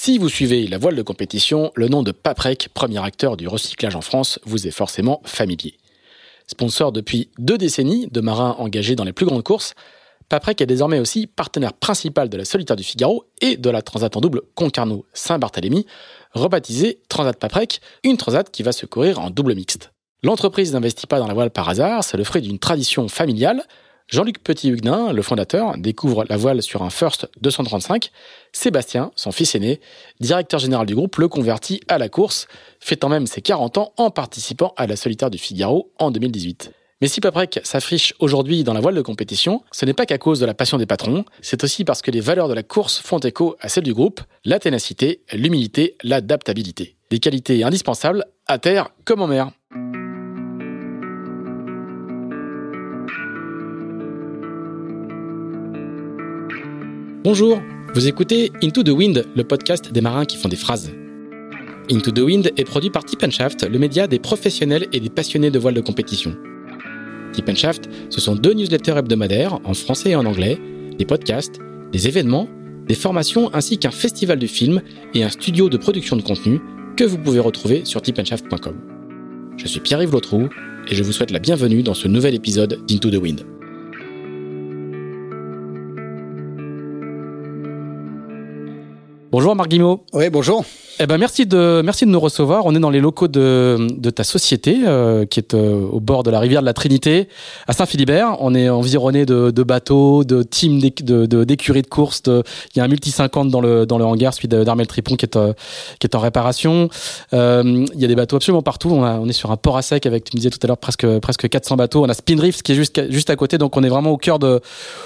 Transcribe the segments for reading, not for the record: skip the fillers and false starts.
Si vous suivez la voile de compétition, le nom de Paprec, premier acteur du recyclage en France, vous est forcément familier. Sponsor depuis 2 décennies de marins engagés dans les plus grandes courses, Paprec est désormais aussi partenaire principal de la Solitaire du Figaro et de la Transat en double Concarneau-Saint-Barthélemy, rebaptisée Transat Paprec, une transat qui va se courir en double mixte. L'entreprise n'investit pas dans la voile par hasard, c'est le fruit d'une tradition familiale. Jean-Luc Petit-Huguenin, le fondateur, découvre la voile sur un First 235. Sébastien, son fils aîné, directeur général du groupe, le convertit à la course, fêtant même ses 40 ans en participant à la Solitaire du Figaro en 2018. Mais si Paprec s'affiche aujourd'hui dans la voile de compétition, ce n'est pas qu'à cause de la passion des patrons, c'est aussi parce que les valeurs de la course font écho à celles du groupe, la ténacité, l'humilité, l'adaptabilité. Des qualités indispensables à terre comme en mer. Bonjour, vous écoutez Into the Wind, le podcast des marins qui font des phrases. Into the Wind est produit par Tip & Shaft, le média des professionnels et des passionnés de voile de compétition. Tip & Shaft, ce sont 2 newsletters hebdomadaires en français et en anglais, des podcasts, des événements, des formations ainsi qu'un festival du film et un studio de production de contenu que vous pouvez retrouver sur tipandshaft.com. Je suis Pierre-Yves Lautroux et je vous souhaite la bienvenue dans ce nouvel épisode d'Into the Wind. Bonjour Marc Guimot. Oui, bonjour. Merci de nous recevoir. On est dans les locaux de ta société qui est au bord de la rivière de la Trinité, à Saint-Philibert. On est environné de bateaux, de teams d'écuries de course. Il y a un multi 50 dans le hangar, celui d'Armel Tripon qui est en réparation. Il y a des bateaux absolument partout. On est sur un port à sec avec, tu me disais tout à l'heure, presque 400 bateaux. On a Spin Reef qui est juste à côté, donc on est vraiment au cœur de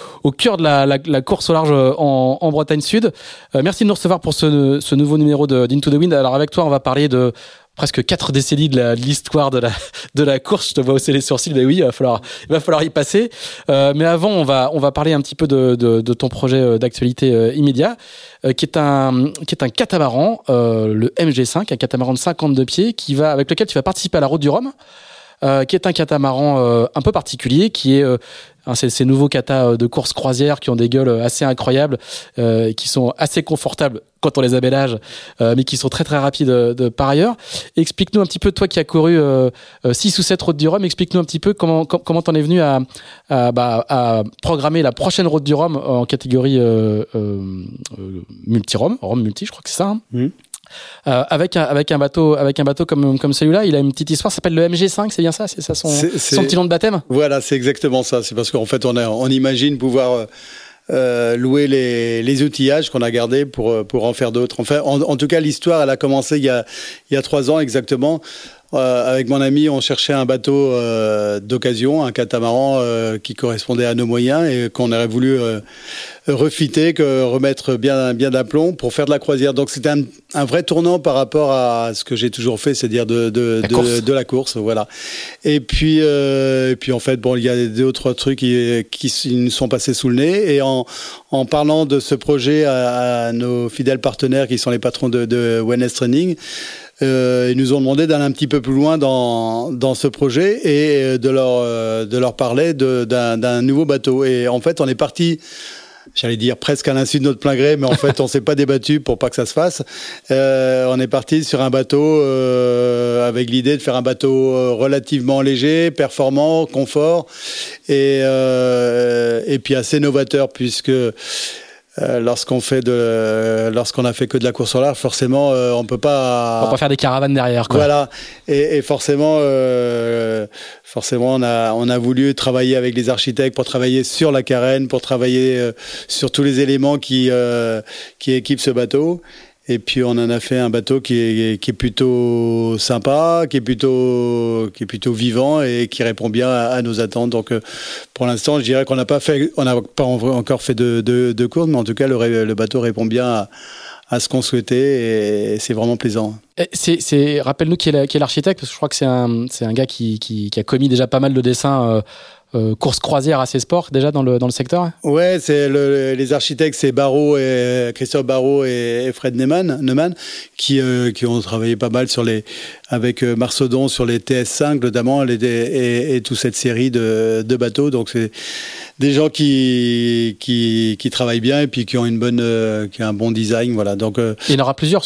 la course au large en Bretagne Sud. Merci de nous recevoir pour ce nouveau numéro d'Into the Wind. Alors avec toi, on va parler de presque 4 décennies de l'histoire de la course. Je te vois hausser les sourcils, mais oui, il va falloir y passer. Mais avant, on va parler un petit peu de ton projet d'actualité immédiat, qui est un catamaran, le MG5, un catamaran de 52 pieds, avec lequel tu vas participer à la Route du Rhum. Qui est un catamaran un peu particulier, qui est ces nouveaux katas de course croisière qui ont des gueules assez incroyables, qui sont assez confortables quand on les aménage, mais qui sont très très rapides par ailleurs. Explique-nous un petit peu, toi qui as couru 6 ou 7 routes du Rhum, explique-nous un petit peu comment t'en es venu à programmer la prochaine route du Rhum en catégorie multi-Rhum, Rhum multi, je crois que c'est ça. Hein. Mmh. Avec un bateau comme celui-là. Il a une petite histoire, ça s'appelle le MG5, c'est bien ça, c'est ça son petit nom de baptême. Voilà, c'est exactement ça. C'est parce qu'en fait on imagine pouvoir louer les outillages qu'on a gardés pour en faire d'autres. Enfin, en tout cas, l'histoire elle a commencé il y a 3 ans exactement. Avec mon ami, on cherchait un bateau d'occasion, un catamaran qui correspondait à nos moyens et qu'on aurait voulu refiter, remettre bien d'aplomb pour faire de la croisière. Donc c'était un vrai tournant par rapport à ce que j'ai toujours fait, c'est-à-dire de la course, voilà. Et puis en fait, bon, il y a d'autres trucs qui nous sont passés sous le nez. Et en parlant de ce projet à nos fidèles partenaires qui sont les patrons de Wellness Training, ils nous ont demandé d'aller un petit peu plus loin dans ce projet et de leur parler d'un nouveau bateau. Et en fait, on est parti, j'allais dire presque à l'insu de notre plein gré, mais en fait, on s'est pas débattu pour pas que ça se fasse. On est parti sur un bateau avec l'idée de faire un bateau relativement léger, performant, confort et puis assez novateur puisque lorsqu'on a fait que de la course au large, forcément, on peut pas faire des caravanes derrière, quoi. Voilà. Et forcément, on a voulu travailler avec les architectes pour travailler sur la carène, pour travailler sur tous les éléments qui équipent ce bateau. Et puis on en a fait un bateau qui est plutôt sympa, qui est plutôt vivant et qui répond bien à nos attentes. Donc pour l'instant, je dirais qu'on n'a pas encore fait de course, mais en tout cas le bateau répond bien à ce qu'on souhaitait et c'est vraiment plaisant. Rappelle-nous qui est l'architecte, parce que je crois que c'est un gars qui a commis déjà pas mal de dessins course croisière assez sport déjà dans le secteur. Ouais, c'est les architectes, c'est Christophe Barrault et Fred Neumann qui ont travaillé pas mal avec Marsaudon sur les TS5 notamment et toute cette série de bateaux. Donc c'est des gens qui travaillent bien et puis qui ont qui ont un bon design, voilà. Donc il y en aura plusieurs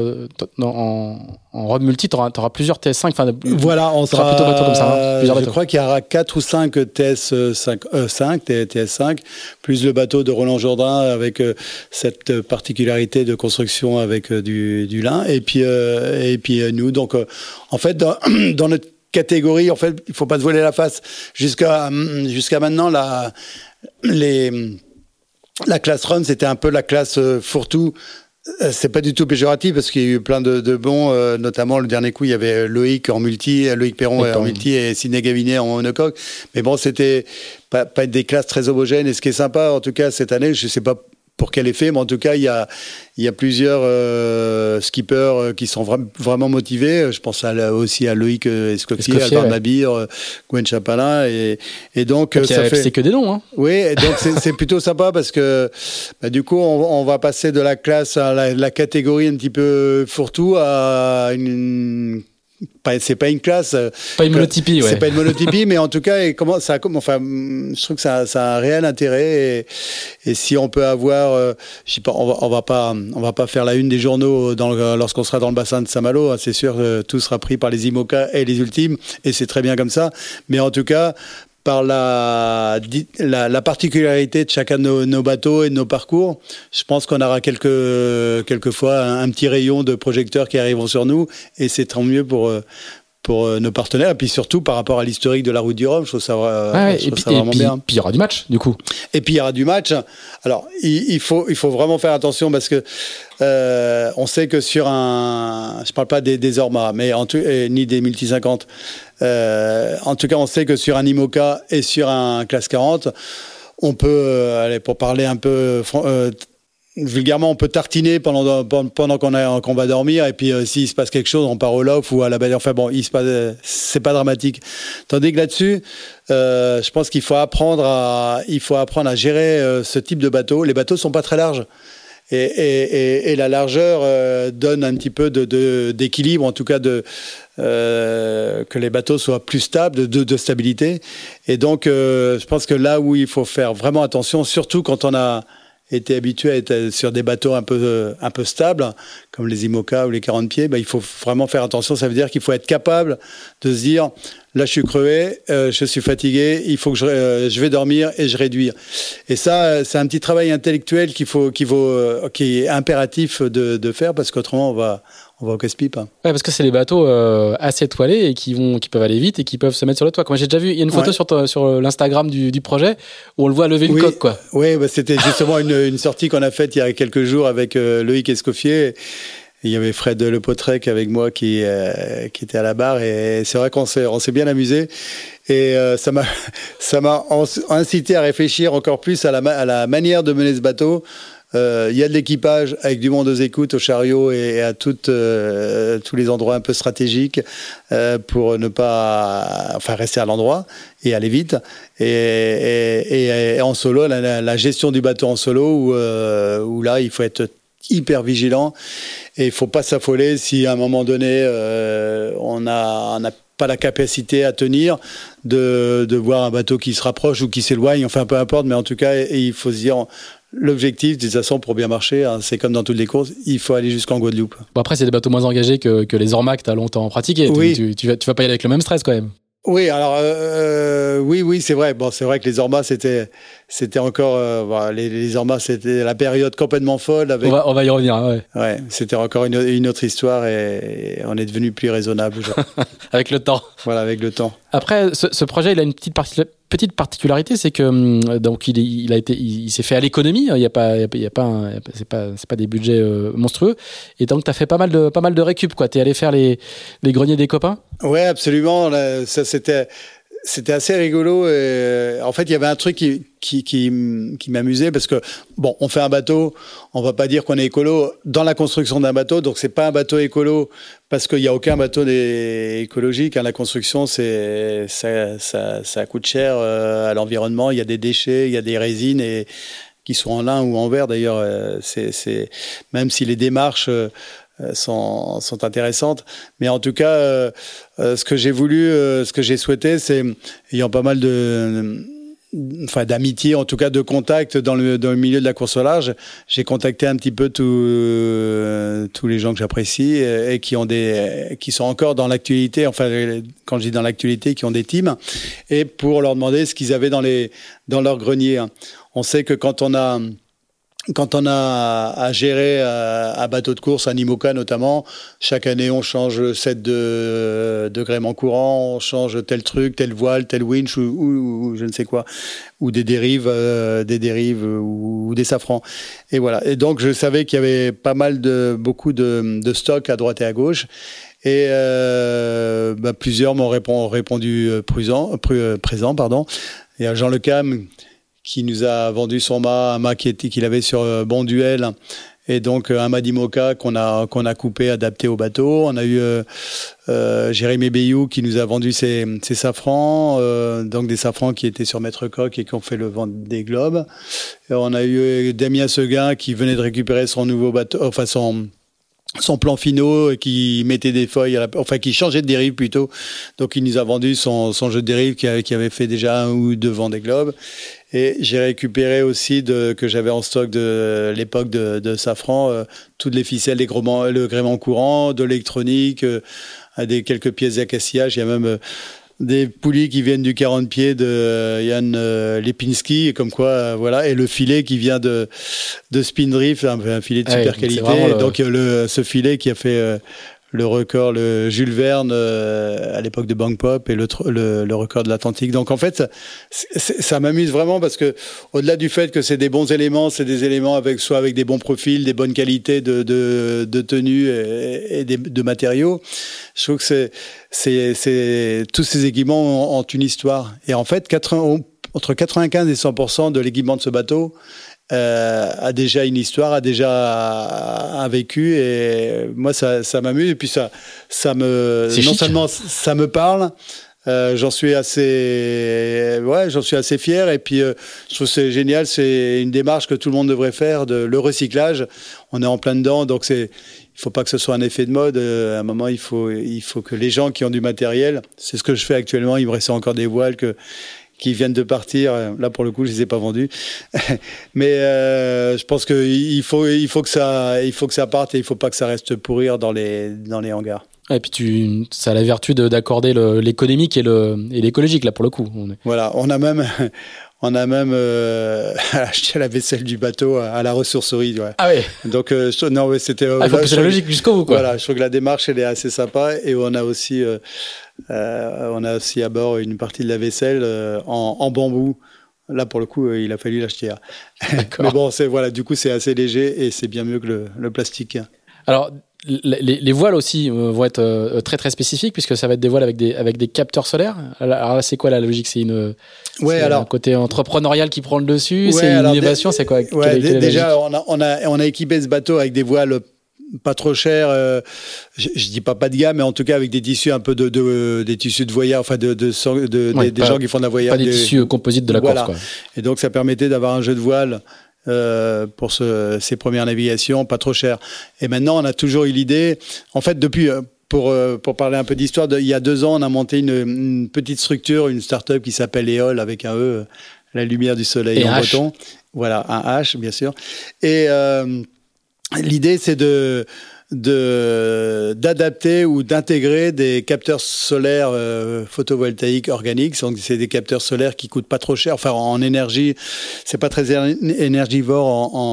en road multi, tu auras plusieurs TS5. Voilà, on sera plutôt bateau comme ça. Je crois qu'il y aura 4 ou 5 TS5, plus le bateau de Roland Jourdain avec cette particularité de construction avec du lin. Et puis nous, donc en fait dans notre catégorie, en fait, il faut pas se voiler la face. Jusqu'à maintenant, la classe Rhum, c'était un peu la classe fourre-tout. C'est pas du tout péjoratif parce qu'il y a eu plein de bons, notamment le dernier coup il y avait Loïc Perron en multi et Sidney Gavinet en monocoque. Mais bon, c'était pas des classes très homogènes. Et ce qui est sympa, en tout cas cette année, je sais pas pour quel effet, mais en tout cas il y a plusieurs skippers qui sont vraiment motivés. Je pense aussi à Loïc Escoffier, Alvar Nabir, Gwen Chapalin et donc ça fait c'est que des noms, hein. Oui, et donc c'est plutôt sympa parce que du coup on va passer de la classe à la catégorie un petit peu fourre-tout à c'est pas une classe, pas une monotypie, ouais. C'est pas une monotypie, mais en tout cas, je trouve que ça a un réel intérêt et si on peut avoir, je sais pas, on va pas faire la une des journaux lorsqu'on sera dans le bassin de Saint-Malo, hein, c'est sûr, tout sera pris par les IMOCA et les Ultimes et c'est très bien comme ça, mais en tout cas par la particularité de chacun de nos bateaux et de nos parcours, je pense qu'on aura quelquefois un petit rayon de projecteurs qui arriveront sur nous et c'est tant mieux pour nos partenaires et puis surtout par rapport à l'historique de la route du Rhum, je trouve ça vraiment bien. Puis il y aura du match du coup. Et puis il y aura du match. Alors il faut vraiment faire attention parce que on sait que sur je parle pas des Orma, mais ni des Multi 50. En tout cas, on sait que sur un IMOCA et sur un classe 40, on peut, pour parler un peu vulgairement, on peut tartiner pendant qu'on va dormir, et puis s'il se passe quelque chose, on part au loft ou à la baie. Enfin bon, c'est pas dramatique. Tandis que là-dessus, je pense qu'il faut apprendre à gérer ce type de bateau. Les bateaux sont pas très larges. Et la largeur donne un petit peu d'équilibre, en tout cas que les bateaux soient plus stables, de stabilité. Et donc, je pense que là où il faut faire vraiment attention, surtout quand on a été habitué à être sur des bateaux un peu stables, comme les IMOCA ou les 40 pieds, il faut vraiment faire attention. Ça veut dire qu'il faut être capable de se dire, là je suis crevé, je suis fatigué, il faut que je vais dormir et je réduire. Et ça, c'est un petit travail intellectuel qui est impératif de faire parce qu'autrement on va au casse-pipe. Ouais, parce que c'est des bateaux assez étoilés et qui peuvent aller vite et qui peuvent se mettre sur le toit. Moi, j'ai déjà vu, il y a une photo sur l'Instagram du projet où on le voit lever une coque, quoi. Oui, c'était justement une sortie qu'on a faite il y a quelques jours avec Loïc Escoffier. Il y avait Fred Lepotrec avec moi qui était à la barre et c'est vrai qu'on s'est bien amusé et ça m'a incité à réfléchir encore plus à la manière de mener ce bateau. Il y a de l'équipage avec du monde aux écoutes, au chariot et à tous les endroits un peu stratégiques pour ne pas rester à l'endroit et aller vite. Et en solo, la gestion du bateau en solo où là, il faut être hyper vigilant et il faut pas s'affoler si à un moment donné on n'a pas la capacité à tenir de voir un bateau qui se rapproche ou qui s'éloigne, enfin peu importe, mais en tout cas il faut se dire l'objectif de toute façon pour bien marcher, hein, c'est comme dans toutes les courses, il faut aller jusqu'en Guadeloupe. Bon, après c'est des bateaux moins engagés que les Orma que tu as longtemps pratiqué. Oui. Tu vas pas y aller avec le même stress quand même. Oui, alors oui, c'est vrai. Bon, c'est vrai que les Orma c'était encore les Orma c'était la période complètement folle. On va y revenir. Ouais. Ouais, c'était encore une autre histoire et on est devenu plus raisonnable. Genre. Avec le temps. Voilà, avec le temps. Après, ce projet, il a une petite particularité, c'est que donc il s'est fait à l'économie. C'est pas des budgets monstrueux. Et donc t'as fait pas mal de récup, quoi. T'es allé faire les greniers des copains. Ouais, absolument. Ça c'était. c'était assez rigolo. Et, en fait, il y avait un truc qui m'amusait parce que, bon, on fait un bateau, on va pas dire qu'on est écolo dans la construction d'un bateau, donc c'est pas un bateau écolo parce qu'il y a aucun bateau écologique. Hein. La construction, ça coûte cher à l'environnement. Il y a des déchets, il y a des résines qui sont en lin ou en verre d'ailleurs. Même si les démarches sont intéressantes, mais en tout cas, ce que j'ai voulu, ce que j'ai souhaité, c'est ayant pas mal d'amitié, en tout cas de contact dans le milieu de la course au large. J'ai contacté un petit peu tous les gens que j'apprécie et qui sont encore dans l'actualité. Enfin, quand je dis dans l'actualité, qui ont des teams, et pour leur demander ce qu'ils avaient dans leur grenier. On sait que quand on a à gérer un bateau de course, un IMOCA notamment, chaque année on change le set de gréement courant, on change tel truc, telle voile, tel winch ou je ne sais quoi, ou des dérives ou des safrans. Et voilà. Et donc je savais qu'il y avait beaucoup de stocks à droite et à gauche. Et plusieurs m'ont répondu présent. Il y a Jean Lecam qui nous a vendu son mât, un mât qu'il avait sur Bon Duel, et donc un mât d'IMOCA qu'on a coupé, adapté au bateau. On a eu Jérémy Bayou qui nous a vendu ses safrans, donc des safrans qui étaient sur Maître Coq et qui ont fait le Vendée Globe. Et on a eu Damien Seguin qui venait de récupérer son nouveau bateau, enfin son plan finaux, qui mettait des feuilles, qui changeait de dérive plutôt. Donc il nous a vendu son jeu de dérive qui avait fait déjà 1 ou 2 Vendée Globe. Et j'ai récupéré aussi que j'avais en stock de l'époque de Safran, toutes les ficelles, le gréement courant, de l'électronique, quelques pièces d'accastillage. Il y a même des poulies qui viennent du 40 pieds de Yann Lipinski, comme quoi, voilà, et le filet qui vient de Spindrift, un filet de super qualité. Donc ce filet qui a fait le record, le Jules Verne à l'époque de Bang Pop, et le record de l'Atlantique. Donc en fait, ça m'amuse vraiment parce que au-delà du fait que c'est des bons éléments, c'est des éléments soit avec des bons profils, des bonnes qualités de tenue et de matériaux. Je trouve que tous ces équipements ont une histoire. Et en fait, entre 95 et 100% de l'équipement de ce bateau a déjà une histoire, a déjà un vécu, et moi ça m'amuse, et puis non seulement ça me parle, j'en suis assez fier, et puis je trouve que c'est génial, c'est une démarche que tout le monde devrait faire, le recyclage. On est en plein dedans, donc il faut pas que ce soit un effet de mode. À un moment, il faut que les gens qui ont du matériel, c'est ce que je fais actuellement, il me reste encore des voiles qui viennent de partir. Là, pour le coup, je les ai pas vendus. Mais je pense qu'il faut que ça parte, et il faut pas que ça reste pourrir dans les hangars. Et puis ça a la vertu d'accorder l'économique et l'écologique, là, pour le coup. Voilà, on a même acheté la vaisselle du bateau à la ressourcerie. Ouais. Ah oui. Donc c'était. Il faut pousser la logique jusqu'au bout, quoi. Voilà, je trouve que la démarche elle est assez sympa, et on a aussi à bord une partie de la vaisselle en bambou. Là, pour le coup, il a fallu l'acheter. Mais bon, du coup, c'est assez léger et c'est bien mieux que le plastique. Alors, les voiles aussi vont être très très spécifiques, puisque ça va être des voiles avec des capteurs solaires. Alors là, c'est quoi la logique? C'est un côté entrepreneurial qui prend le dessus? C'est une innovation? C'est quoi? Déjà, on a équipé ce bateau avec des voiles pas trop chères. Je dis pas de gamme, mais en tout cas avec des tissus un peu des tissus de voyage, enfin des gens qui font de la voyage. Pas des tissus composites de la course, quoi. Et donc ça permettait d'avoir un jeu de voile pour ces premières navigations, pas trop cher. Et maintenant, on a toujours eu l'idée, en fait, depuis, pour parler un peu d'histoire, il y a 2 ans, on a monté une petite structure, une start-up qui s'appelle EOL, avec un E, la lumière du soleil en breton. Voilà, un H, bien sûr. Et l'idée, c'est d'adapter ou d'intégrer des capteurs solaires photovoltaïques organiques. Donc c'est des capteurs solaires qui coûtent pas trop cher. Enfin, en énergie, c'est pas très énergivore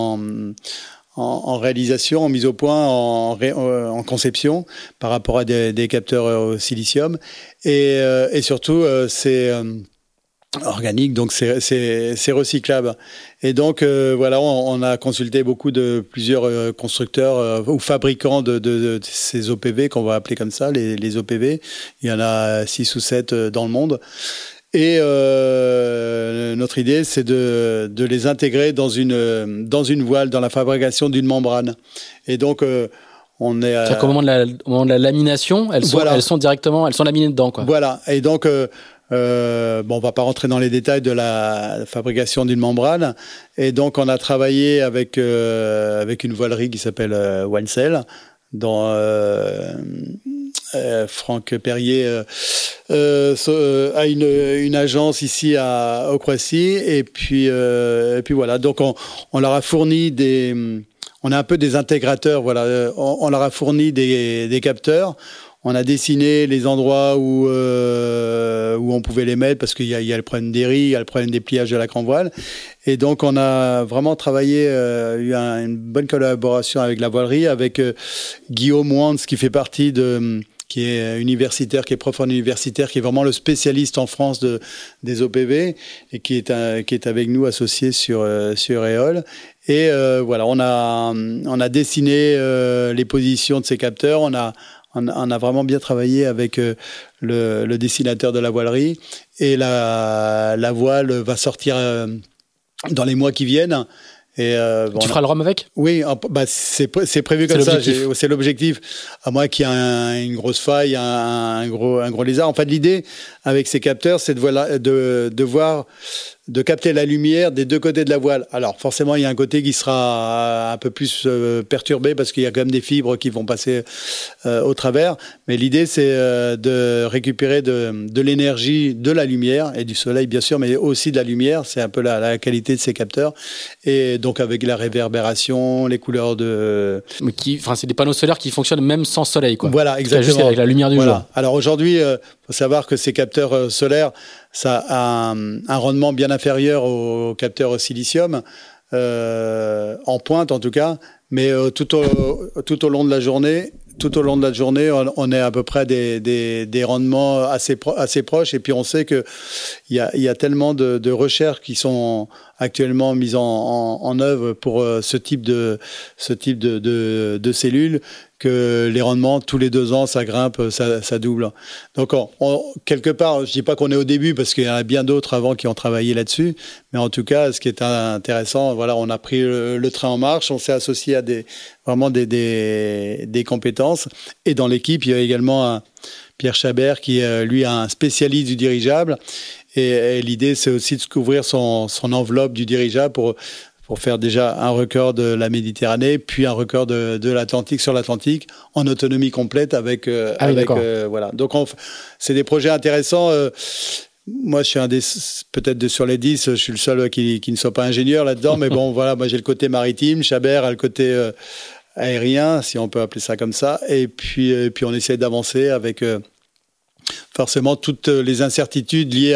en réalisation, en mise au point, en conception, par rapport à des capteurs au silicium. Et surtout, c'est organique, donc c'est recyclable. Et donc voilà, on a consulté plusieurs constructeurs ou fabricants de ces OPV, qu'on va appeler comme ça, les OPV. Il y en a 6 ou 7 dans le monde. Et notre idée, c'est de les intégrer dans une voile, dans la fabrication d'une membrane. Et donc, on est... C'est-à-dire qu'au moment de la lamination, elles sont laminées dedans, quoi. Voilà. Et donc, on va pas rentrer dans les détails de la fabrication d'une membrane. Et donc, on a travaillé avec une voilerie qui s'appelle Wancel, dont Franck Perrier a une agence ici au Croissy. Et puis voilà. Donc, on leur a fourni on a un peu des intégrateurs. Voilà. On leur a fourni des capteurs. On a dessiné les endroits où on pouvait les mettre parce qu'il y a le problème des ris, il y a le problème des pliages de la grand voile. Et donc, on a vraiment travaillé, eu une bonne collaboration avec la voilerie, avec Guillaume Wantz, qui fait partie qui est universitaire, qui est prof universitaire, qui est vraiment le spécialiste en France des OPV et qui est avec nous associé sur EOL. Et voilà, on a dessiné les positions de ces capteurs. On a vraiment bien travaillé avec le dessinateur de la voilerie et la voile va sortir dans les mois qui viennent. Et tu feras le rhum avec ? Oui, c'est prévu comme ça. C'est l'objectif. À moins qu'il y ait une grosse faille, un gros lézard. En fait, l'idée avec ces capteurs, c'est de capter la lumière des deux côtés de la voile. Alors forcément, il y a un côté qui sera un peu plus perturbé parce qu'il y a quand même des fibres qui vont passer au travers. Mais l'idée, c'est de récupérer de l'énergie de la lumière et du soleil, bien sûr, mais aussi de la lumière. C'est un peu la qualité de ces capteurs. Et donc avec la réverbération, les couleurs de... c'est des panneaux solaires qui fonctionnent même sans soleil, quoi. Voilà, exactement. Juste avec la lumière du jour. Alors aujourd'hui, faut savoir que ces capteurs solaires, ça a un rendement bien inférieur aux capteurs au silicium, en pointe en tout cas, mais tout au long de la journée, on est à peu près des rendements assez proches. Et puis on sait que il y a tellement de recherches qui sont actuellement mises en œuvre pour ce type de cellules, que les rendements tous les 2 ans ça grimpe, ça double. Donc quelque part, je dis pas qu'on est au début parce qu'il y en a bien d'autres avant qui ont travaillé là-dessus, mais en tout cas, ce qui est intéressant, voilà, on a pris le train en marche, on s'est associé à vraiment des compétences, et dans l'équipe il y a également Pierre Chabert qui est lui un spécialiste du dirigeable, et l'idée c'est aussi de couvrir son enveloppe du dirigeable pour faire déjà un record de la Méditerranée, puis un record de l'Atlantique sur l'Atlantique, en autonomie complète avec voilà. Donc c'est des projets intéressants. Moi, je suis peut-être sur les 10, je suis le seul qui ne soit pas ingénieur là-dedans, mais bon, voilà, moi j'ai le côté maritime, Chabert a le côté aérien, si on peut appeler ça comme ça, et puis on essaie d'avancer avec forcément toutes les incertitudes liées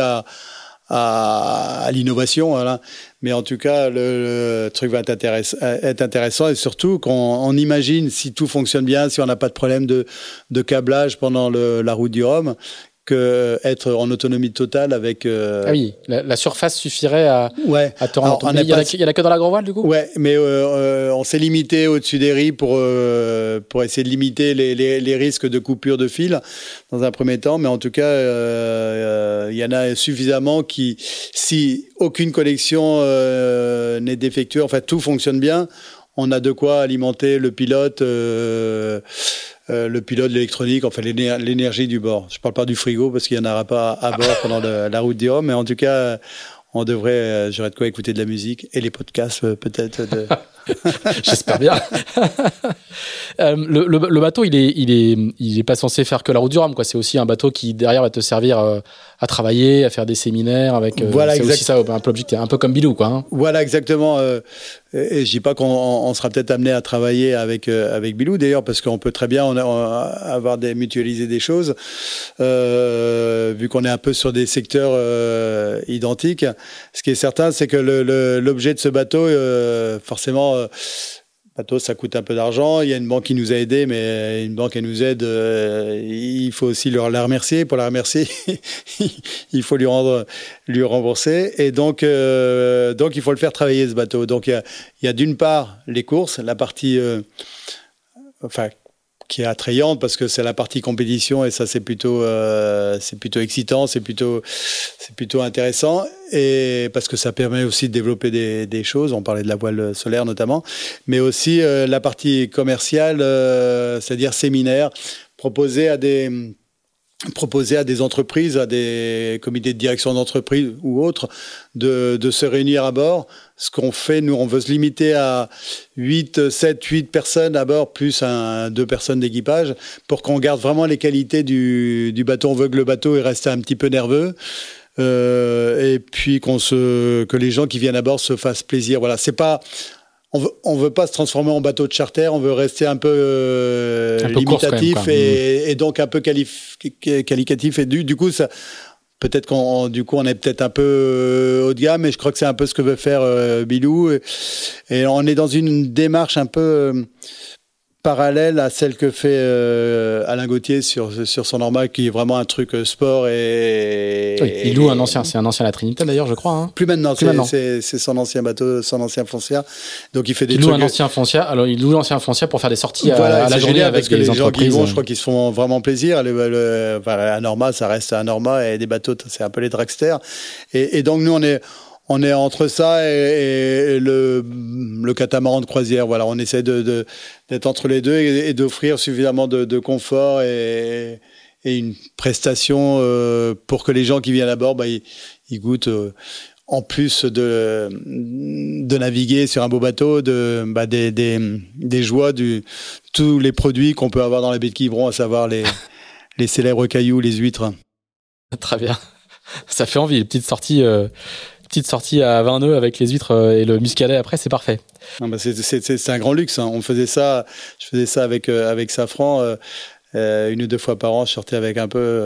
à l'innovation, voilà. Mais en tout cas, le truc va être intéressant, et surtout qu'on imagine, si tout fonctionne bien, si on n'a pas de problème de câblage pendant la route du Rhum, être en autonomie totale avec... Ah oui, la surface suffirait à te rendre... Il y en a que dans la grand voile, du coup ? Ouais, mais on s'est limité au-dessus des ris pour essayer de limiter les risques de coupure de fil dans un premier temps. Mais en tout cas, il y en a suffisamment qui, si aucune connexion n'est défectueuse, en fait, tout fonctionne bien, on a de quoi alimenter le pilote... l'électronique, enfin l'énergie du bord. Je ne parle pas du frigo parce qu'il n'y en aura pas à bord pendant la route du Rhum, mais en tout cas, j'aurais de quoi écouter de la musique et les podcasts peut-être. J'espère bien. Le bateau, il est pas censé faire que la route du Rhum, quoi. C'est aussi un bateau qui derrière va te servir à travailler, à faire des séminaires avec. Voilà, c'est aussi ça un peu l'objectif, un peu comme Bilou, quoi. Hein. Voilà, exactement. Et je dis pas qu'on sera peut-être amené à travailler avec Bilou d'ailleurs, parce qu'on peut très bien mutualiser des choses, vu qu'on est un peu sur des secteurs identiques. Ce qui est certain, c'est que l'objet de ce bateau, forcément. Bateau, ça coûte un peu d'argent. Il y a une banque qui nous a aidés, mais une banque, elle nous aide. Il faut aussi la remercier. Pour la remercier, il faut lui rembourser. Et donc, il faut le faire travailler, ce bateau. Donc, il y a d'une part les courses, la partie, qui est attrayante parce que c'est la partie compétition et ça c'est plutôt excitant, c'est plutôt intéressant et parce que ça permet aussi de développer des choses. On parlait de la voile solaire notamment, mais aussi la partie commerciale, c'est-à-dire séminaire, proposer à des entreprises, à des comités de direction d'entreprise ou autres, de se réunir à bord. Ce qu'on fait, nous, on veut se limiter à 8 personnes à bord, plus 2 personnes d'équipage, pour qu'on garde vraiment les qualités du bateau. On veut que le bateau reste un petit peu nerveux. Et puis que les gens qui viennent à bord se fassent plaisir. Voilà, c'est pas... On veut pas se transformer en bateau de charter, on veut rester un peu limitatif course, et donc un peu qualitatif. Et du coup, ça, peut-être qu'on est peut-être un peu haut de gamme, mais je crois que c'est un peu ce que veut faire Bilou. Et on est dans une démarche un peu parallèle à celle que fait Alain Gauthier sur son Norma, qui est vraiment un truc sport et... Oui, il loue c'est un ancien La Trinité d'ailleurs, je crois. Hein. Plus maintenant, c'est son ancien bateau, son ancien Foncia. Donc il fait des trucs... Il loue l'ancien Foncia pour faire des sorties à la journée avec des entreprises. Gens qui vont, je crois qu'ils se font vraiment plaisir. La Norma, ça reste un Norma et des bateaux, c'est un peu les dragsters. Et donc nous, on est entre ça et le catamaran de croisière. Voilà, on essaie d'être entre les deux et d'offrir suffisamment de confort et une prestation pour que les gens qui viennent à bord, ils goûtent en plus de naviguer sur un beau bateau, des joies, tous les produits qu'on peut avoir dans la baie de Quiberon, à savoir les célèbres cailloux, les huîtres. Très bien, ça fait envie. Petite sortie à 20 nœuds avec les huîtres et le muscadet après, c'est parfait. Non, c'est un grand luxe. Hein. Je faisais ça avec Safran 1 ou 2 fois par an. Je sortais avec un peu,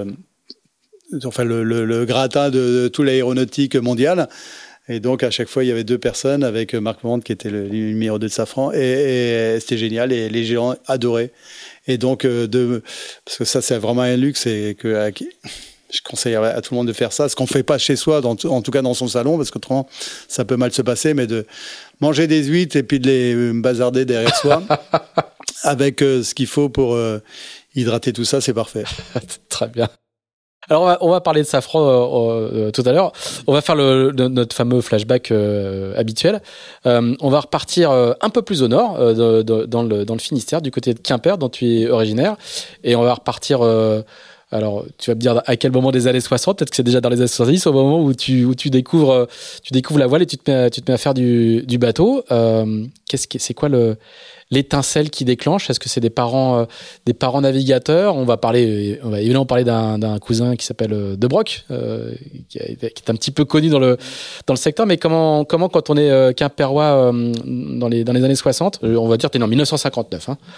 le gratin de tout l'aéronautique mondiale. Et donc à chaque fois, il y avait 2 personnes avec Marc Monde qui était le numéro 2 de Safran et c'était génial et les géants adoraient. Et donc parce que ça c'est vraiment un luxe et que je conseillerais à tout le monde de faire ça, ce qu'on ne fait pas chez soi, en tout cas dans son salon, parce qu'autrement, ça peut mal se passer, mais de manger des huîtres et puis de les bazarder derrière soi, avec ce qu'il faut pour hydrater tout ça, c'est parfait. Très bien. Alors, on va parler de Safran tout à l'heure. On va faire notre fameux flashback habituel. On va repartir un peu plus au nord, dans le Finistère, du côté de Quimper, dont tu es originaire. Et on va repartir... Alors, tu vas me dire à quel moment des années 60, peut-être que c'est déjà dans les années 70, au moment où tu découvres la voile et tu te mets à faire du bateau. C'est quoi l'étincelle qui déclenche? Est-ce que c'est des parents navigateurs? On va évidemment parler d'un cousin qui s'appelle De Broc, qui est un petit peu connu dans le secteur. Mais comment quand on est quimpérois dans les années 60, on va dire t'es né en 1959. Hein,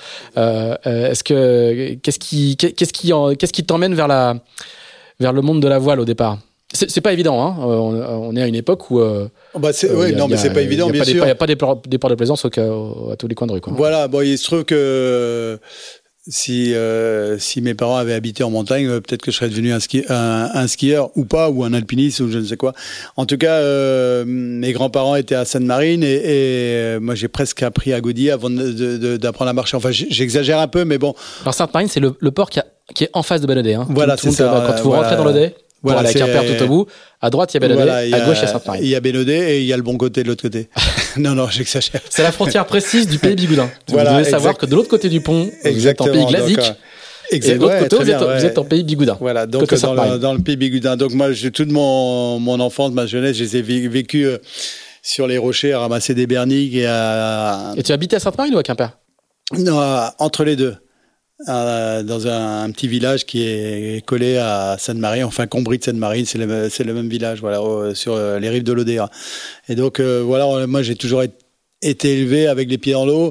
qu'est-ce qui t'emmène vers le monde de la voile au départ? C'est pas évident, hein. On est à une époque où. Mais c'est pas évident, bien sûr. Il n'y a pas des ports de plaisance à tous les coins de rue, quoi. Voilà, il se trouve que si mes parents avaient habité en montagne, peut-être que je serais devenu un skieur ou pas, ou un alpiniste ou je ne sais quoi. En tout cas, mes grands-parents étaient à Sainte-Marine et moi j'ai presque appris à Gaudier avant d'apprendre à marcher. Enfin, j'exagère un peu, mais bon. Alors Sainte-Marine, c'est le port qui est en face de Bel-Odé. Hein. Voilà, c'est ça. Quand vous rentrez dans l'Odé. Voilà, aller à Quimper tout au bout. À droite, il y a Bel-Odé, à gauche, il y a Sainte-Marie. Il y a Bel-Odé et il y a le bon côté de l'autre côté. Non, j'exagère. C'est la frontière précise du pays Bigoudin. Vous devez savoir que de l'autre côté du pont, vous êtes en pays glacique. Et de l'autre côté, vous êtes en pays Bigoudin. Voilà, donc dans le pays Bigoudin. Donc moi, toute mon enfance, ma jeunesse, je les ai vécu sur les rochers à ramasser des berniques Et tu habitais à Sainte-Marie ou à Quimper? Non, entre les deux. Dans un petit village qui est collé à Sainte-Marie, enfin Combry de Sainte-Marie, c'est le même village, voilà, sur les rives de l'Odéa. Et donc voilà, moi j'ai toujours été élevé avec les pieds dans l'eau.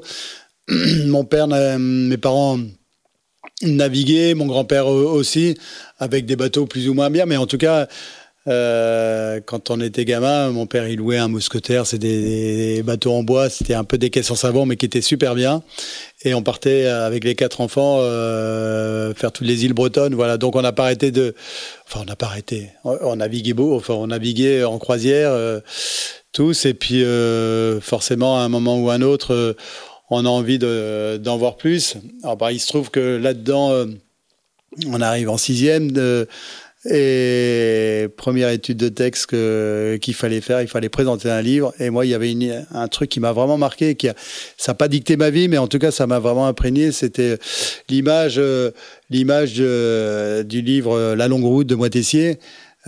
Mes parents naviguaient, mon grand-père aussi, avec des bateaux plus ou moins bien, mais en tout cas. Quand on était gamin, mon père il louait un mousquetaire, c'est des bateaux en bois, c'était un peu des caisses en savon mais qui étaient super bien. Et on partait avec les 4 enfants faire toutes les îles bretonnes. Voilà, donc on n'a pas arrêté on naviguait en croisière tous. Et puis forcément à un moment ou à un autre, on a envie d'en voir plus. Alors, il se trouve que là-dedans, on arrive en 6e et première étude de texte qu'il fallait faire, il fallait présenter un livre. Et moi, il y avait un truc qui m'a vraiment marqué, ça n'a pas dicté ma vie, mais en tout cas, ça m'a vraiment imprégné. C'était l'image du livre La longue route de Moitessier.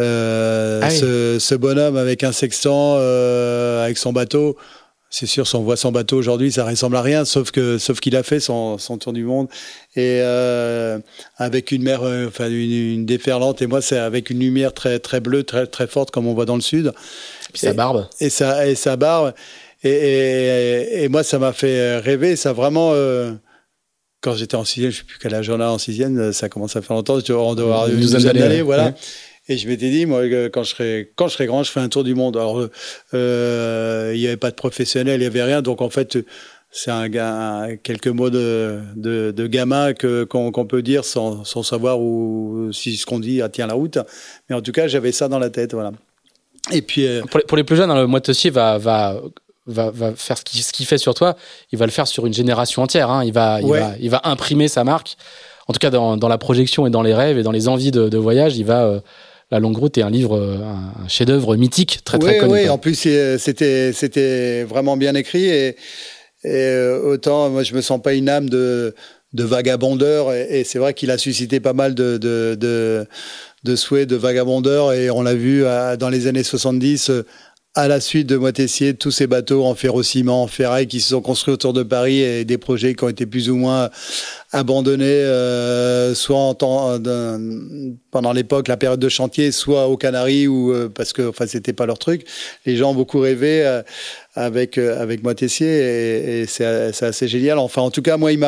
Ce bonhomme avec un sextant, avec son bateau. C'est sûr, si on voit son bateau aujourd'hui, ça ressemble à rien, sauf qu'il a fait son tour du monde. Et avec une mer, une déferlante. Et moi, c'est avec une lumière très très bleue, très très forte, comme on voit dans le sud. Puis sa barbe. Et sa barbe. Et moi, ça m'a fait rêver. Ça vraiment. Quand j'étais en 6e, je ne sais plus quel âge on a en 6e, ça commence à faire longtemps. On doit avoir une douzaine d'années, voilà. Ouais. Et je m'étais dit, moi, quand je serai grand, je ferai un tour du monde. Alors, il n'y avait pas de professionnel, il n'y avait rien. Donc, en fait, c'est quelques mots de gamin qu'on peut dire sans savoir si ce qu'on dit tient la route. Mais en tout cas, j'avais ça dans la tête, voilà. Et puis, pour les plus jeunes, le Moitessier va faire ce qu'il fait sur toi. Il va le faire sur une génération entière. Hein. Il va imprimer sa marque. En tout cas, dans la projection et dans les rêves et dans les envies de voyage, il va. La longue route est un livre, un chef-d'œuvre mythique, très très connu. Oui, en plus c'était vraiment bien écrit et autant moi je me sens pas une âme de vagabondeur et c'est vrai qu'il a suscité pas mal de souhaits de vagabondeur et on l'a vu dans les années 70. À la suite de Moitessier, tous ces bateaux en ferro-ciment, en ferraille qui se sont construits autour de Paris et des projets qui ont été plus ou moins abandonnés, soit pendant l'époque, la période de chantier, soit aux Canaries ou parce que c'était pas leur truc. Les gens ont beaucoup rêvé avec Moitessier et c'est assez génial. Enfin, en tout cas, moi, il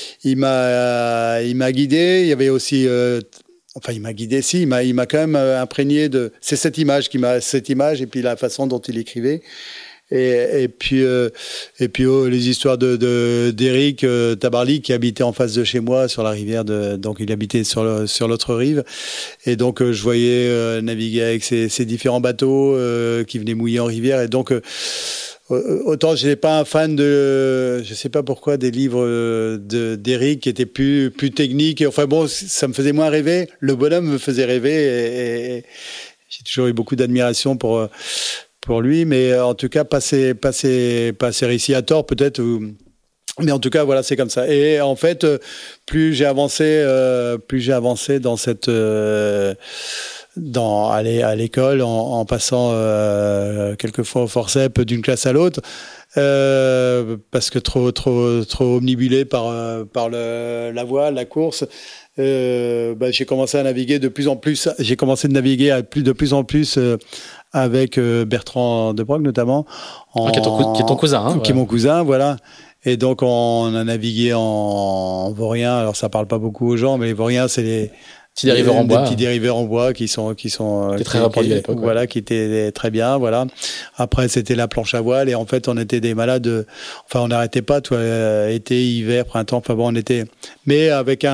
m'a guidé. Il y avait aussi il m'a guidé, il m'a quand même imprégné c'est cette image et puis la façon dont il écrivait. Et puis les histoires d'Éric Tabarly qui habitait en face de chez moi sur la rivière donc il habitait sur l'autre rive. Et donc, je voyais naviguer avec ces différents bateaux qui venaient mouiller en rivière. Et donc, autant je n'étais pas un fan je sais pas pourquoi, des livres d'Éric qui étaient plus techniques. Et, enfin bon, ça me faisait moins rêver. Le bonhomme me faisait rêver et j'ai toujours eu beaucoup d'admiration pour lui. Mais en tout cas, pas ces récits à tort peut-être. Mais en tout cas, voilà, c'est comme ça. Et en fait, plus j'ai avancé dans cette à l'école en passant quelquefois au forceps d'une classe à l'autre parce que trop omnibulé par la voile, la course. J'ai commencé à naviguer de plus en plus. J'ai commencé de naviguer de plus en plus avec Bertrand de Broc notamment, qui est ton cousin, hein, qui est mon cousin, voilà. Et donc on a navigué en vaurien. Alors ça parle pas beaucoup aux gens, mais les vauriens c'est les petits dériveurs en bois. Des petits dériveurs en bois qui sont très répandu à l'époque. Voilà, qui étaient très bien, voilà. Après, c'était la planche à voile et en fait, on était des malades. Enfin, on n'arrêtait pas, été, hiver, printemps. Enfin bon, on était, mais avec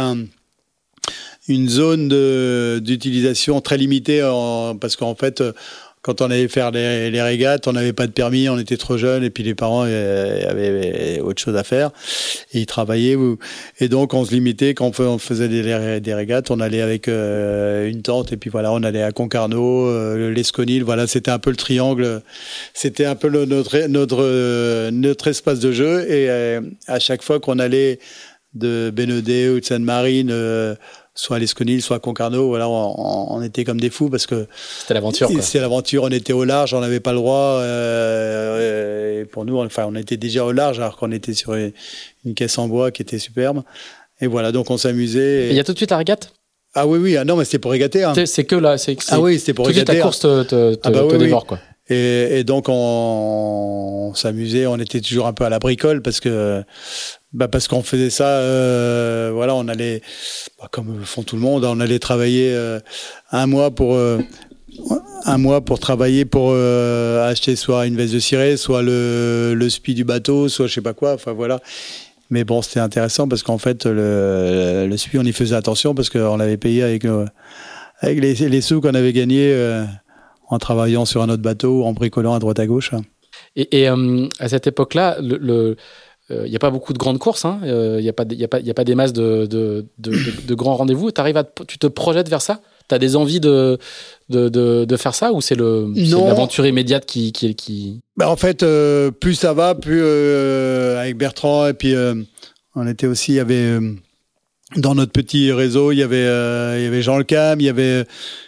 une zone d'utilisation très limitée parce qu'en fait, quand on allait faire les régates, on n'avait pas de permis, on était trop jeunes et puis les parents avaient autre chose à faire et ils travaillaient. Et donc on se limitait quand on faisait des régates, on allait avec une tente et puis voilà, on allait à Concarneau, l'Esconil. Voilà, c'était un peu le triangle, c'était un peu notre espace de jeu et à chaque fois qu'on allait de Bénodet ou de Sainte-Marine, soit à l'Esconil, soit à Concarneau, voilà, on était comme des fous parce que c'était l'aventure. C'était l'aventure, on était au large, on n'avait pas le droit. Et pour nous, on était déjà au large alors qu'on était sur une caisse en bois qui était superbe. Et voilà, donc on s'amusait. Et il y a tout de suite la régate ? Ah oui, non, mais c'était pour régater. Hein. C'est que là, ah oui, c'était pour tout régater. Tout de suite la course te dévore, quoi. Et donc on s'amusait, on était toujours un peu à la bricole parce qu'on faisait ça, voilà, on allait, comme font tout le monde, on allait travailler un mois pour travailler pour acheter soit une veste de ciré, soit le spi du bateau, soit je sais pas quoi, enfin voilà. Mais bon, c'était intéressant parce qu'en fait le spi, on y faisait attention parce qu'on l'avait payé avec les sous qu'on avait gagnés en travaillant sur un autre bateau, en bricolant à droite à gauche. Et à cette époque-là, y a pas beaucoup de grandes courses, hein. Y a pas des masses de grands rendez-vous. Tu te projettes vers ça? T'as des envies de faire ça, ou c'est l'aventure immédiate qui... En fait, plus ça va, plus avec Bertrand, et puis on était aussi, il y avait dans notre petit réseau, il y avait Jean Le Cam, il y avait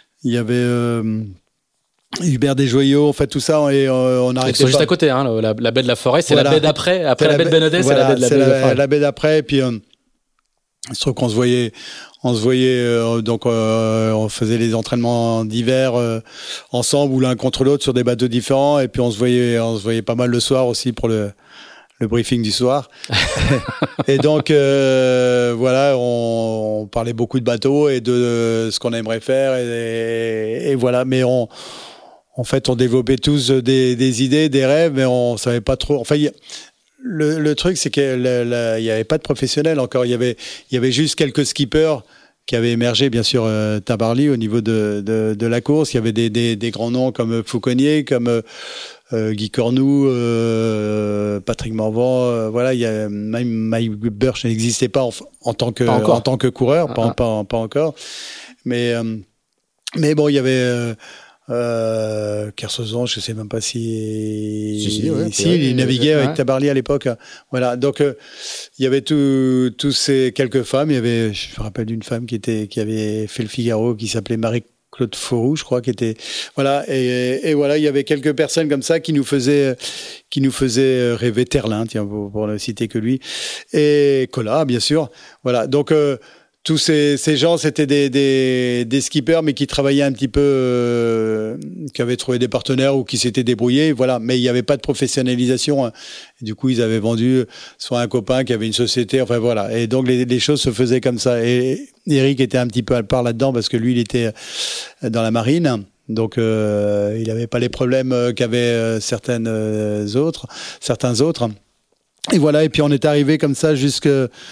Hubert Desjoyaux, en fait tout ça, et on arrêtait. Ils sont juste à côté, hein, la baie de la Forêt, c'est la baie d'après. Après la baie de Bénodet, c'est la baie de la Forêt. La baie d'après, et puis il se trouve qu'on se voyait, donc on faisait les entraînements d'hiver ensemble ou l'un contre l'autre sur des bateaux différents, et puis on se voyait pas mal le soir aussi pour le briefing du soir. Et donc voilà, on parlait beaucoup de bateaux et de ce qu'on aimerait faire, et voilà. Mais en fait, on développait tous des idées, des rêves, mais on savait pas trop. Enfin, le truc, c'est qu'il y avait pas de professionnels encore. Il y avait juste quelques skippers qui avaient émergé, bien sûr, Tabarly au niveau de la course. Il y avait des grands noms comme Fauconnier, comme Guy Cornoux, Patrick Morvan. Voilà, il y a même Mike Birch n'existait pas en tant que coureur, pas encore. Mais bon, il y avait Kersozon, je sais même pas si il naviguait avec Tabarly à l'époque. Voilà, donc il y avait tous ces quelques femmes. Il y avait, je me rappelle d'une femme qui avait fait le Figaro, qui s'appelait Marie-Claude Fauroux, je crois, qui était, voilà, et voilà, il y avait quelques personnes comme ça qui nous faisaient rêver. Terlin, tiens, pour ne citer que lui, et Collat, bien sûr. Voilà, donc tous ces gens, c'était des skippers, mais qui travaillaient un petit peu, qui avaient trouvé des partenaires ou qui s'étaient débrouillés, voilà. Mais il n'y avait pas de professionnalisation. Et du coup, ils avaient vendu soit un copain qui avait une société, enfin voilà. Et donc les choses se faisaient comme ça. Et Eric était un petit peu à part là-dedans parce que lui, il était dans la marine. Donc il n'avait pas les problèmes qu'avaient certains autres. Et voilà. Et puis on est arrivé comme ça jusque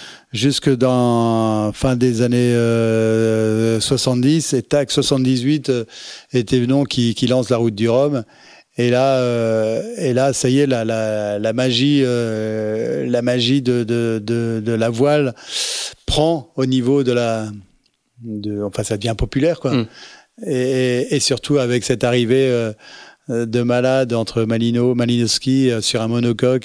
dans fin des années 70, et tac, 78 était Thévenon qui lance la route du Rhum. Et là, ça y est, la magie de la voile prend au niveau enfin, ça devient populaire, quoi. Et surtout avec cette arrivée de malade entre Malinowski sur un monocoque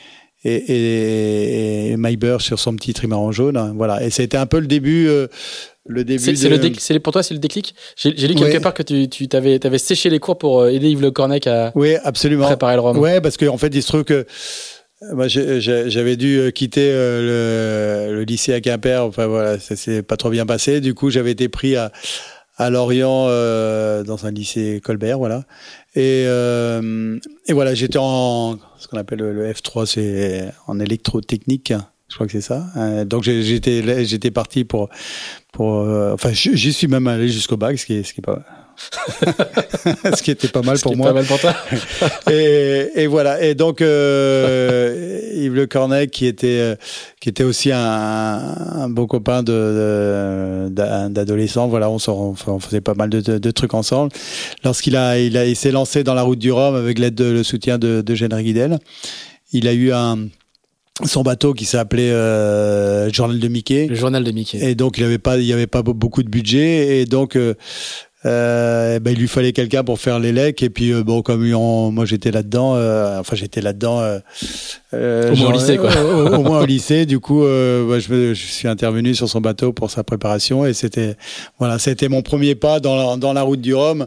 et Mike Birch sur son petit trimaran jaune, voilà. Et ça a été un peu le début. Pour toi, c'est le déclic. J'ai lu quelque part que tu t'avais séché les cours pour aider Yves Le Cornec à préparer le Rhum. Ouais, parce qu'en fait, il se trouve que moi, j'avais dû quitter le lycée à Quimper. Enfin voilà, ça s'est pas trop bien passé. Du coup, j'avais été pris à Lorient dans un lycée Colbert, voilà. Et voilà, j'étais en ce qu'on appelle le F3, c'est en électrotechnique, je crois que c'est ça. Donc j'étais parti pour enfin j'y suis même allé jusqu'au bac, ce qui est pas ce qui était pas mal pour moi. Pas mal pour toi. et voilà. Et donc Yves Le Cornec, qui était aussi un beau copain d'adolescent. Voilà, on faisait pas mal de trucs ensemble. Lorsqu'il s'est lancé dans la route du Rhum avec le soutien de Eugène Guidel, il a eu son bateau qui s'appelait Journal de Mickey. Le Journal de Mickey. Et donc il y avait pas beaucoup de budget, et donc il lui fallait quelqu'un pour faire les lecs. Et puis comme moi j'étais là-dedans, au moins au lycée, quoi. Au moins au lycée. Du coup, je suis intervenu sur son bateau pour sa préparation, et c'était mon premier pas dans la route du Rhum.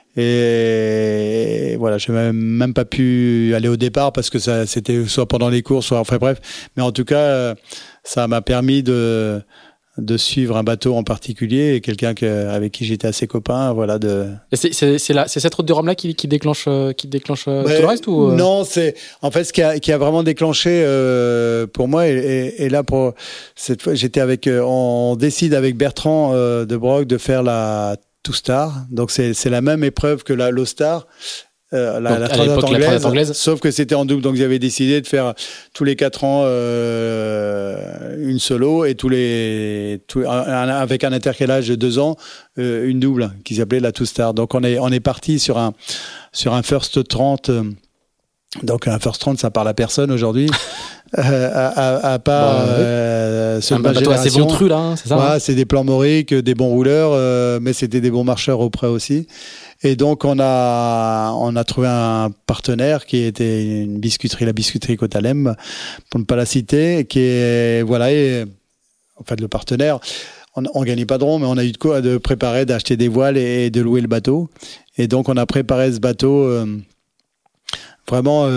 Et voilà, je n'ai même pas pu aller au départ parce que c'était soit pendant les courses, soit, enfin bref. Mais en tout cas, ça m'a permis de suivre un bateau en particulier, et quelqu'un avec qui j'étais assez copain, voilà. Et c'est cette route du Rhum là qui déclenche tout le reste, ou Non, c'est en fait ce qui a vraiment déclenché pour moi, et là pour cette fois on décide avec Bertrand de Broc de faire la Two Star. Donc c'est la même épreuve que la Low Star. La Transat anglaise, sauf que c'était en double. Donc j'avais décidé de faire tous les 4 ans une solo, et avec un intercalage de 2 ans une double qui s'appelait la Two Star. Donc on est parti sur un First 30 Donc un First Trent, ça parle à personne aujourd'hui, à part un bateau assez bon tru là, hein, c'est ça? Ouais, c'est des plans mauriques, des bons rouleurs, mais c'était des bons marcheurs auprès aussi. Et donc on a trouvé un partenaire qui était une biscuiterie, la biscuiterie Cotalem, pour ne pas la citer, qui est en fait le partenaire. On gagnait pas de rond, mais on a eu de quoi de préparer, d'acheter des voiles et de louer le bateau. Et donc on a préparé ce bateau. Vraiment, on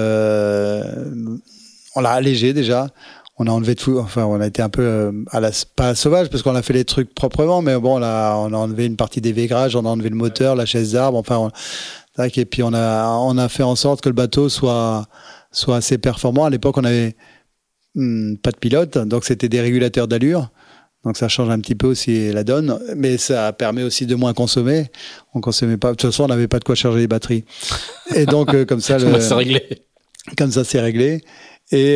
l'a allégé déjà. On a enlevé on a été un peu pas sauvage parce qu'on a fait les trucs proprement, mais bon, on a enlevé une partie des vaigrages, on a enlevé le moteur, la chaise d'arbre, et puis on a fait en sorte que le bateau soit assez performant. À l'époque, on avait pas de pilote, donc c'était des régulateurs d'allure. Donc ça change un petit peu aussi la donne, mais ça permet aussi de moins consommer. On consommait pas. De toute façon, on n'avait pas de quoi charger les batteries. Et donc comme ça, c'est réglé. Comme ça, c'est réglé. Et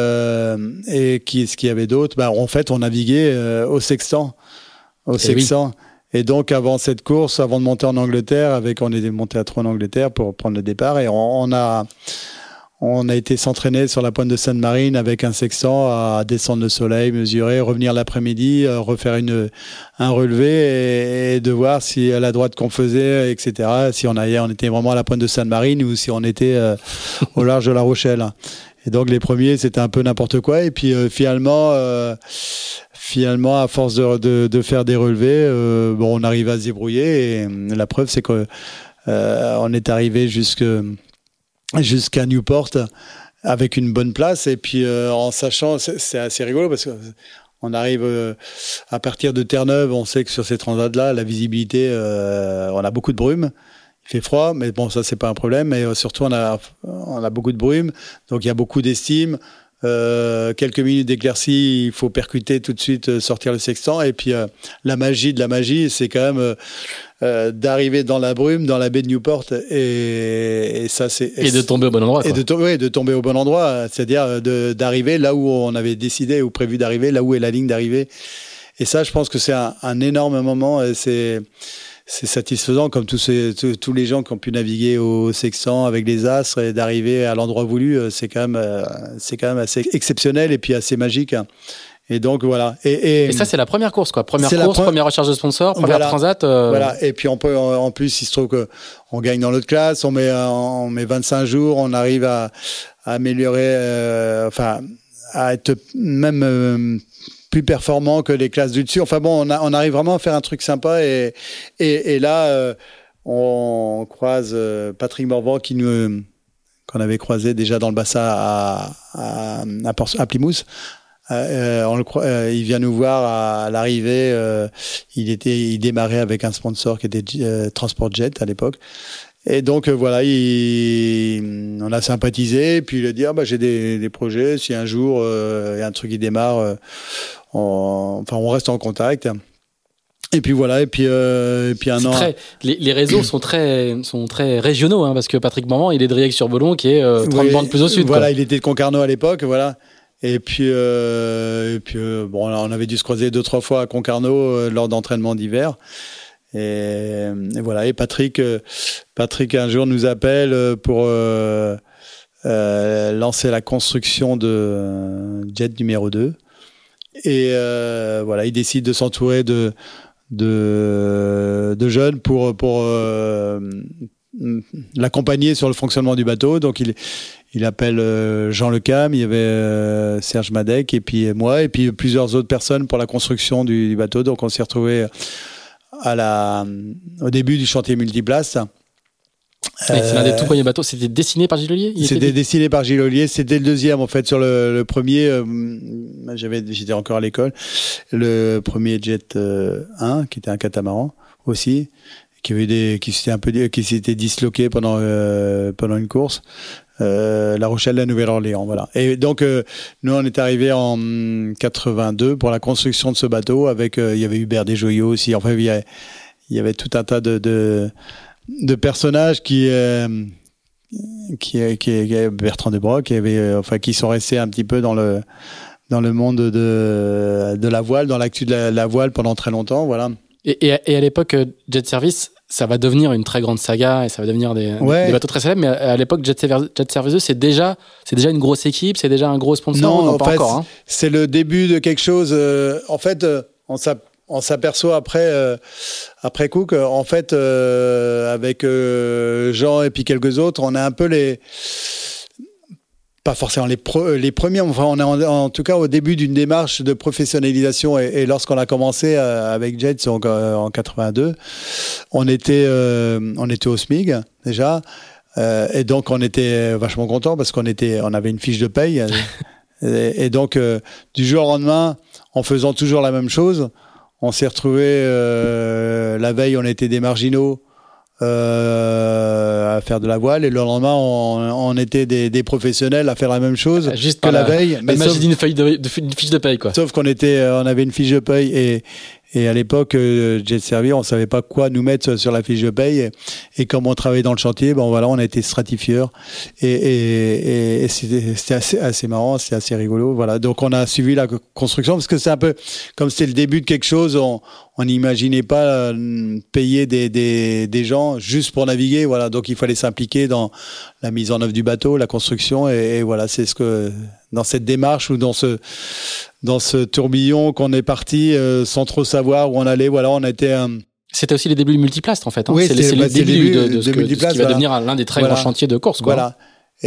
ce qu'il y avait d'autre? En fait, on naviguait au sextant, sextant. Oui. Et donc avant cette course, avant de monter en Angleterre, on était monté à 3 en Angleterre pour prendre le départ, et on a été s'entraîner sur la pointe de Sainte-Marine avec un sextant à descendre le soleil, mesurer, revenir l'après-midi, refaire un relevé et de voir si à la droite qu'on faisait, etc. Si on était vraiment à la pointe de Sainte-Marine ou si on était au large de La Rochelle. Et donc les premiers, c'était un peu n'importe quoi. Et puis finalement, à force de faire des relevés, on arrivait à se débrouiller. Et la preuve, c'est que on est arrivé jusqu'à Newport avec une bonne place, et puis en sachant, c'est assez rigolo parce que on arrive à partir de Terre-Neuve, on sait que sur ces transats-là, la visibilité, on a beaucoup de brume, il fait froid, mais bon, ça c'est pas un problème, mais surtout on a beaucoup de brume, donc il y a beaucoup d'estime. Quelques minutes d'éclaircie, il faut percuter tout de suite, sortir le sextant, et puis la magie de la magie, c'est quand même d'arriver dans la brume, dans la baie de Newport, et ça c'est de tomber au bon endroit, quoi. Et de tomber au bon endroit, c'est-à-dire d'arriver là où on avait décidé ou prévu d'arriver, là où est la ligne d'arrivée. Et ça, je pense que c'est un énorme moment, et c'est satisfaisant, comme tous les gens qui ont pu naviguer au sextant avec les astres, et d'arriver à l'endroit voulu, c'est quand même assez exceptionnel et puis assez magique. Et donc voilà. Et ça, c'est la première course, quoi. Première recherche de sponsor, première transat. Voilà. Et puis en plus, il se trouve que on gagne dans l'autre classe. On met 25 jours. On arrive à améliorer, à être même plus performant que les classes du dessus. Enfin bon, on arrive vraiment à faire un truc sympa. Et là, on croise Patrick Morvan qu'on avait croisé déjà dans le bassin à Plymouth. Il vient nous voir à l'arrivée. Il démarrait avec un sponsor qui était Transport Jet à l'époque. Et donc voilà, on a sympathisé. Puis il a dit j'ai des projets. Si un jour il y a un truc qui démarre, on reste en contact. Et puis voilà, et puis un an. Les réseaux sont très régionaux, hein, parce que Patrick Morvan, il est de Riec-sur-Belon, qui est 30 bandes plus au sud. Voilà, quoi. Il était de Concarneau à l'époque, voilà. Et puis on avait dû se croiser 2-3 fois à Concarneau lors d'entraînements d'hiver. Et voilà. Et Patrick un jour nous appelle pour lancer la construction de jet numéro 2. Et voilà, il décide de s'entourer de jeunes pour l'accompagner sur le fonctionnement du bateau. Donc il appelle Jean Lecam, il y avait Serge Madec et puis moi et puis plusieurs autres personnes pour la construction du bateau. Donc on s'est retrouvés au début du chantier multiplace. C'est l'un des tout premiers bateaux. C'était dessiné par Gilles Ollier. C'était dessiné par Gilles Ollier. C'était le deuxième en fait. Sur le premier, j'étais encore à l'école. Le premier Jet 1 qui était un catamaran aussi, qui s'était disloqué pendant une course. La Rochelle, la Nouvelle-Orléans, voilà. Et donc nous on est arrivé en 82 pour la construction de ce bateau avec il y avait Hubert Desjoyaux aussi. Enfin il y avait tout un tas de personnages qui Bertrand Desbrocs qui sont restés un petit peu dans le monde de la voile, dans l'actu de la voile pendant très longtemps, voilà. Et à l'époque, Jet Service, ça va devenir une très grande saga et ça va devenir des bateaux très célèbres. Mais à l'époque, Jet Service 2, c'est déjà une grosse équipe, c'est déjà un gros sponsor. Non, pas encore. Hein. C'est le début de quelque chose. En fait, on s'aperçoit après coup qu'en fait, avec Jean et puis quelques autres, on a un peu pas forcément les premiers, enfin on est en tout cas au début d'une démarche de professionnalisation et lorsqu'on a commencé avec Jet en 82, on était au SMIG déjà et donc on était vachement content parce on avait une fiche de paye et donc du jour au lendemain, en faisant toujours la même chose, on s'est retrouvé la veille, on était des marginaux. À faire de la voile et le lendemain on était des professionnels à faire la même chose juste que la veille, mais sauf d'une fiche de paye quoi. Sauf qu'on avait une fiche de paye et à l'époque Jet Service, on savait pas quoi nous mettre sur la fiche de paye et comme on travaillait dans le chantier, on a été stratifieur et c'était assez marrant, c'était assez rigolo, voilà. Donc on a suivi la construction parce que c'est un peu comme c'était le début de quelque chose, on n'imaginait pas payer des gens juste pour naviguer, voilà. Donc il fallait s'impliquer dans la mise en œuvre du bateau, la construction et voilà, c'est ce que dans cette démarche ou dans ce tourbillon qu'on est parti sans trop savoir où on allait, voilà, on a été C'était aussi les débuts du multiplast en fait. Hein. Oui, c'est les débuts de ce qui va devenir l'un des très grands chantiers de course. Quoi. Voilà.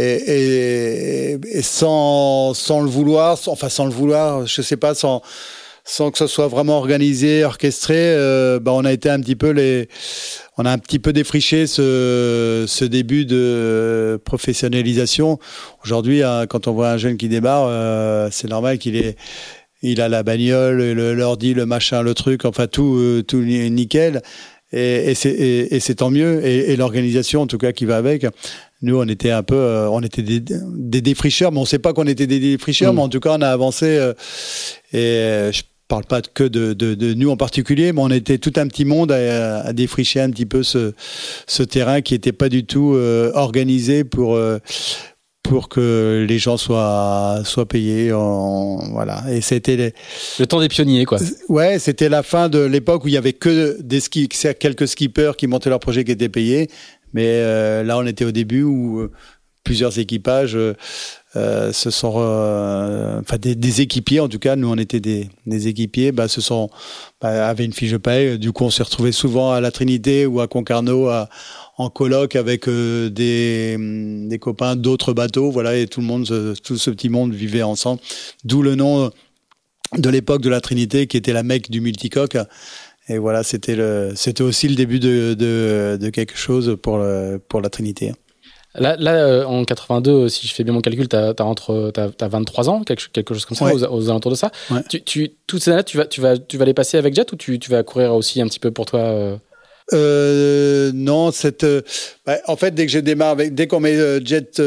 Et sans le vouloir, je sais pas, sans que ce soit vraiment organisé, orchestré, on a été on a un petit peu défriché ce début de professionnalisation. Aujourd'hui, quand on voit un jeune qui démarre, c'est normal il a la bagnole, l'ordi, le machin, le truc, enfin tout nickel. Et c'est tant mieux. Et l'organisation, en tout cas, qui va avec. Nous, on était des défricheurs, mais on sait pas qu'on était des défricheurs, mais en tout cas, on a avancé. Je parle pas que de nous en particulier, mais on était tout un petit monde à défricher un petit peu ce terrain qui était pas du tout organisé pour que les gens soient payés, voilà. Et c'était le temps des pionniers, quoi. Ouais, c'était la fin de l'époque où il y avait que quelques skippers qui montaient leur projet qui étaient payés. Mais là, on était au début où plusieurs équipages se sont, enfin des équipiers en tout cas. Nous, on était des équipiers. Avaient une fiche de paye. Du coup, on s'est retrouvés souvent à la Trinité ou à Concarneau en coloc avec des copains d'autres bateaux, voilà, et tout ce petit monde vivait ensemble. D'où le nom de l'époque de la Trinité, qui était la Mecque du multicoque. Et voilà, c'était aussi le début de quelque chose pour la Trinité. Là, en 82, si je fais bien mon calcul, t'as 23 ans, quelque chose comme ça, ouais. aux alentours de ça. Ouais. Toutes ces années-là, tu vas les passer avec Jet ou tu vas courir aussi un petit peu pour toi non, en fait, dès que je démarre dès qu'on met Jet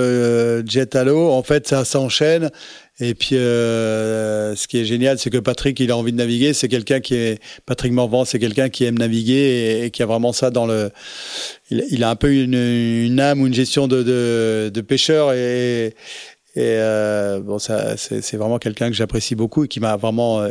à l'eau, en fait, ça s'enchaîne. Et puis, ce qui est génial, c'est que Patrick, il a envie de naviguer. Patrick Morvan, c'est quelqu'un qui aime naviguer et qui a vraiment ça il a un peu une âme ou une gestion de pêcheur et ça, c'est vraiment quelqu'un que j'apprécie beaucoup et qui m'a vraiment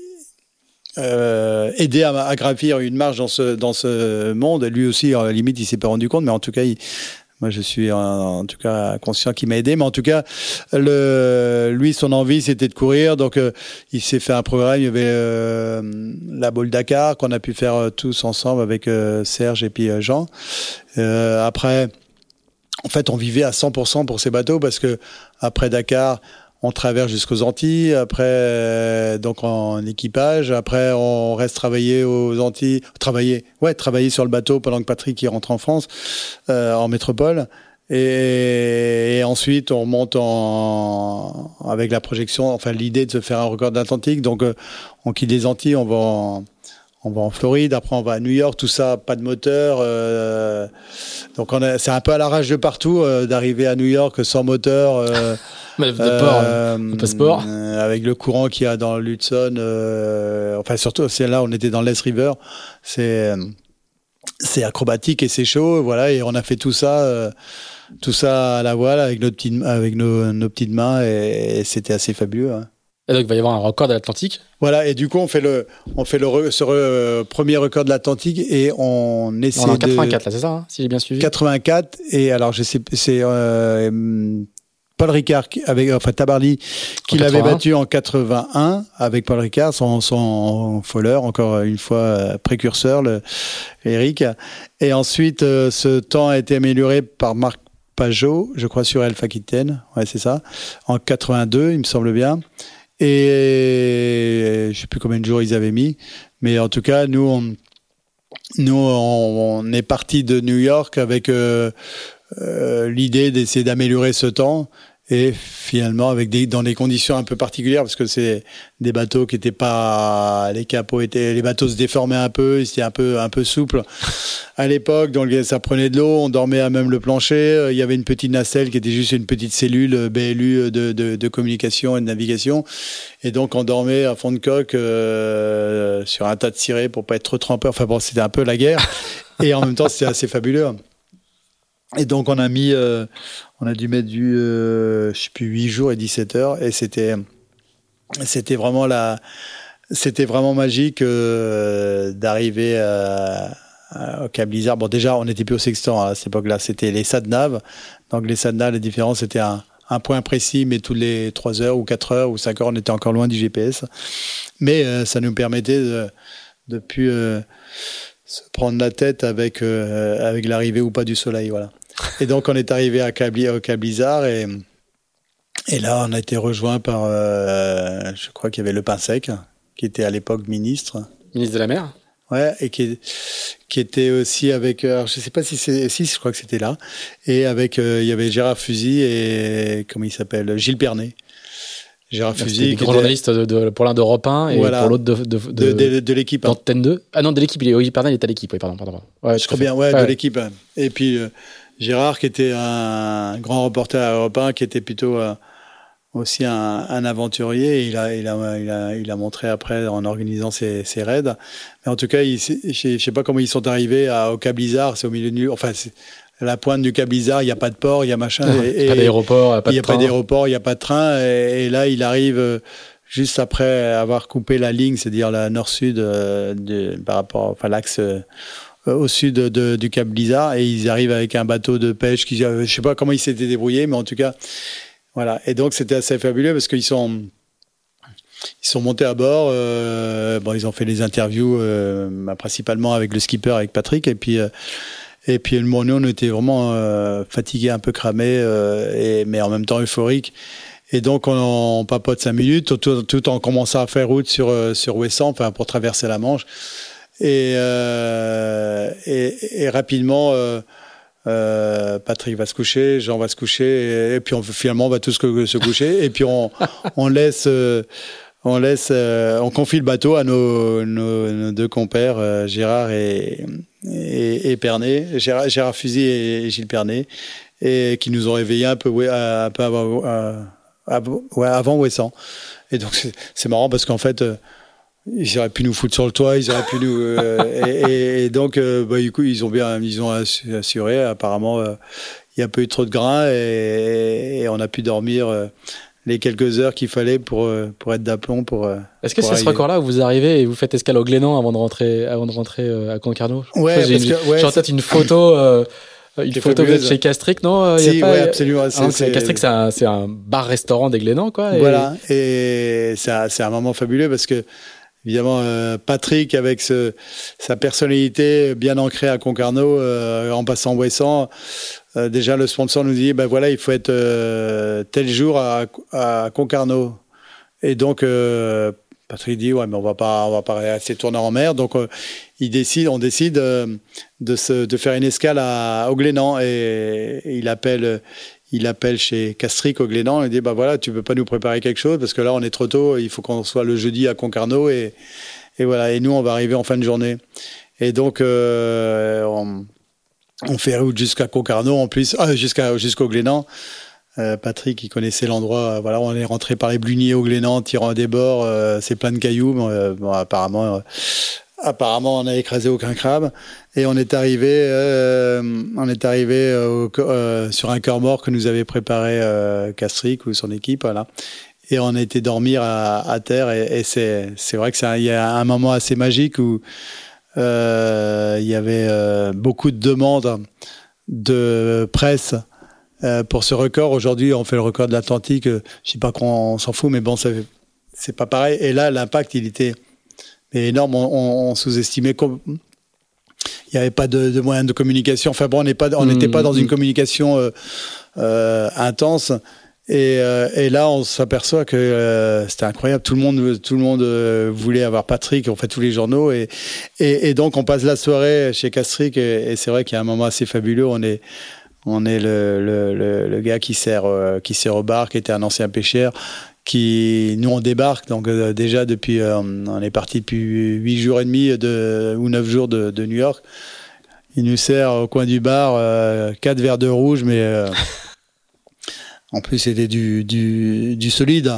aider à gravir une marche dans ce monde. Lui aussi, à la limite, il s'est pas rendu compte, mais en tout cas, moi, je suis en tout cas conscient qu'il m'a aidé. Mais en tout cas, lui, son envie, c'était de courir. Donc, il s'est fait un programme. Il y avait la Bowl Dakar qu'on a pu faire tous ensemble avec Serge et puis Jean. Après, en fait, on vivait à 100% pour ces bateaux parce que après Dakar, on traverse jusqu'aux Antilles, après donc en équipage, après on reste travailler aux Antilles, travailler sur le bateau pendant que Patrick il rentre en France, en métropole, et ensuite on monte avec la projection, enfin l'idée de se faire un record d'Atlantique, donc on quitte les Antilles, on va en Floride, après on va à New York, tout ça, pas de moteur, donc c'est un peu à l'arrache de partout d'arriver à New York sans moteur. Passeport. Avec le courant qu'il y a dans l'Hudson, enfin surtout c'est là on était dans l'Est River, c'est acrobatique et c'est chaud, voilà, et on a fait tout ça à la voile avec nos petites mains et c'était assez fabuleux. Hein. Et donc il va y avoir un record de l'Atlantique. Voilà, et du coup, on fait ce premier record de l'Atlantique et on essaie en 84, là, c'est ça, si j'ai bien suivi. 84, et alors je sais, c'est Paul Ricard Tabarly qui l'avait battu en 81 avec Paul Ricard, son folleur, encore une fois précurseur, Eric. Et ensuite, ce temps a été amélioré par Marc Pajot, je crois, sur Elf Aquitaine, ouais, c'est ça, en 82, il me semble bien. Et je sais plus combien de jours ils avaient mis, mais en tout cas, nous on est parti de New York avec l'idée d'essayer d'améliorer ce temps. Et finalement, dans des conditions un peu particulières, parce que c'est des bateaux qui étaient pas, les bateaux se déformaient un peu, c'était un peu souple à l'époque, donc ça prenait de l'eau, on dormait à même le plancher, il y avait une petite nacelle qui était juste une petite cellule BLU de communication et de navigation, et donc on dormait à fond de coque sur un tas de cirés pour pas être trop trempeur. Enfin bon, c'était un peu la guerre, et en même temps c'était assez fabuleux. Et donc on a dû mettre je sais plus, 8 jours et 17 heures, et c'était vraiment magique d'arriver au Cap Blizzard. Bon, déjà on n'était plus au sextant à cette époque-là, c'était les SADNAV. Donc les SADNAV, la différence c'était un point précis, mais toutes les 3 heures ou 4 heures ou 5 heures, on était encore loin du GPS. Mais ça nous permettait de plus se prendre la tête avec l'arrivée ou pas du soleil, voilà. Et donc on est arrivé au Cap Blizzard, et là on a été rejoint par je crois qu'il y avait Le Pinsec, qui était à l'époque ministre de la mer. Ouais, et qui était aussi avec, je sais pas si je crois que c'était là, et avec il y avait Gérard Fusy et comment il s'appelle, Gilles Pernet. Gérard Fusy, grand journaliste pour l'un d'Europe 1 et voilà, pour l'autre de l'équipe. D'Antenne 2. Ah non, de l'équipe, Gilles Pernet, il était à l'équipe, oui, pardon. Ouais, je crois bien, ouais, de l'équipe. Et puis Gérard, qui était un grand reporter à Europe 1, qui était plutôt aussi un aventurier. Il a montré après en organisant ses raids. Mais en tout cas, je sais pas comment ils sont arrivés au Cap Blizzard. C'est au milieu de enfin, c'est à la pointe du Cap Blizzard. Il n'y a pas de port, il y a machin. Pas d'aéroport, il n'y a pas d'aéroport, il n'y a pas de train. Et là, il arrive juste après avoir coupé la ligne, c'est-à-dire la nord-sud par rapport, enfin l'axe. Au sud du Cap Blizzard, et ils arrivent avec un bateau de pêche je sais pas comment ils s'étaient débrouillés, mais en tout cas voilà. Et donc c'était assez fabuleux parce qu'ils sont montés à bord, ils ont fait les interviews principalement avec le skipper, avec Patrick, et puis nous on était vraiment fatigués, un peu cramés, mais en même temps euphoriques. Et donc on papote 5 minutes tout en commençant à faire route sur Ouessant, enfin pour traverser la Manche. Et rapidement, Patrick va se coucher, Jean va se coucher, et puis finalement on va tous se coucher, et puis on confie le bateau à nos deux compères, Gérard et Pernet, Gérard Fusy et Gilles Pernet, et qui nous ont réveillés un peu avant Ouessant. Et donc c'est marrant parce qu'en fait ils auraient pu nous foutre sur le toit, ils auraient pu nous et donc du coup ils ont assuré, apparemment il n'y a pas eu trop de grains, et on a pu dormir les quelques heures qu'il fallait pour être d'aplomb pour. Est-ce que c'est ce record-là où vous arrivez et vous faites escale au Glénan avant de rentrer à Concarneau? Ouais, j'ai en tête une photo. Une photo de chez Castric, non? Si, ouais, absolument. Castric, c'est un bar-restaurant des Glénans, quoi. Voilà, et c'est un moment fabuleux parce que évidemment, Patrick, avec sa personnalité bien ancrée à Concarneau, en passant Ouessant, déjà le sponsor nous dit, voilà, il faut être tel jour à Concarneau. Et donc Patrick dit, ouais, mais on va pas rester tourner en mer. Donc on décide de faire une escale au Glénan, et il appelle chez Castric au Glénan, et il dit, voilà, tu peux pas nous préparer quelque chose parce que là on est trop tôt, il faut qu'on soit le jeudi à Concarneau, et voilà, et nous on va arriver en fin de journée. Et donc on fait route jusqu'à Concarneau, en plus jusqu'au Glénan. Patrick, il connaissait l'endroit. Voilà, on est rentré par les Bluniers au Glénan, tirant à des bords. C'est plein de cailloux. Apparemment, on n'a écrasé aucun crabe. Et on est arrivé sur un corps mort que nous avait préparé Castric ou son équipe. Voilà. et on a été dormir à terre. Et c'est vrai que il y a un moment assez magique où il y avait beaucoup de demandes de presse pour ce record. Aujourd'hui, on fait le record de l'Atlantique. Je sais pas qu'on s'en fout, mais bon, c'est pas pareil. Et là, l'impact, il était énorme. On sous-estimait. Il n'y avait pas de moyens de communication. Enfin bon, on n'était pas dans une communication intense. Et là, on s'aperçoit que c'était incroyable. Tout le monde voulait avoir Patrick. On fait tous les journaux. Et donc, on passe la soirée chez Castric. Et c'est vrai qu'il y a un moment assez fabuleux. On est le gars qui sert au bar, qui était un ancien pêcheur. Nous, on débarque. Donc, déjà, on est parti depuis 8 jours et demi ou 9 jours de New York. Il nous sert au coin du bar 4 verres de rouge, mais en plus, c'était du solide.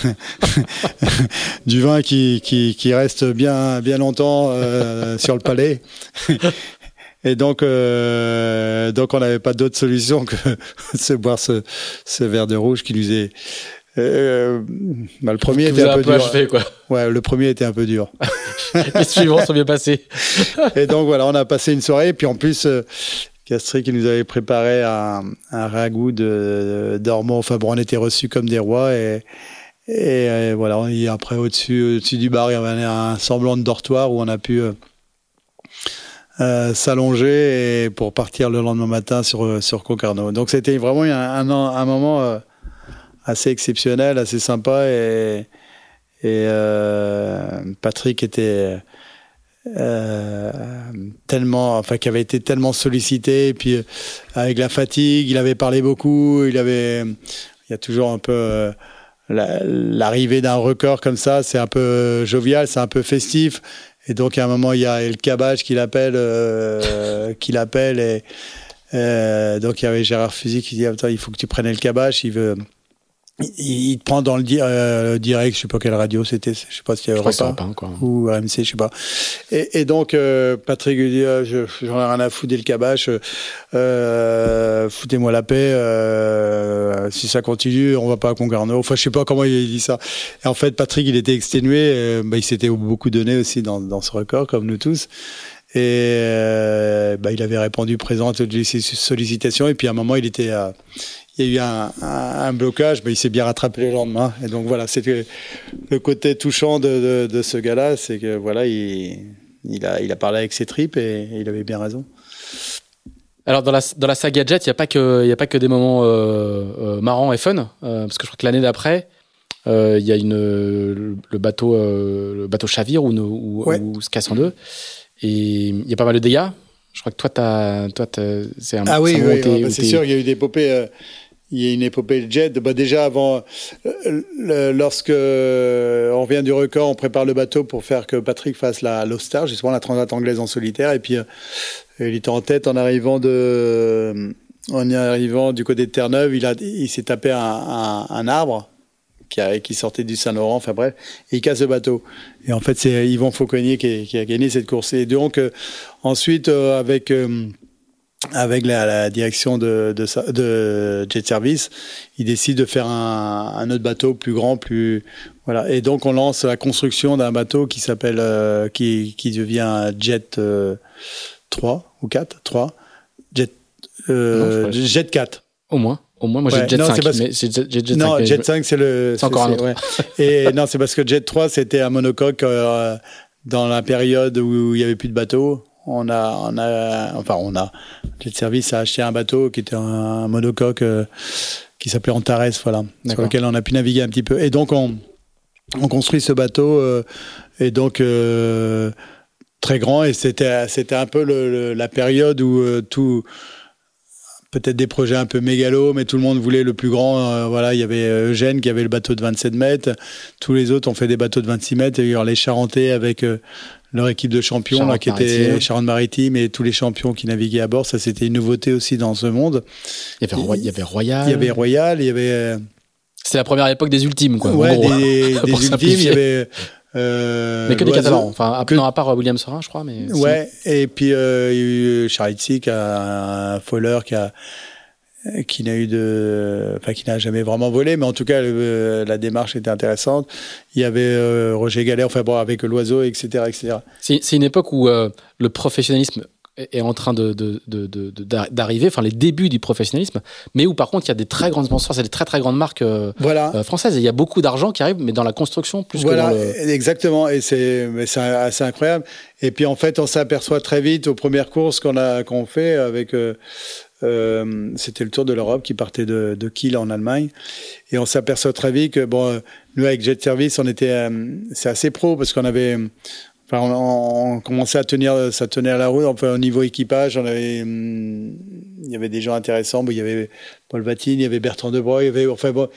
Du vin qui reste bien longtemps sur le palais. Et donc on n'avait pas d'autre solution que de boire ce verre de rouge qui nous est... le premier était un peu dur. Achevé, quoi. Ouais, le premier était un peu dur. Les suivants sont bien passés. Et donc voilà, on a passé une soirée. Et puis en plus, Castric qui nous avait préparé un ragoût d'ormeaux. Enfin bon, on était reçus comme des rois. Et voilà, et après au-dessus du bar, il y avait un semblant de dortoir où on a pu s'allonger et pour partir le lendemain matin sur Concarneau. Donc c'était vraiment un moment assez exceptionnel, assez sympa, et Patrick était qui avait été tellement sollicité, et puis avec la fatigue, il avait parlé beaucoup, il y a toujours un peu l'arrivée d'un record comme ça, c'est un peu jovial, c'est un peu festif, et donc à un moment il y a El Cabage qui l'appelle et donc il y avait Gérard Fusy qui dit attends, il faut que tu prennes El Cabage, il te prend dans le direct, je sais pas quelle radio c'était, je sais pas si il y avait Europe 1 ou RMC, je sais pas. Et donc Patrick lui dit j'en ai rien à foutre le Cabage, foutez-moi la paix, si ça continue, on va pas à Concarneau. Enfin, je sais pas comment il dit ça. Et en fait, Patrick, il était exténué, il s'était beaucoup donné aussi dans ce record, comme nous tous. Et il avait répondu présent à toutes les sollicitations. Et puis à un moment, il y a eu un blocage, mais il s'est bien rattrapé le lendemain. Et donc voilà, c'était le côté touchant de ce gars-là, c'est que voilà, il a parlé avec ses tripes et il avait bien raison. Alors dans la saga Jet, il y a pas que des moments marrants et fun, parce que je crois que l'année d'après, il y a le bateau chavire ou se casse en deux, et il y a pas mal de dégâts. Je crois que toi, c'est un. Ah oui, c'est sûr, il y a eu des épopées. Il y a une épopée de jet. Déjà avant, lorsque on revient du record, on prépare le bateau pour faire que Patrick fasse l'All-Star, justement la Transat anglaise en solitaire. Et puis il était en tête en arrivant du côté de Terre-Neuve. Il s'est tapé un arbre qui sortait du Saint-Laurent, enfin bref, et il casse le bateau. Et en fait, c'est Yvon Fauconnier qui a gagné cette course. Et donc, ensuite, avec la direction de Jet Service, il décide de faire un autre bateau plus grand, voilà. Et donc, on lance la construction d'un bateau qui s'appelle, qui devient Jet 3 ou 4, 3, Jet 4. Au moins, moi j'ai Jet 5. Jet 5, c'est encore un autre. Ouais. Et non, c'est parce que Jet 3, c'était un monocoque dans la période où il n'y avait plus de bateaux. Jet Service a acheté un bateau qui était un monocoque qui s'appelait Antares, voilà, sur lequel on a pu naviguer un petit peu. Et donc, on construit ce bateau, et donc très grand. Et c'était un peu la période où peut-être des projets un peu mégalos, mais tout le monde voulait le plus grand. Voilà, il y avait Eugène qui avait le bateau de 27 mètres. Tous les autres ont fait des bateaux de 26 mètres. Et les Charentais avec leur équipe de champions, là, qui était Charente-Maritime, et tous les champions qui naviguaient à bord. Ça, c'était une nouveauté aussi dans ce monde. Il y avait Royal. Il y avait Royal, il y avait... C'était la première époque des ultimes, quoi. Ouais, en gros, des ultimes. Il y avait... mais que des Catalans. Enfin, à part William Sorin, je crois. Mais ouais, et puis il y a eu Charity qui a un Foller qui a qui n'a jamais vraiment volé, mais en tout cas la démarche était intéressante. Il y avait Roger Gallet, avec l'oiseau, etc., etc. C'est une époque où le professionnalisme est en train d'arriver, les débuts du professionnalisme, mais où par contre il y a des très grandes sponsors, c'est des très très grandes marques françaises. Et il y a beaucoup d'argent qui arrive, mais dans la construction plus que dans le... Exactement. Et c'est assez incroyable. Et puis en fait, on s'aperçoit très vite aux premières courses qu'on fait avec. C'était le Tour de l'Europe qui partait de Kiel en Allemagne, et on s'aperçoit très vite que nous avec Jet Service, on était, c'est assez pro parce qu'on avait. On commençait à tenir la route. Au niveau équipage, il y avait des gens intéressants. Il y avait Paul Vatine, il y avait Bertrand Debreuil, il y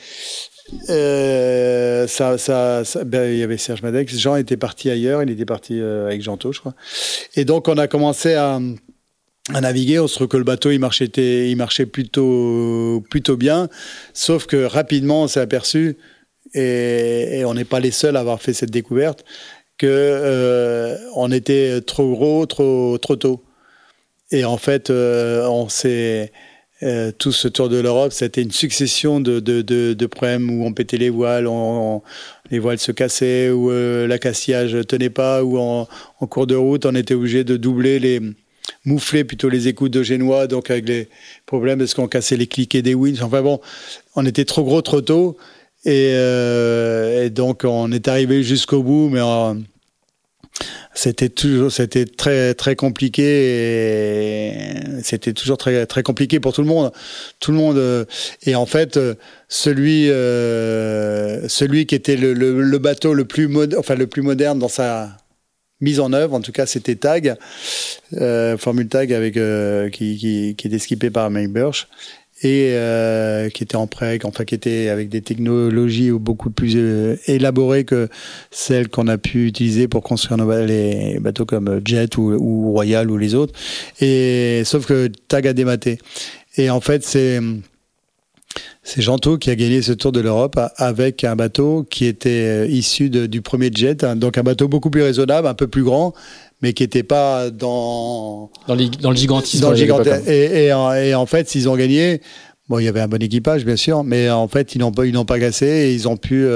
avait Serge Madec. Jean était parti ailleurs. Il était parti avec Jeantot, je crois. Et donc, on a commencé à naviguer. On se trouve que le bateau, il marchait plutôt bien. Sauf que rapidement, on s'est aperçu, et on n'est pas les seuls à avoir fait cette découverte, que on était trop gros, trop tôt. Et en fait, on s'est tout ce Tour de l'Europe, c'était une succession de problèmes où on pétait les voiles, les voiles se cassaient, où l'accastillage tenait pas, où en cours de route, on était obligé de moufler plutôt les écoutes de génois, donc avec les problèmes parce qu'on cassait les cliquets des winches. On était trop gros, trop tôt. Et donc on est arrivé jusqu'au bout, mais c'était très très compliqué, et c'était toujours très très compliqué pour tout le monde. Et en fait, celui qui était le bateau le plus moderne dans sa mise en œuvre, en tout cas, c'était TAG, Formule TAG qui était skippé par Mike Birch. Et qui était en prêt, qui était avec des technologies beaucoup plus élaborées que celles qu'on a pu utiliser pour construire les bateaux comme Jet ou Royal ou les autres. Et sauf que TAG a dématé. Et en fait, c'est Jeantot qui a gagné ce Tour de l'Europe avec un bateau qui était issu du premier Jet, donc un bateau beaucoup plus raisonnable, un peu plus grand, mais qui n'était pas dans le gigantisme. Et en fait, s'ils ont gagné, il y avait un bon équipage, bien sûr, mais en fait, ils n'ont pas cassé, et ils ont pu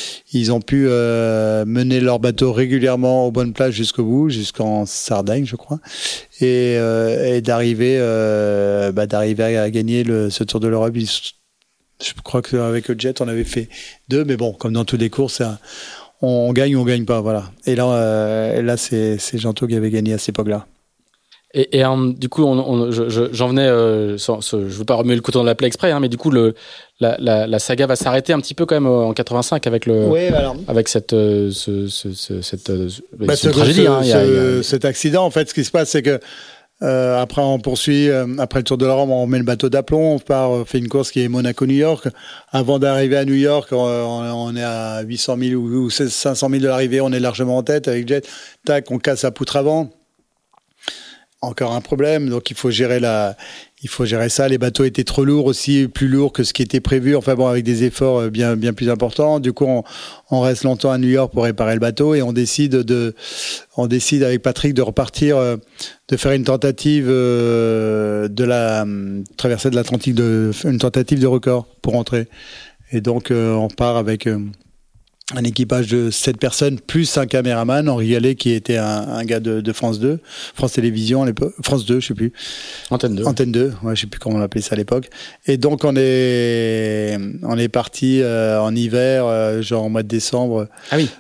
mener leur bateau régulièrement aux bonnes places jusqu'au bout, jusqu'en Sardaigne, je crois, et d'arriver à gagner ce Tour de l'Europe. Je crois qu'avec le Jet, on avait fait 2, mais bon, comme dans toutes les courses, on gagne ou on gagne pas, voilà. Et là, c'est Jeantot qui avait gagné à cette époque-là. Et du coup, j'en venais, je veux pas remuer le couteau dans la plaie exprès, mais du coup, la saga va s'arrêter un petit peu quand même en 85 avec avec cette tragédie. Cet accident, en fait, ce qui se passe, c'est que après, on poursuit. Après le Tour de l'Europe, on met le bateau d'aplomb. On fait une course qui est Monaco-New York. Avant d'arriver à New York, on est à 800 000 ou 500 000 de l'arrivée. On est largement en tête avec Jet. Tac, on casse la poutre avant. Encore un problème. Donc, il faut gérer ça. Les bateaux étaient trop lourds aussi, plus lourds que ce qui était prévu. Avec des efforts bien plus importants. Du coup, on reste longtemps à New York pour réparer le bateau, et on décide avec Patrick de repartir, de faire une tentative de la traversée de l'Atlantique, une tentative de record pour rentrer. Et donc, on part avec un équipage de 7 personnes plus un caméraman, Henri Gallet, qui était un gars de France 2, France Télévisions à l'époque, France 2, je sais plus. Antenne 2, ouais, je sais plus comment on appelait ça à l'époque. Et donc on est parti en hiver, genre au mois de décembre. Ah oui.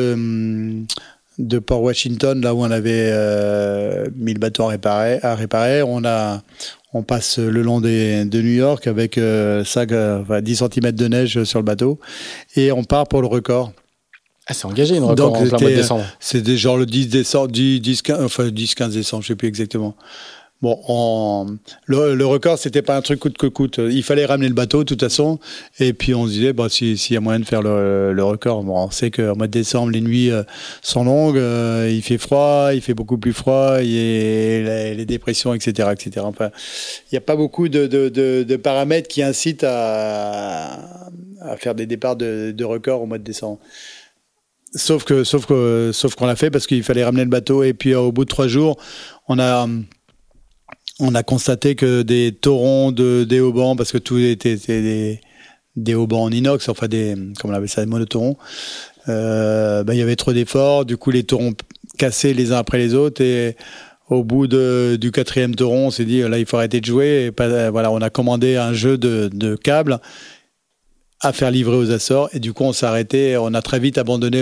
De Port Washington, là où on avait mis le bateau à réparer. On passe le long de New York avec 10 cm de neige sur le bateau, et on part pour le record. Ah, c'est engagé, une record en plein mois de décembre. C'était genre le 10 décembre, 10-15 décembre, je sais plus exactement. Bon, le record, c'était pas un truc coûte que coûte. Il fallait ramener le bateau, de toute façon. Et puis, on se disait, s'il y a moyen de faire le record. Bon, on sait qu'au mois de décembre, les nuits sont longues, il fait froid, il fait beaucoup plus froid, il y a les dépressions, etc., etc. Enfin, il n'y a pas beaucoup de paramètres qui incitent à faire des départs de record au mois de décembre. Sauf qu'on l'a fait parce qu'il fallait ramener le bateau. Et puis, au bout de 3 jours, on a on a constaté que des taurons des haubans, parce que tout était des haubans en inox, enfin comme on appelle ça, des monotaurons, il y avait trop d'efforts, du coup les taurons cassaient les uns après les autres, et au bout du 4e tauron, on s'est dit là il faut arrêter de jouer, et on a commandé un jeu de câbles à faire livrer aux Açores, et du coup on s'est arrêté, on a très vite abandonné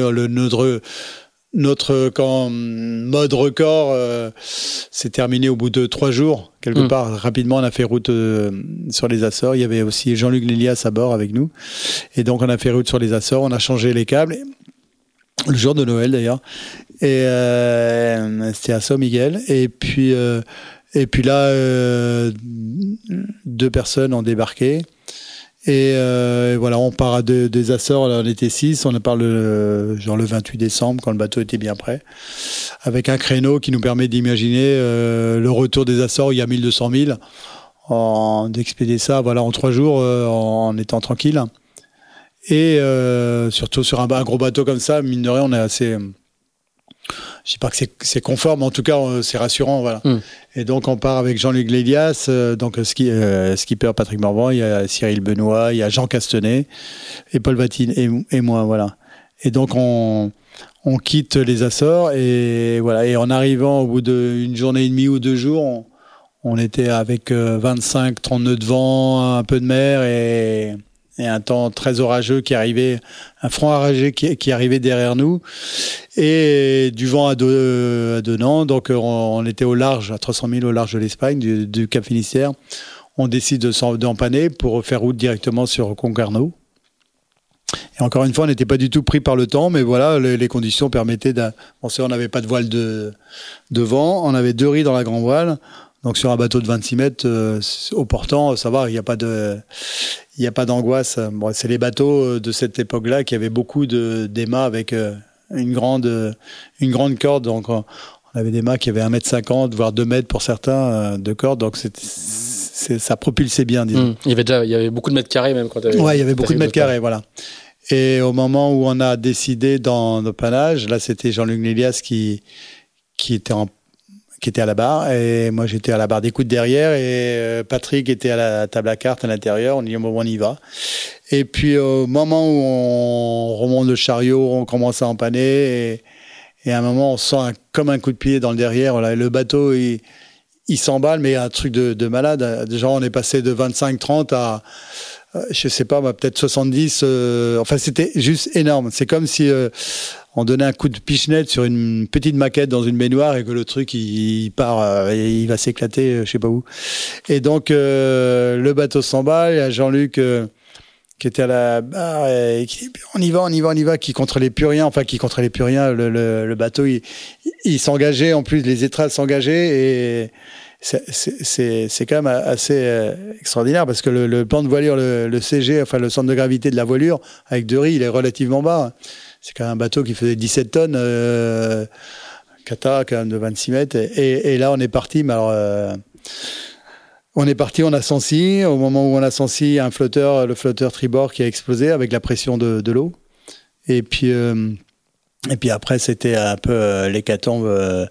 notre mode record s'est terminé au bout de 3 jours. Quelque part, rapidement, on a fait route sur les Açores. Il y avait aussi Jean-Luc Lélias à bord avec nous. Et donc, on a fait route sur les Açores. On a changé les câbles. Le jour de Noël, d'ailleurs. Et c'était à São Miguel. Et puis là, 2 personnes ont débarqué. Et voilà, on part des Açores, là, on était 6, on part le 28 décembre, quand le bateau était bien prêt, avec un créneau qui nous permet d'imaginer le retour des Açores il y a 1200 milles, d'expédier ça en 3 jours en étant tranquille. Et surtout sur un gros bateau comme ça, mine de rien, on est assez... Je sais pas que c'est conforme, mais en tout cas c'est rassurant, voilà. Et donc on part avec Jean-Luc Lélias, donc skipper Patrick Morvan, il y a Cyril Benoît, il y a Jean Castenet et Paul Vatine et moi, voilà. Et donc on quitte les Açores et voilà. Et en arrivant au bout d'une journée et demie ou 2 jours, on était avec 25-30 nœuds de vent, un peu de mer et un temps très orageux qui arrivait, un front orageux qui arrivait derrière nous, et du vent à donnant. Donc on était au large, à 300 000 au large de l'Espagne, du Cap Finistère. On décide d'empanner pour faire route directement sur Concarneau. Et encore une fois, on n'était pas du tout pris par le temps, mais voilà, les conditions permettaient on n'avait pas de voile de vent, on avait 2 ris dans la grand voile. Donc sur un bateau de 26 mètres, au portant, ça va, il n'y a pas d'angoisse. Bon, c'est les bateaux de cette époque-là qui avaient beaucoup d'émats avec une grande corde. Donc on avait des mâts qui avaient 1,50 m, voire 2 mètres pour certains de corde. Donc ça propulsait bien, disons. Il y avait beaucoup de mètres carrés même quand tu avais... Ouais, il y avait beaucoup de mètres carrés, voilà. Et au moment où on a décidé dans nos panages, là c'était Jean-Luc Lélias qui était à la barre, et moi j'étais à la barre d'écoute derrière, et Patrick était à la table à cartes à l'intérieur. On dit bon, on y va. Et puis au moment où on remonte le chariot, on commence à empanner, et à un moment on sent comme un coup de pied dans le derrière. Voilà, le bateau il s'emballe, mais un truc de malade. Déjà on est passé de 25-30 à je sais pas, peut-être 70. Enfin c'était juste énorme. C'est comme si on donnait un coup de pichenette sur une petite maquette dans une baignoire et que le truc il part, il va s'éclater, je sais pas où. Et donc le bateau s'emballe. Il y a Jean-Luc qui était à la barre et qui dit on y va, qui contrôlait plus rien. Le bateau il s'engageait, en plus les étrades s'engageaient, et c'est quand même assez extraordinaire, parce que le plan de voilure, le CG, enfin le centre de gravité de la voilure avec 2 ris, il est relativement bas. C'est quand même un bateau qui faisait 17 tonnes, Kata quand même de 26 mètres. Et là, on est parti. Mais alors, on a senti, au moment où on a senti le flotteur tribord qui a explosé avec la pression de l'eau. Et puis après, c'était un peu l'hécatombe.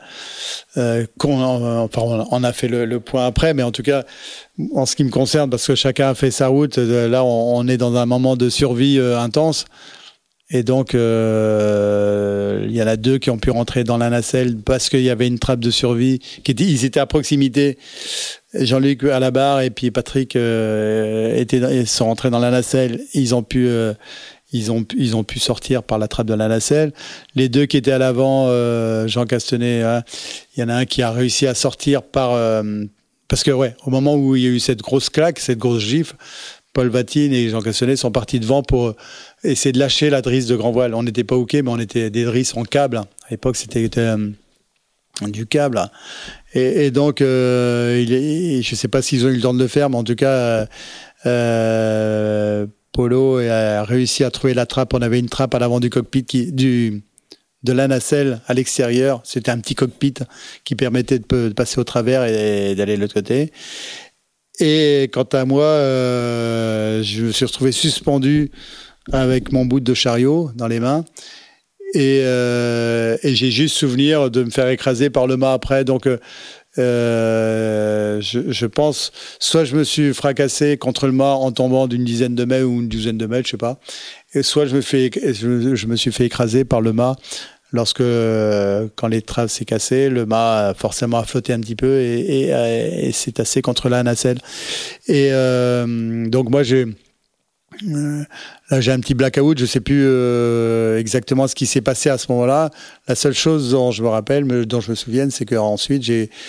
On a fait le point après, mais en tout cas, en ce qui me concerne, parce que chacun a fait sa route, là, on est dans un moment de survie intense. Et donc, il y en a 2 qui ont pu rentrer dans la nacelle parce qu'il y avait une trappe de survie. Ils étaient à proximité. Jean-Luc à la barre et puis Patrick sont rentrés dans la nacelle. Ils ont pu sortir par la trappe de la nacelle. Les 2 qui étaient à l'avant, Jean Castenet, il y en a un qui a réussi à sortir parce que au moment où il y a eu cette grosse claque, cette grosse gifle, Paul Vatine et Jean Castenet sont partis devant pour essayer de lâcher la drisse de grand voile. On n'était pas hookés, mais on était des drisses en câble. À l'époque, c'était du câble. Et donc, je ne sais pas s'ils ont eu le temps de le faire, mais en tout cas, Polo a réussi à trouver la trappe. On avait une trappe à l'avant du cockpit de la nacelle à l'extérieur. C'était un petit cockpit qui permettait de passer au travers et d'aller de l'autre côté. Et quant à moi, je me suis retrouvé suspendu avec mon bout de chariot dans les mains. Et j'ai juste souvenir de me faire écraser par le mât après. Donc, je pense, soit je me suis fracassé contre le mât en tombant d'une dizaine de mètres ou une douzaine de mètres, je sais pas. Et soit je me suis fait écraser par le mât lorsque, quand l'étrave s'est cassée, le mât forcément a flotté un petit peu et s'est tassé contre la nacelle. Et donc moi là j'ai un petit blackout, je sais plus exactement ce qui s'est passé à ce moment-là. La seule chose dont je me rappelle, dont je me souviens, c'est qu'ensuite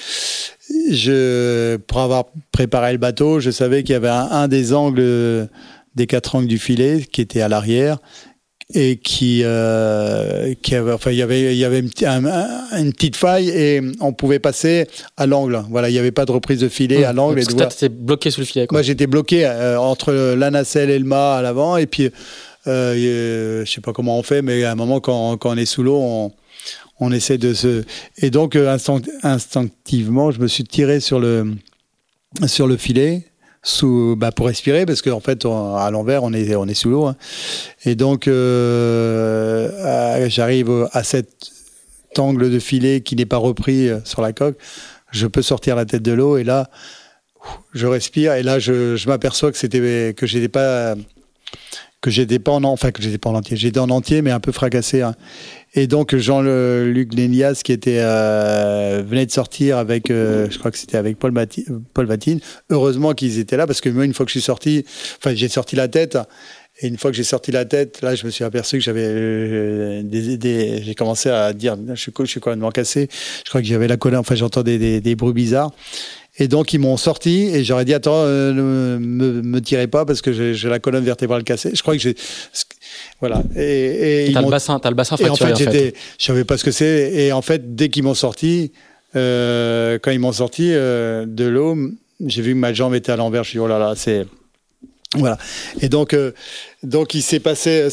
pour avoir préparé le bateau, je savais qu'il y avait un des angles des 4 angles du filet qui était à l'arrière et qui avait, enfin il y avait une petite faille et on pouvait passer à l'angle. Voilà, il n'y avait pas de reprise de filet à l'angle. Parce que toi, t'étais bloqué sous le filet, quoi. Moi, j'étais bloqué entre la nacelle et le mât à l'avant, et puis je sais pas comment on fait, mais à un moment quand on est sous l'eau, on essaie de se. Et donc instinctivement, je me suis tiré sur le filet. Pour respirer, parce qu'en fait à l'envers on est sous l'eau, hein. Et donc j'arrive à cet angle de filet qui n'est pas repris sur la coque, je peux sortir la tête de l'eau et là je respire et là je m'aperçois que j'étais pas en entier, j'étais en entier mais un peu fracassé, hein. Et donc Jean-Luc Lénias qui venait de sortir avec, je crois que c'était avec Paul Vatine. Heureusement qu'ils étaient là parce que moi une fois que je suis sorti, j'ai sorti la tête. Et une fois que j'ai sorti la tête, là je me suis aperçu que j'avais j'ai commencé à dire je suis complètement cassé. Je crois que j'avais la colonne, j'entendais des bruits bizarres. Et donc ils m'ont sorti et j'aurais dit attends, ne me tirez pas parce que j'ai la colonne vertébrale cassée. Je crois que voilà. Et t'as le bassin fracturé. Et en fait, je savais pas ce que c'est. Et en fait, dès qu'ils m'ont sorti, quand ils m'ont sorti de l'eau, j'ai vu que ma jambe était à l'envers. Je suis dit, oh là là, c'est voilà. Et donc il s'est passé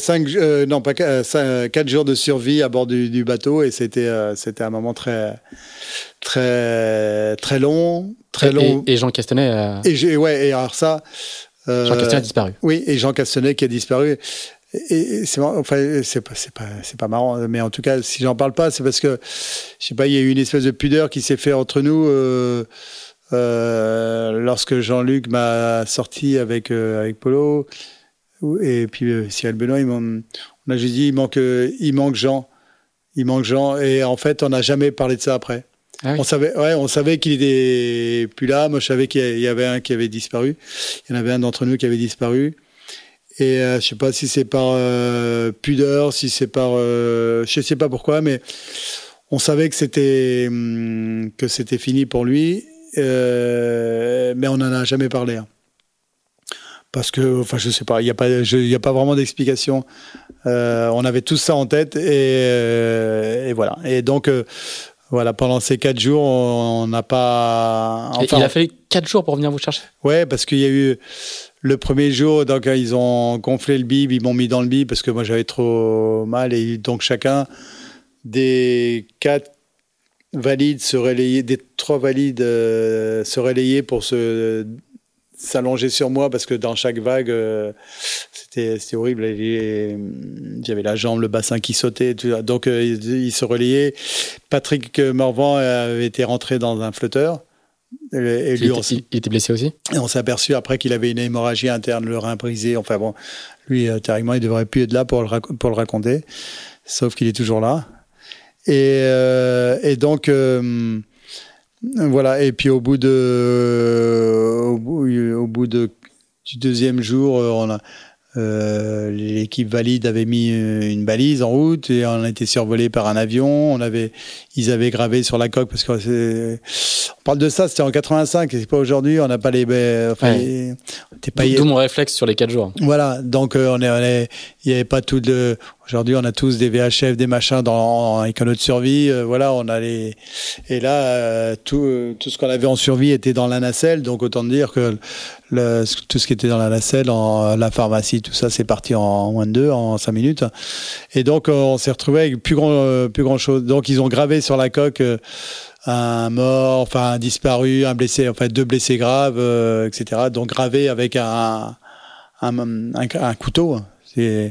4 jours de survie à bord du bateau et c'était un moment très très très long, très long. Et Jean Castanet. Et alors ça. Jean Castanet a disparu. Oui, et Jean Castanet qui a disparu. Et c'est marrant, c'est pas marrant, mais en tout cas, si j'en parle pas, c'est parce que, je sais pas, il y a eu une espèce de pudeur qui s'est fait entre nous, lorsque Jean-Luc m'a sorti avec Polo, et puis Cyril Benoît, on a juste dit, il manque Jean, et en fait, on n'a jamais parlé de ça après. Ah oui. On savait qu'il était plus là, moi je savais qu'il y avait un qui avait disparu, il y en avait un d'entre nous qui avait disparu. Et je sais pas si c'est par pudeur, si c'est par je sais pas pourquoi, mais on savait que c'était fini pour lui, mais on n'en a jamais parlé, hein. Parce que je sais pas, il y a pas vraiment d'explication. On avait tous ça en tête et voilà. Et donc voilà, pendant ces 4 jours, on n'a pas. Enfin, il a fallu 4 jours pour venir vous chercher. Ouais, parce qu'il y a eu le premier jour, donc ils ont gonflé le bib, ils m'ont mis dans le bib parce que moi j'avais trop mal et donc chacun des 4 valides se relayait, des 3 valides se relayaient pour s'allonger sur moi parce que dans chaque vague c'était horrible. J'avais la jambe, le bassin qui sautait, tout ça. Donc ils se relayaient. Patrick Morvan avait été rentré dans un flotteur. Et lui, il était blessé aussi. Et on s'est aperçu après qu'il avait une hémorragie interne, le rein brisé. Enfin bon, lui, théoriquement, il devrait plus être là pour le raconter. Sauf qu'il est toujours là. Et donc, voilà. Et puis au bout du deuxième jour, l'équipe valide avait mis une balise en route et on a été survolé par un avion. Ils avaient gravé sur la coque parce que on parle de ça, c'était en 85 et c'est pas aujourd'hui. On n'a pas les, d'où mon réflexe sur les 4 jours. Voilà, donc il y avait pas tout de. Aujourd'hui, on a tous des VHF, des machins dans les canaux de survie. Voilà, on a et là tout ce qu'on avait en survie était dans la nacelle. Donc autant dire que tout ce qui était dans la nacelle, la pharmacie, tout ça, c'est parti en moins de 2, en 5 minutes. Et donc on s'est retrouvé avec plus grand chose. Donc ils ont gravé sur la coque un mort, enfin un disparu, un blessé, enfin 2 blessés graves, etc. Donc gravé avec un couteau. C'est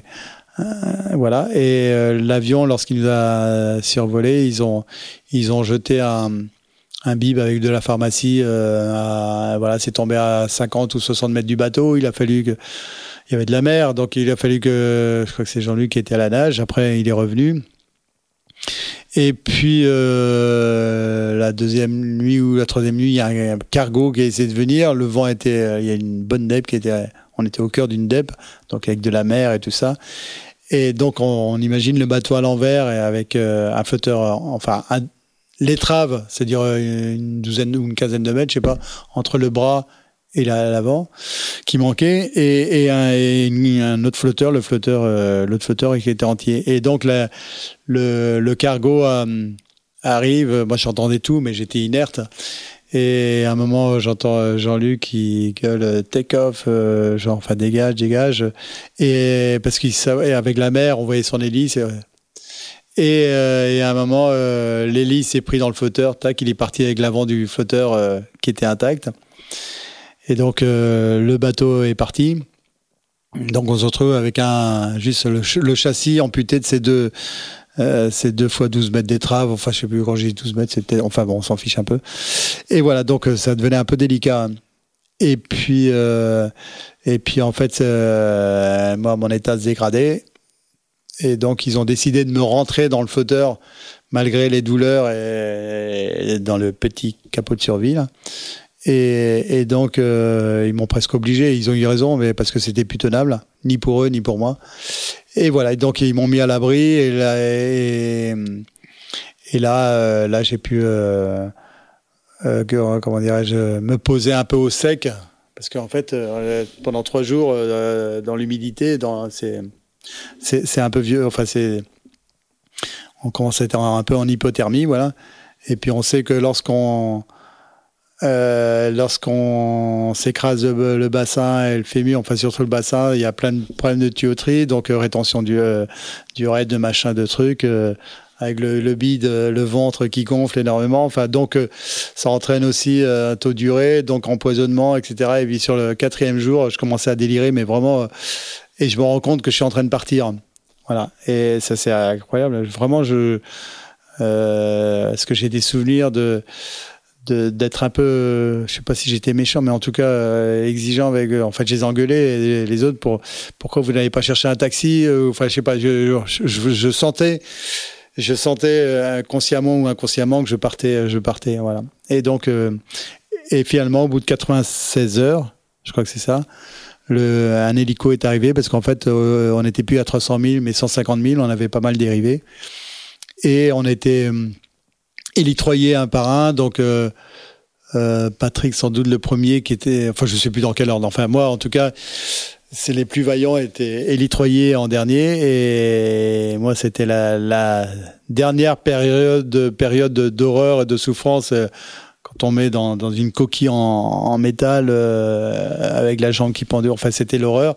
Voilà. Et l'avion, lorsqu'il nous a survolé, ils ont jeté un bib avec de la pharmacie. Voilà, c'est tombé à 50 ou 60 mètres du bateau. Il a fallu que il y avait de la mer, donc il a fallu que, je crois que c'est Jean-Luc qui était à la nage. Après, il est revenu. Et puis la deuxième nuit ou la troisième nuit, il y a un cargo qui a essayé de venir. Le vent était, il y a une bonne dèpe on était au cœur d'une dèpe, donc avec de la mer et tout ça. Et donc on imagine le bateau à l'envers et avec un flotteur, l'étrave, c'est-à-dire une douzaine ou une quinzaine de mètres, je sais pas, entre le bras et l'avant, qui manquait, et un autre flotteur, l'autre flotteur qui était entier. Et donc le cargo arrive, moi j'entendais tout, mais j'étais inerte. Et à un moment, j'entends Jean-Luc qui gueule take off, dégage. Et parce qu'il savait, avec la mer, on voyait son hélice. Et à un moment, l'hélice s'est pris dans le flotteur, tac, il est parti avec l'avant du flotteur qui était intact. Et donc le bateau est parti. Donc on se retrouve avec juste le châssis amputé de ces deux fois 12 mètres d'étrave. Enfin, je sais plus, quand j'ai dit 12 mètres, c'était, enfin bon, on s'en fiche un peu. Et voilà, donc ça devenait un peu délicat. Et puis en fait, moi, mon état se dégradait. Et donc, ils ont décidé de me rentrer dans le flotteur, malgré les douleurs, et dans le petit capot de survie, là. Et donc, ils m'ont presque obligé. Ils ont eu raison, mais parce que c'était plus tenable, ni pour eux, ni pour moi. Et voilà. Et donc, ils m'ont mis à l'abri. Et là, j'ai pu, comment dirais-je, me poser un peu au sec. Parce qu'en fait, pendant 3 jours, dans l'humidité, c'est un peu vieux. Enfin, on commence à être un peu en hypothermie, voilà. Et puis, on sait que lorsqu'on s'écrase le bassin et le fémur, enfin surtout le bassin, il y a plein de problèmes de tuyauterie, donc rétention du raid, de machin, de trucs, avec le bide, le ventre qui gonfle énormément. Enfin, donc ça entraîne aussi un taux d'urée, donc empoisonnement, etc. Et puis sur le 4e jour, je commençais à délirer, mais vraiment, et je me rends compte que je suis en train de partir. Voilà, et ça c'est incroyable. Vraiment, est-ce que j'ai des souvenirs d'être un peu, je sais pas si j'étais méchant, mais en tout cas exigeant avec eux. En fait, je les engueulais, les autres, pourquoi vous n'avez pas cherché un taxi, enfin je sais pas, je sentais consciemment ou inconsciemment que je partais, voilà. Et donc et finalement, au bout de 96 heures, je crois que c'est ça, un hélico est arrivé, parce qu'en fait on n'était plus à 300 000 mais 150 000, on avait pas mal dérivé, et on était élitroyés un par un. Donc Patrick, sans doute le premier, qui était, enfin je sais plus dans quel ordre, enfin moi en tout cas, c'est les plus vaillants étaient élitroyés en dernier, et moi c'était la dernière période d'horreur et de souffrance, quand on met dans une coquille en métal, avec la jambe qui pendait. Enfin, c'était l'horreur.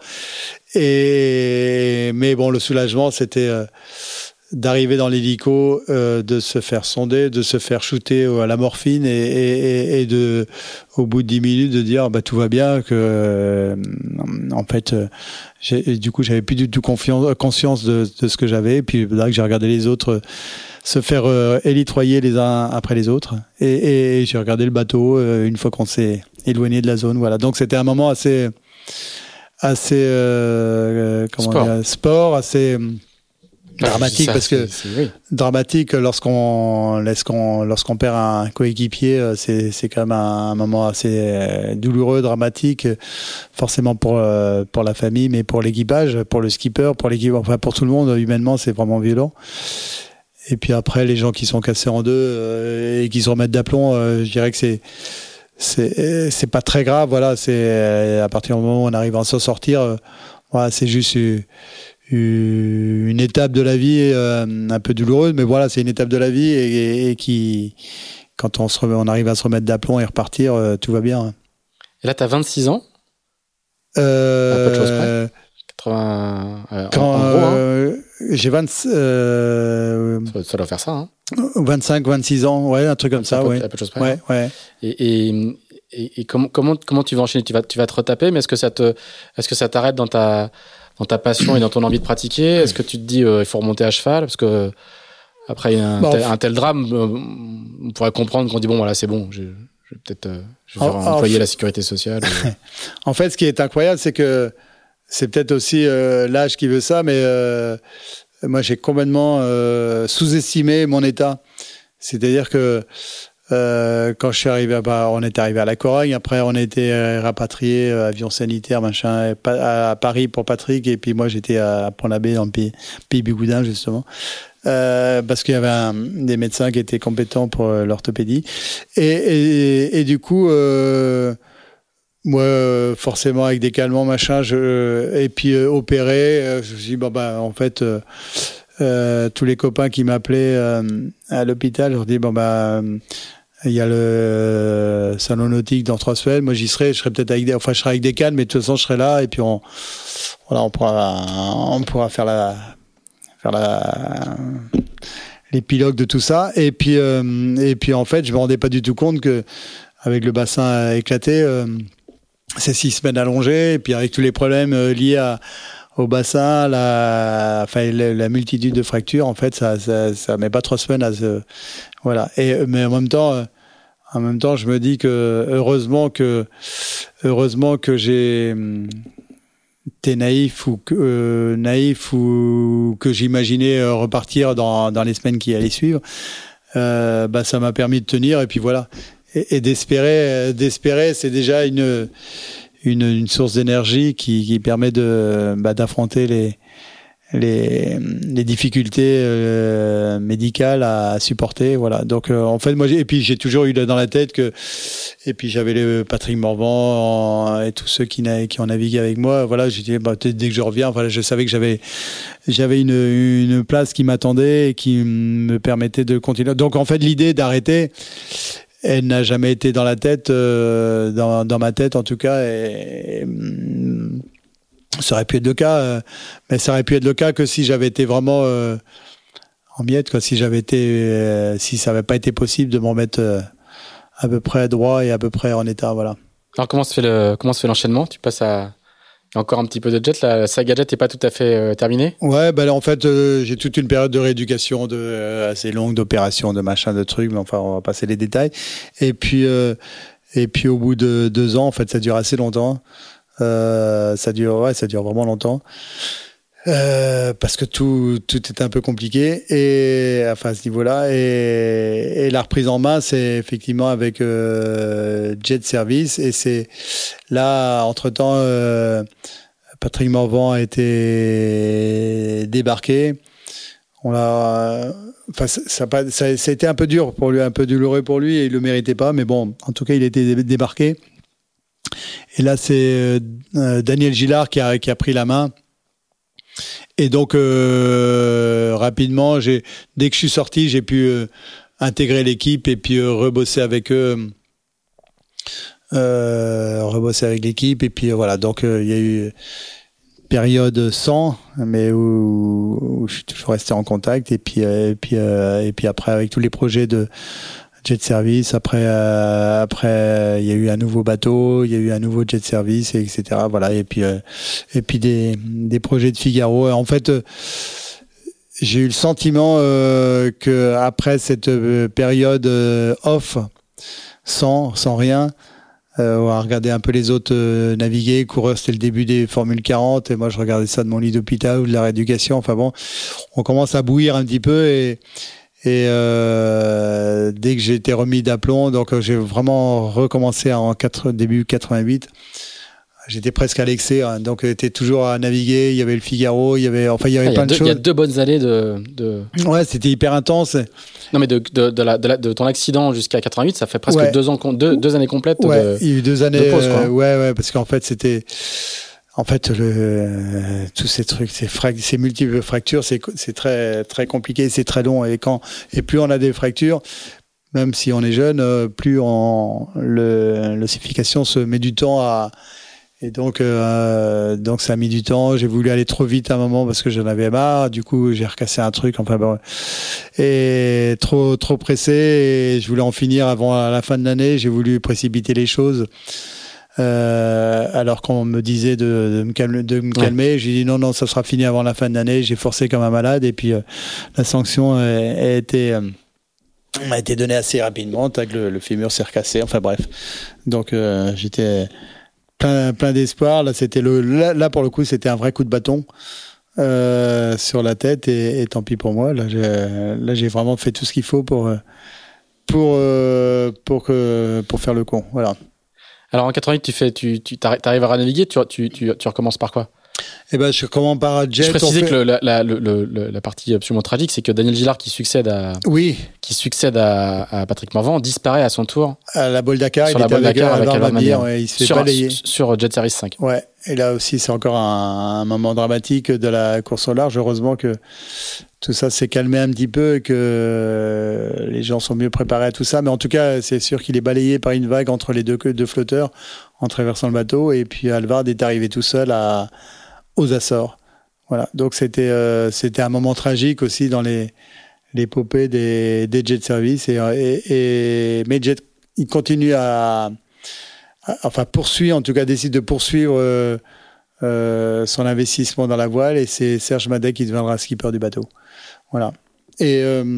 Mais bon, le soulagement, c'était d'arriver dans l'hélico, de se faire sonder, de se faire shooter à la morphine, et de, au bout de 10 minutes, de dire tout va bien, que en fait, du coup, j'avais plus du tout conscience de ce que j'avais. Et puis là, que j'ai regardé les autres se faire élitroyer les uns après les autres, et j'ai regardé le bateau une fois qu'on s'est éloigné de la zone. Voilà. Donc c'était un moment assez sport, assez dramatique, parce que oui. Dramatique lorsqu'on perd un coéquipier, c'est quand même un moment assez douloureux, dramatique, forcément pour la famille, mais pour l'équipage, pour le skipper, pour l'équipe, enfin pour tout le monde, humainement, c'est vraiment violent. Et puis après, les gens qui sont cassés en deux et qui se remettent d'aplomb, je dirais que c'est pas très grave. Voilà, c'est à partir du moment où on arrive à s'en sortir, voilà, c'est juste une étape de la vie un peu douloureuse, mais voilà, c'est une étape de la vie, et qui, quand on arrive à se remettre d'aplomb et repartir, tout va bien. Et là, t'as 26 ans. Un peu de choses près. 80. En gros, j'ai 20. Ça doit faire ça, hein. 25, 26 ans, ouais, un truc comme ça, ouais. Un peu de choses près. Ouais. Et comment tu vas enchaîner? Tu vas te retaper, mais est-ce que ça t'arrête dans dans ta passion et dans ton envie de pratiquer? Est-ce que tu te dis il faut remonter à cheval parce que après un tel drame, on pourrait comprendre qu'on dit bon voilà c'est bon, je vais peut-être je vais faire employer la sécurité sociale. En fait, ce qui est incroyable, c'est que c'est peut-être aussi l'âge qui veut ça, mais moi j'ai complètement sous-estimé mon état. C'est-à-dire que quand je suis arrivé, on est arrivé à la Corogne, après on a été rapatrié, avion sanitaire, machin, à Paris pour Patrick, et puis moi j'étais à Pont-l'Abbé dans le pays Bigoudin justement. Parce qu'il y avait des médecins qui étaient compétents pour l'orthopédie. Et du coup, moi, forcément, avec des calmants, machin, et puis opéré, je me suis dit, en fait, tous les copains qui m'appelaient à l'hôpital, je leur dis, il y a le salon nautique dans 3 semaines, moi j'y serai, je serai peut-être avec je serai avec des cannes, mais de toute façon, je serai là, et puis on pourra faire l'épilogue de tout ça, et puis en fait je me rendais pas du tout compte que avec le bassin éclaté, c'est 6 semaines allongées, et puis avec tous les problèmes liés au bassin, la multitude de fractures, en fait ça met pas 3 semaines voilà. Mais en même temps je me dis que heureusement que j'ai t'es naïf ou que j'imaginais repartir dans les semaines qui allaient suivre, ça m'a permis de tenir, et puis voilà, et d'espérer, c'est déjà une source d'énergie qui permet d'affronter les difficultés médicales à supporter, voilà. Donc en fait moi et puis j'ai toujours eu dans la tête que, et puis j'avais le Patrick Morvan et tous ceux qui ont navigué avec moi, voilà, j'ai dit dès que je reviens, voilà, je savais que j'avais une place qui m'attendait et qui me permettait de continuer. Donc en fait l'idée d'arrêter, elle n'a jamais été dans la tête, dans ma tête en tout cas, et ça aurait pu être le cas, mais ça aurait pu être le cas que si j'avais été vraiment en miettes, quoi. Si ça n'avait pas été possible de m'en mettre à peu près droit et à peu près en état, voilà. Alors comment se fait l'enchaînement? Tu passes à encore un petit peu de jet, la saga jet n'est pas tout à fait terminée? Ouais, en fait j'ai toute une période de rééducation assez longue, d'opérations, de machin, de trucs, mais enfin on va passer les détails. Et puis au bout de 2 ans, en fait ça dure assez longtemps. Ça dure vraiment longtemps, parce que tout est un peu compliqué, et enfin à ce niveau-là, et la reprise en main, c'est effectivement avec Jet Service, et c'est là entre-temps Patrick Morvan a été débarqué. Ça a été un peu dur pour lui, un peu douloureux pour lui, et il le méritait pas, mais bon, en tout cas il a été débarqué. Et là, c'est Daniel Gillard qui a pris la main. Et donc, rapidement, dès que je suis sorti, j'ai pu intégrer l'équipe et puis rebosser avec eux. Rebosser avec l'équipe. Et puis voilà, donc il y a eu période sans, mais où je suis toujours resté en contact. Et puis après, avec tous les projets de Jet Service, après il y a eu un nouveau bateau, il y a eu un nouveau Jet Service, etc. Voilà, et puis des projets de Figaro. Et en fait, j'ai eu le sentiment que après cette période off, sans rien, on a regardé un peu les autres naviguer, coureurs, c'était le début des Formule 40, et moi je regardais ça de mon lit d'hôpital ou de la rééducation. Enfin bon, on commence à bouillir un petit peu, et dès que j'ai été remis d'aplomb, donc j'ai vraiment recommencé début 88. J'étais presque à l'excès, hein, donc j'étais toujours à naviguer. Il y avait le Figaro, il y avait plein de choses. Il y a 2 bonnes années de. Ouais, c'était hyper intense. Non, mais de ton accident jusqu'à 88, ça fait presque 2 ans, 2 années complètes. Ouais, il y a eu 2 années de pause, quoi. Ouais, parce qu'en fait c'était. En fait, tous ces trucs, ces multiples fractures, c'est très très compliqué, c'est très long, et plus on a des fractures, même si on est jeune, plus l'ossification se met du temps et donc ça a mis du temps. J'ai voulu aller trop vite à un moment parce que j'en avais marre. Du coup, j'ai recassé un truc, enfin bon, et trop pressé. Et je voulais en finir avant la fin de l'année. J'ai voulu précipiter les choses. Alors qu'on me disait de me calmer. J'ai dit non, ça sera fini avant la fin de l'année. J'ai forcé comme un malade et puis la sanction a été donnée assez rapidement. Tac, le fémur s'est recassé. Enfin bref. Donc j'étais plein d'espoir. Là pour le coup, c'était un vrai coup de bâton sur la tête et tant pis pour moi. Là j'ai vraiment fait tout ce qu'il faut pour faire le con. Voilà. Alors en 88, tu arrives à naviguer, tu recommences par quoi? Eh ben, je recommence par jet. Je précisais que la partie absolument tragique, c'est que Daniel Gillard, qui succède à Patrick Morvan, disparaît à son tour. À la Bolle Dakar, sur la Bolle Dakar avec Alvar Mabir. Ouais, il se fait balayer. Sur Jet Series 5. Ouais. Et là aussi, c'est encore un moment dramatique de la course au large. Heureusement que tout ça s'est calmé un petit peu et que les gens sont mieux préparés à tout ça. Mais en tout cas, c'est sûr qu'il est balayé par une vague entre les deux flotteurs en traversant le bateau. Et puis Alvar est arrivé tout seul aux Açores. Voilà. Donc c'était un moment tragique aussi dans l'épopée des jet service. Mais Jet, il continue poursuit, en tout cas décide de poursuivre son investissement dans la voile, et c'est Serge Madet qui deviendra skipper du bateau. Voilà. Et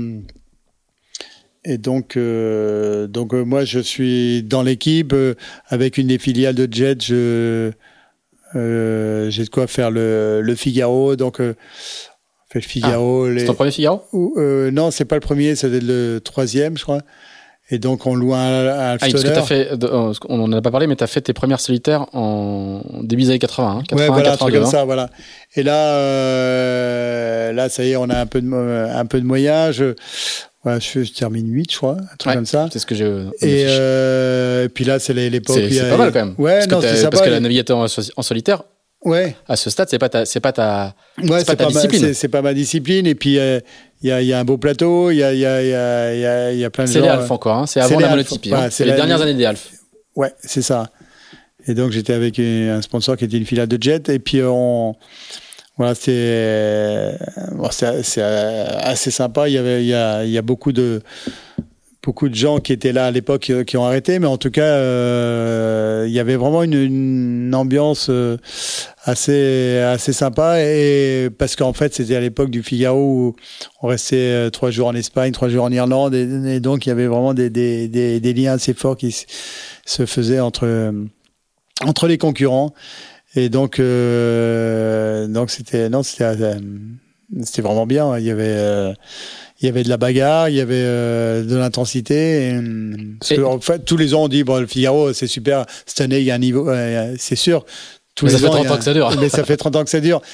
donc moi je suis dans l'équipe avec une des filiales de Jet. J'ai de quoi faire le Figaro. Donc fait le Figaro. C'est ton premier Figaro? Non, c'est pas le premier, c'est le troisième, je crois. Et donc, on loue un Alstoller. Parce que on en a pas parlé, mais tu as fait tes premières solitaires en début des années 80. 80 ouais, voilà, 82, un truc comme ça, voilà. Et là, ça y est, on a un peu de moyens. Je termine 8, je crois, un truc comme ça. C'est ce que j'ai. Et puis là, c'est l'époque. C'est pas mal quand même. Ouais, parce que la navigation en solitaire. Ouais. À ce stade, c'est pas ta discipline. C'est pas ma discipline. Et puis, il y a un beau plateau, il y a plein de gens. C'est les Alphes encore, hein. C'est avant la monotypie. Hein. C'est les dernières années des Alphes. Ouais, c'est ça. Et donc, j'étais avec un sponsor qui était une filiale de Jet. Et puis, voilà, c'est assez sympa. Il y a beaucoup de gens qui étaient là à l'époque qui ont arrêté, mais en tout cas, il y avait vraiment une ambiance assez sympa, et parce qu'en fait, c'était à l'époque du Figaro où on restait 3 jours en Espagne, 3 jours en Irlande, et donc il y avait vraiment des liens assez forts qui se faisaient entre les concurrents, et donc c'était vraiment bien. Il y avait de la bagarre, il y avait de l'intensité. En fait, tous les ans, on dit le Figaro, c'est super. Cette année, il y a un niveau, c'est sûr. Mais ça fait 30 ans que ça dure. Mais ça fait 30 ans que ça dure.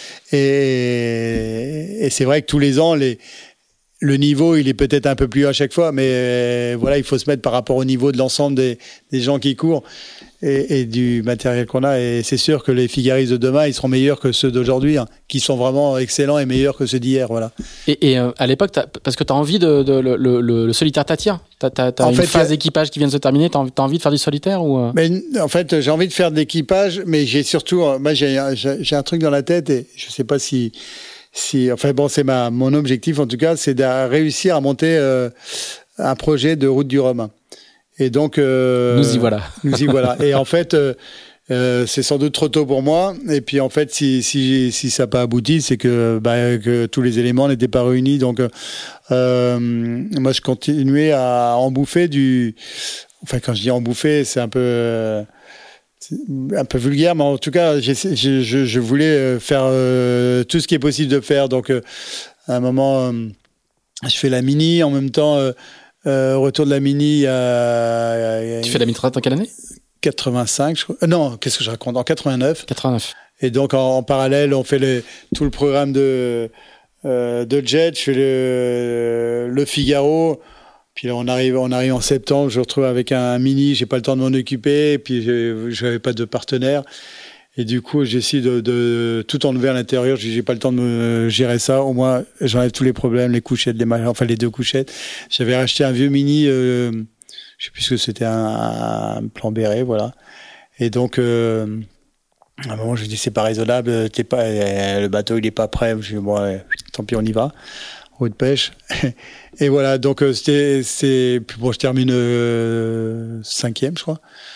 Et c'est vrai que tous les ans, le niveau, il est peut-être un peu plus haut à chaque fois, mais voilà, il faut se mettre par rapport au niveau de l'ensemble des gens qui courent et du matériel qu'on a. Et c'est sûr que les Figaristes de demain, ils seront meilleurs que ceux d'aujourd'hui, hein, qui sont vraiment excellents et meilleurs que ceux d'hier. Voilà. Et à l'époque, parce que tu as envie le solitaire t'attire, tu as une phase d'équipage qui vient de se terminer, tu as envie de faire du solitaire ou Mais en fait, j'ai envie de faire de l'équipage, mais j'ai surtout, moi j'ai un truc dans la tête, et je sais pas si enfin bon, c'est mon objectif en tout cas, c'est de réussir à monter un projet de route du Rhum. Et donc nous y voilà. Et en fait, c'est sans doute trop tôt pour moi. Et puis en fait, si ça n'a pas abouti, c'est que tous les éléments n'étaient pas réunis. Donc moi, je continuais à en bouffer Enfin, quand je dis en bouffer, c'est un peu vulgaire, mais en tout cas, je voulais faire tout ce qui est possible de faire. Donc, à un moment, je fais la mini. En même temps, retour de la mini. Tu fais la mini en quelle année? 85, je crois. Non, qu'est-ce que je raconte? En 89. 89. Et donc, en parallèle, on fait tout le programme de Jet. Je fais le Figaro. Puis là, on arrive en septembre, je me retrouve avec un mini, j'ai pas le temps de m'en occuper, et puis je n'avais pas de partenaire. Et du coup, j'essaie de tout enlever à l'intérieur, j'ai pas le temps de me gérer ça. Au moins, j'enlève tous les problèmes, les couchettes, enfin les 2 couchettes. J'avais racheté un vieux mini, je sais plus ce que c'était, un plan béret, voilà. Et donc, à un moment, je me dis, c'est pas raisonnable, le bateau, il est pas prêt. Je dis, bon, tant pis, on y va. De pêche. Et voilà, donc bon, je termine 5e, je crois.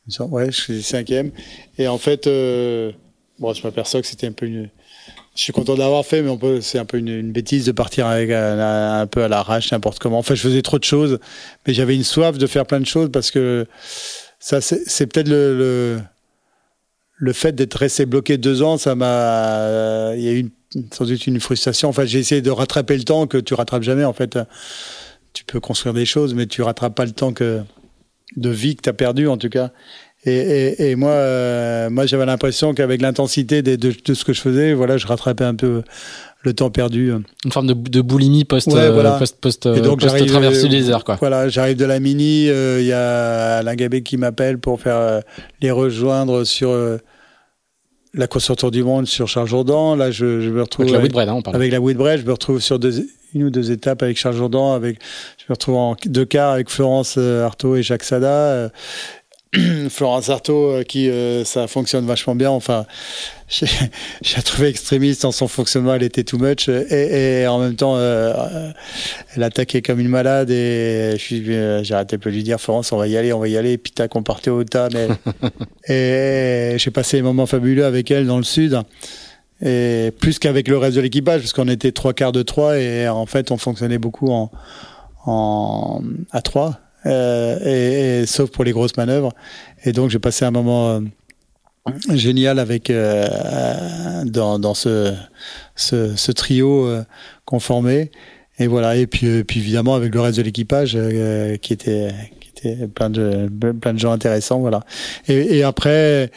Ouais, je suis 5e. Et en fait, je m'aperçois que c'était un peu une... Je suis content de l'avoir fait, mais c'est un peu une bêtise de partir avec un peu à l'arrache, n'importe comment. Enfin, je faisais trop de choses, mais j'avais une soif de faire plein de choses parce que ça, c'est peut-être le fait d'être resté bloqué 2 ans, il y a eu sans doute une frustration. Enfin, j'ai essayé de rattraper le temps que tu rattrapes jamais, en fait. Tu peux construire des choses, mais tu rattrapes pas le temps de vie que tu as perdu, en tout cas. Et moi, j'avais l'impression qu'avec l'intensité de ce que je faisais, voilà, je rattrapais un peu le temps perdu. Une forme de boulimie post traversée du désert, quoi. Voilà, j'arrive de la Mini, il y a Alain Gabé qui m'appelle pour faire les rejoindre sur la course autour du monde sur Charles Jourdan. Là, je me retrouve avec la Whitbread, on parle. Avec la Whitbread, je me retrouve sur une ou deux étapes avec Charles Jourdan, je me retrouve en 2 quarts avec Florence Artaud et Jacques Sada. Florence Artaud, qui ça fonctionne vachement bien. Enfin, j'ai trouvé extrémiste dans son fonctionnement, elle était too much et en même temps elle attaquait comme une malade et j'ai arrêté de lui dire Florence, on va y aller et puis tac, on partait au tas. Et j'ai passé des moments fabuleux avec elle dans le sud. Et plus qu'avec le reste de l'équipage, parce qu'on était 3 quarts de 3 et en fait on fonctionnait beaucoup à 3. Sauf pour les grosses manœuvres. Et donc j'ai passé un moment génial avec dans ce trio qu'on formait. Et voilà. Et puis évidemment avec le reste de l'équipage qui était plein de gens intéressants. Voilà. Et après,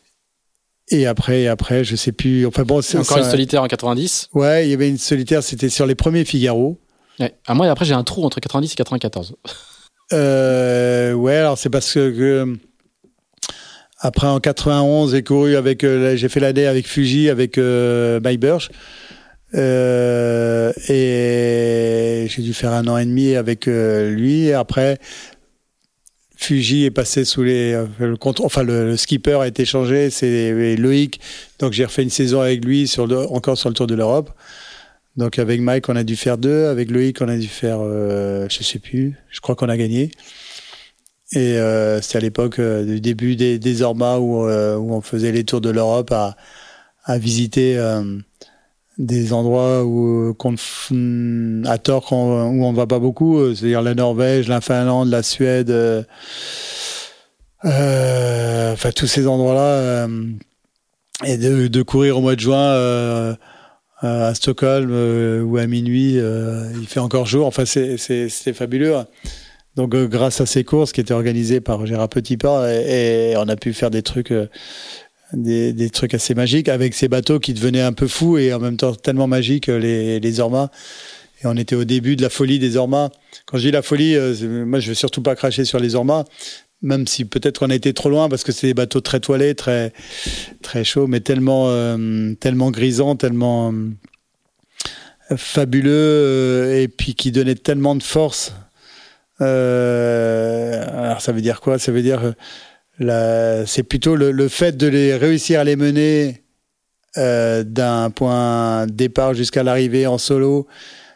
je sais plus. Enfin bon, c'est encore une solitaire en 90. Ouais, il y avait une solitaire. C'était sur les premiers Figaro. Ouais. Moi après j'ai un trou entre 90 et 94. Ouais, alors c'est parce que après en 91 j'ai fait l'année avec Fuji avec Mike Birch et j'ai dû faire 1 an et demi avec lui et après Fuji est passé sous le skipper a été changé, c'est Loïc, donc j'ai refait une saison avec lui encore sur le Tour de l'Europe. Donc avec Mike, on a dû faire 2. Avec Loïc, on a dû faire, je sais plus. Je crois qu'on a gagné. Et c'était à l'époque du début des Ormas où on faisait les tours de l'Europe à visiter des endroits à tort où on ne va pas beaucoup, c'est-à-dire la Norvège, la Finlande, la Suède, enfin tous ces endroits-là, et de courir au mois de juin. À Stockholm ou à minuit, il fait encore jour. Enfin, c'était fabuleux. Donc, grâce à ces courses qui étaient organisées par Gérard Petitpas, et on a pu faire des trucs assez magiques avec ces bateaux qui devenaient un peu fous et en même temps tellement magiques, les Ormas. Et on était au début de la folie des Ormas. Quand je dis la folie, moi, je veux surtout pas cracher sur les Ormas. Même si peut-être on a été trop loin parce que c'est des bateaux très toilés, très très chauds, mais tellement grisants, tellement fabuleux et puis qui donnaient tellement de force. Alors ça veut dire quoi ? Ça veut dire c'est plutôt le fait de réussir à les mener d'un point de départ jusqu'à l'arrivée en solo.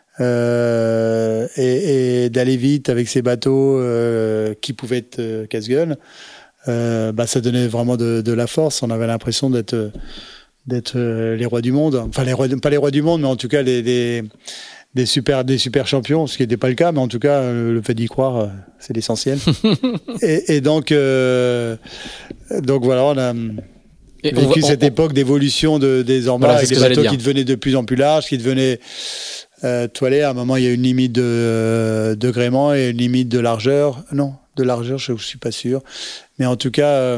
Et d'aller vite avec ces bateaux qui pouvaient être casse-gueule, ça donnait vraiment de la force. On avait l'impression d'être les rois du monde. Enfin, pas les rois du monde, mais en tout cas des super champions, ce qui n'était pas le cas, mais en tout cas le fait d'y croire, c'est l'essentiel. et donc voilà, on a vécu cette époque d'évolution des Ormas, avec des bateaux qui devenaient de plus en plus larges, qui devenaient toilés. À un moment, il y a une limite de gréement et une limite de largeur. Non, de largeur, je ne suis pas sûr. Mais en tout cas,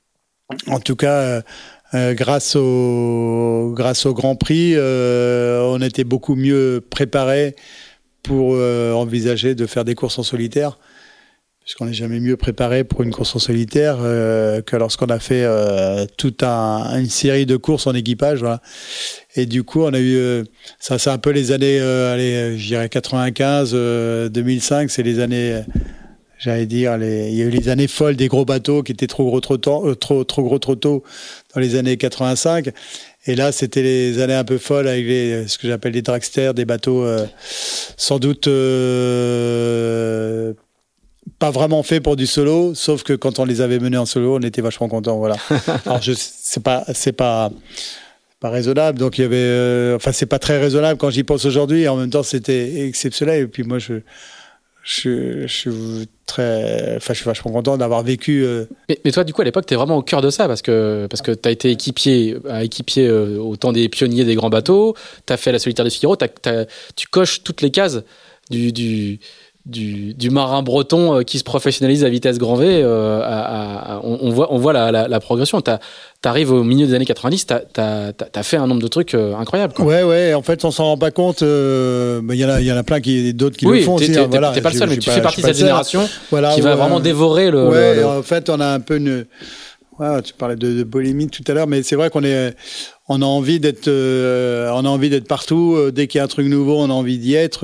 grâce au Grand Prix, on était beaucoup mieux préparés pour envisager de faire des courses en solitaire. Puisqu'on n'est jamais mieux préparé pour une course en solitaire que lorsqu'on a fait toute une série de courses en équipage. Voilà. Et du coup, on a eu ça, c'est un peu les années, je dirais 95, 2005, c'est les années, j'allais dire, il y a eu les années folles des gros bateaux qui étaient trop gros trop tôt dans les années 85. Et là, c'était les années un peu folles avec ce que j'appelle les dragsters, des bateaux sans doute pas vraiment fait pour du solo, sauf que quand on les avait menés en solo, on était vachement contents. Voilà. Alors c'est pas raisonnable. Donc il y avait, c'est pas très raisonnable quand j'y pense aujourd'hui. Et en même temps, c'était exceptionnel. Et puis moi, je suis vachement content d'avoir vécu. Mais toi, du coup, à l'époque, t'es vraiment au cœur de ça parce que t'as été équipier au temps des pionniers des grands bateaux. T'as fait la Solitaire des Figaro. Tu coches toutes les cases du marin breton qui se professionnalise à vitesse grand V. On voit la progression. T'arrives au milieu des années 90, t'as fait un nombre de trucs incroyables, quoi. Ouais. En fait, on s'en rend pas compte. Il y en a plein d'autres qui le font aussi. T'es pas le seul, mais tu fais partie de cette génération qui va vraiment dévorer le. Ouais, en fait, on a un peu une. Ouais, tu parlais de boulimie tout à l'heure, mais c'est vrai qu'on a envie d'être partout. Dès qu'il y a un truc nouveau, on a envie d'y être.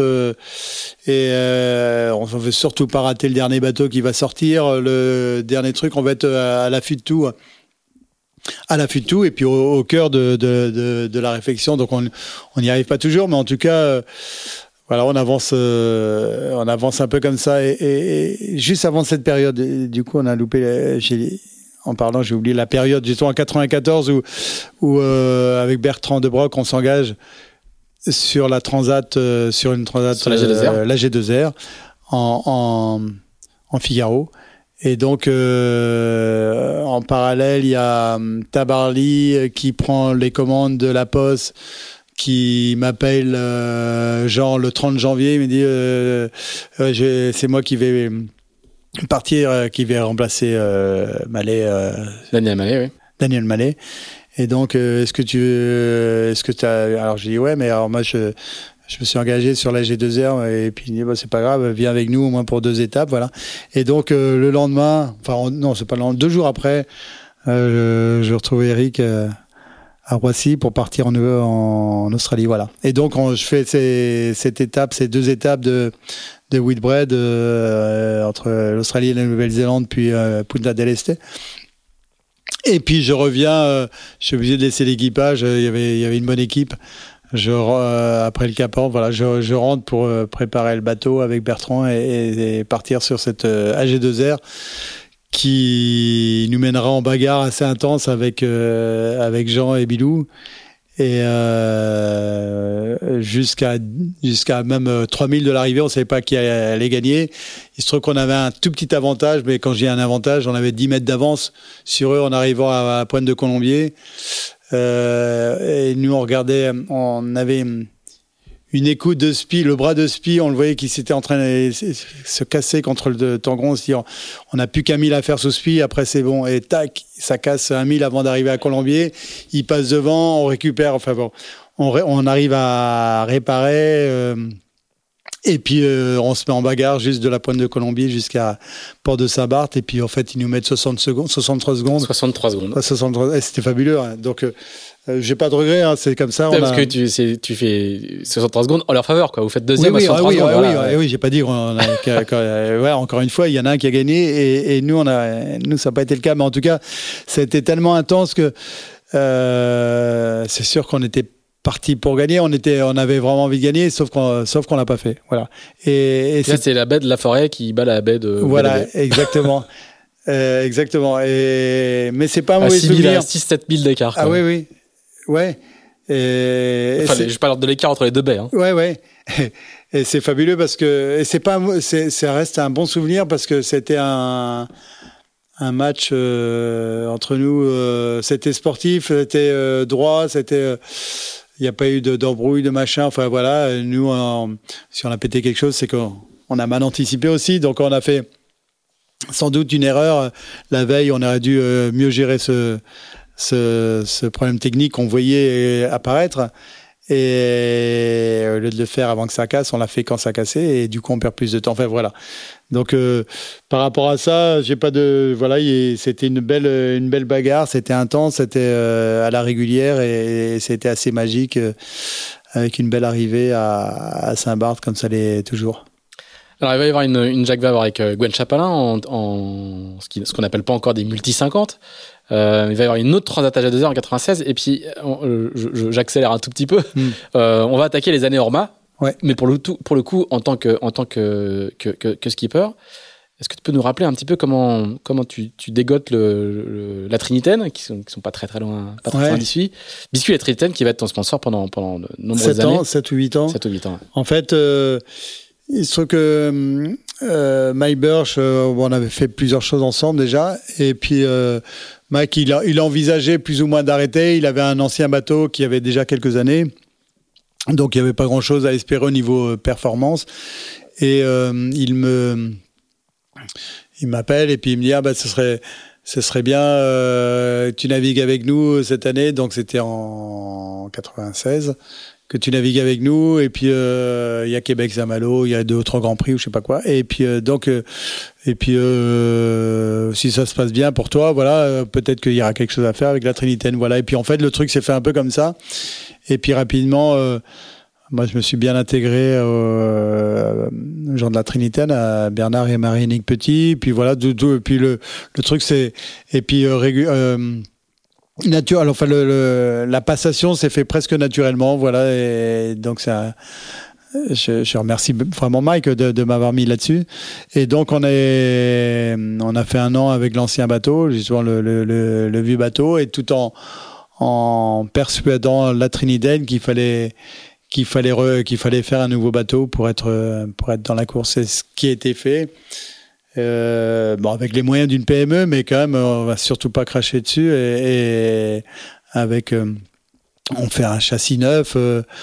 On ne veut surtout pas rater le dernier bateau qui va sortir. Le dernier truc, on va être à l'affût de tout. À l'affût de tout, et puis au cœur de la réflexion. Donc on n'y arrive pas toujours, mais en tout cas, voilà, on avance un peu comme ça. Et juste avant cette période, du coup, on a loupé. J'ai oublié la période, justement en 94 où avec Bertrand de Broc, on s'engage sur la Transat, sur une Transat, sur la G2R, la G2R en Figaro. Et donc, en parallèle, il y a Tabarly qui prend les commandes de la Poste, qui m'appelle genre le 30 janvier, il me dit c'est moi qui vais partir, qui va remplacer Daniel Mallet, oui. Daniel Mallet. Et donc, est-ce que tu as... Alors, j'ai dit, ouais, mais alors moi, je me suis engagé sur la G2R, et puis il dit, c'est pas grave, viens avec nous au moins pour 2 étapes, voilà. Et donc, le lendemain, non, c'est pas le lendemain, 2 jours après, je retrouve Eric à Roissy pour partir en Australie, voilà. Et donc, je fais ces 2 étapes de Whitbread entre l'Australie et la Nouvelle-Zélande, puis Punta del Este. Et puis je reviens, je suis obligé de laisser l'équipage. Il y avait une bonne équipe. Après le Cap Horn, voilà, je rentre pour préparer le bateau avec Bertrand et partir sur cette AG2R qui nous mènera en bagarre assez intense avec Jean et Bilou. Et jusqu'à même 3000 de l'arrivée, on savait pas qui allait gagner. Il se trouve qu'on avait un tout petit avantage, mais quand je dis un avantage, on avait 10 mètres d'avance sur eux en arrivant à Pointe de Colombier. Et nous, on avait une écoute de spi, le bras de spi, on le voyait qui s'était en train de se casser contre le tangon. On se dit, on n'a plus qu'un 1000 à faire sous spi, après c'est bon. Et tac, ça casse un 1000 avant d'arriver à Colombier. Il passe devant, on récupère, enfin bon, on arrive à réparer. Et puis on se met en bagarre juste de la Pointe de Colombier jusqu'à Port de Saint-Barth. Et puis en fait, ils nous mettent 63 secondes. 63 secondes. Ouais, 63, c'était fabuleux. Hein. Donc j'ai pas de regret, hein, c'est comme ça. Parce que tu fais 63 secondes en leur faveur, quoi. Vous faites deuxième à 63 secondes. Oui, j'ai pas dit. Encore une fois, il y en a un qui a gagné et nous, ça n'a pas été le cas. Mais en tout cas, ça a été tellement intense que c'est sûr qu'on était parti pour gagner. On avait vraiment envie de gagner, sauf qu'on l'a pas fait. Voilà. Et là, c'est la baie de la Forêt qui bat la baie de. Voilà, exactement. Exactement. Mais c'est pas un mauvais souvenir. 6-7 000 d'écart. Ah oui. Ouais. Je parle de l'écart entre les 2 baies. Hein. Ouais. Et c'est fabuleux parce que ça reste un bon souvenir parce que c'était un match entre nous. C'était sportif, c'était droit, c'était. Il n'y a pas eu d'embrouille, de machin. Enfin voilà. Nous, si on a pété quelque chose, c'est qu'on a mal anticipé aussi. Donc on a fait sans doute une erreur. La veille, on aurait dû mieux gérer ce problème technique qu'on voyait apparaître. Et au lieu de le faire avant que ça casse, on l'a fait quand ça cassait et du coup on perd plus de temps. Enfin voilà. Donc par rapport à ça, j'ai pas de voilà, c'était une belle bagarre, c'était intense, c'était à la régulière et c'était assez magique avec une belle arrivée à Saint-Barth comme ça l'est toujours. Alors il va y avoir une Jacques Vabre avec Gwen Chapelain en ce qu'on n'appelle pas encore des multi 50. Il va y avoir une autre Transat AG2R en 96 et puis j'accélère un tout petit peu. On va attaquer les années Orma, ouais. Mais pour le coup en tant que skipper. Est-ce que tu peux nous rappeler un petit peu comment tu dégotes la Trinitaine, qui sont pas très loin, pas très loin d'ici. Biscuit la Trinitaine qui va être ton sponsor pendant de nombreuses années. 7 ou 8 ans. 7 ou 8 ans. Ouais. En fait, il se trouve que Mike Birch, on avait fait plusieurs choses ensemble déjà, et puis Mike, il a envisagé plus ou moins d'arrêter. Il avait un ancien bateau qui avait déjà quelques années, donc il n'y avait pas grand-chose à espérer au niveau performance. Et il m'appelle et puis il me dit ce serait bien tu navigues avec nous cette année, donc c'était en 96 que tu navigues avec nous, et puis il y a Québec-Saint-Malo, il y a 2 autres grands prix ou je sais pas quoi, et puis si ça se passe bien pour toi, voilà, peut-être qu'il y aura quelque chose à faire avec la Trinitaine, voilà. Et puis en fait le truc s'est fait un peu comme ça, et puis rapidement moi, je me suis bien intégré aux gens de la Trinitaine, à Bernard et Marie-Nick Petit. Puis voilà, et puis le truc, c'est... Et puis, alors, enfin, la passation s'est fait presque naturellement, voilà. Et donc, je remercie vraiment Mike de m'avoir mis là-dessus. Et donc, on a fait 1 an avec l'ancien bateau, justement le vieux bateau, et tout en persuadant la Trinitaine qu'il fallait faire un nouveau bateau pour être dans la course. C'est ce qui a été fait. Avec les moyens d'une PME, mais quand même, on va surtout pas cracher dessus. Et avec, on fait un châssis neuf,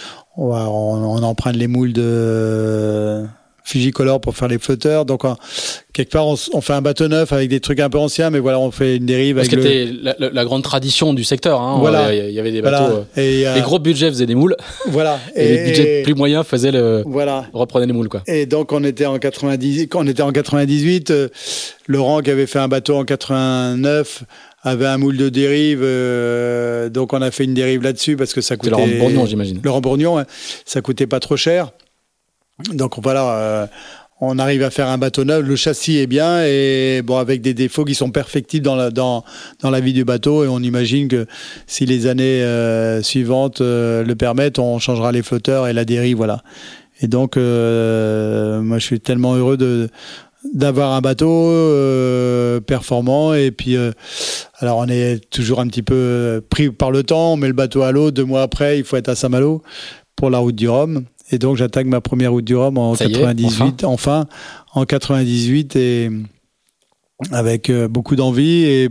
on emprunte les moules de Fujicolor pour faire les flotteurs. Donc, quelque part, on fait un bateau neuf avec des trucs un peu anciens, mais voilà, on fait une dérive. Parce que c'était la grande tradition du secteur. Hein. Voilà. Il y avait des bateaux. Voilà. Et, les gros budgets faisaient des moules. Voilà. Et les budgets plus moyens reprenaient les moules, quoi. Et donc, on était en 98. Laurent, qui avait fait un bateau en 89, avait un moule de dérive. Donc, on a fait une dérive là-dessus parce que ça coûtait. Laurent Bourgnon, j'imagine. Laurent Bourgnon, hein, ça coûtait pas trop cher. Donc voilà, on arrive à faire un bateau neuf. Le châssis est bien, et bon, avec des défauts qui sont perfectibles dans la vie du bateau. Et on imagine que si les années suivantes le permettent, on changera les flotteurs et la dérive, voilà. Et donc, moi, je suis tellement heureux d'avoir un bateau performant. Et puis, alors on est toujours un petit peu pris par le temps. On met le bateau à l'eau. 2 mois après, il faut être à Saint-Malo pour la route du Rhum. Et donc, j'attaque ma première route du Rhum en 98, enfin, en 98, et avec beaucoup d'envie et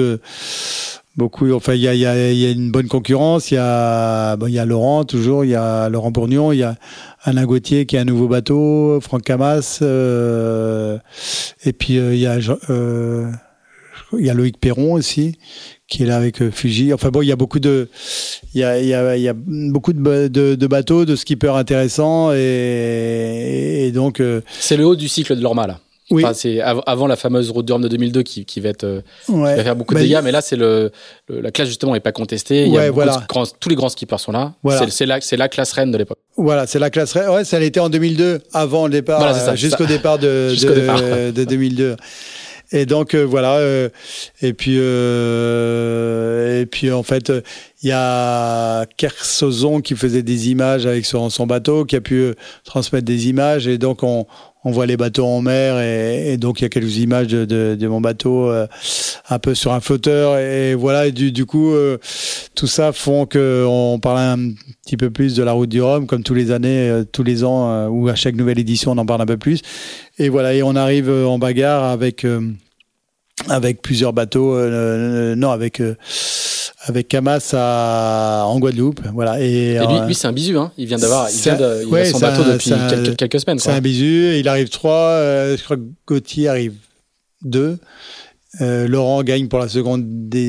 enfin, il y a une bonne concurrence. Il y a Laurent, toujours, il y a Laurent Bourgnon, il y a Alain Gauthier qui a un nouveau bateau, Franck Camas, et puis il y a Loïc Perron aussi, qui est là avec Fuji. Enfin bon, il y a beaucoup de bateaux, de skippers intéressants, et donc c'est le haut du cycle de l'Orma, là. Oui. Enfin, c'est avant la fameuse route du Rhum de 2002 qui va faire beaucoup de dégâts, mais là c'est la classe justement est pas contestée. Il y a tous les grands skippers sont là. Voilà. C'est la classe reine de l'époque. Voilà, c'est la classe reine. Ouais, ça l'était en 2002, avant le départ, voilà, jusqu'au départ de 2002. Et donc voilà, et puis en fait il y a Kersozon qui faisait des images avec son bateau, qui a pu transmettre des images, et donc on voit les bateaux en mer, et donc il y a quelques images de mon bateau un peu sur un flotteur, et voilà, et du coup tout ça font que on parle un petit peu plus de la route du Rhum, comme tous les ans, ou à chaque nouvelle édition on en parle un peu plus, et voilà, et on arrive en bagarre avec plusieurs bateaux, avec Camas en Guadeloupe, voilà. Et lui c'est un bisu, hein. Il a son bateau depuis quelques semaines, quoi. C'est un bisu. Il arrive 3, je crois que Gauthier arrive 2. Laurent gagne pour la seconde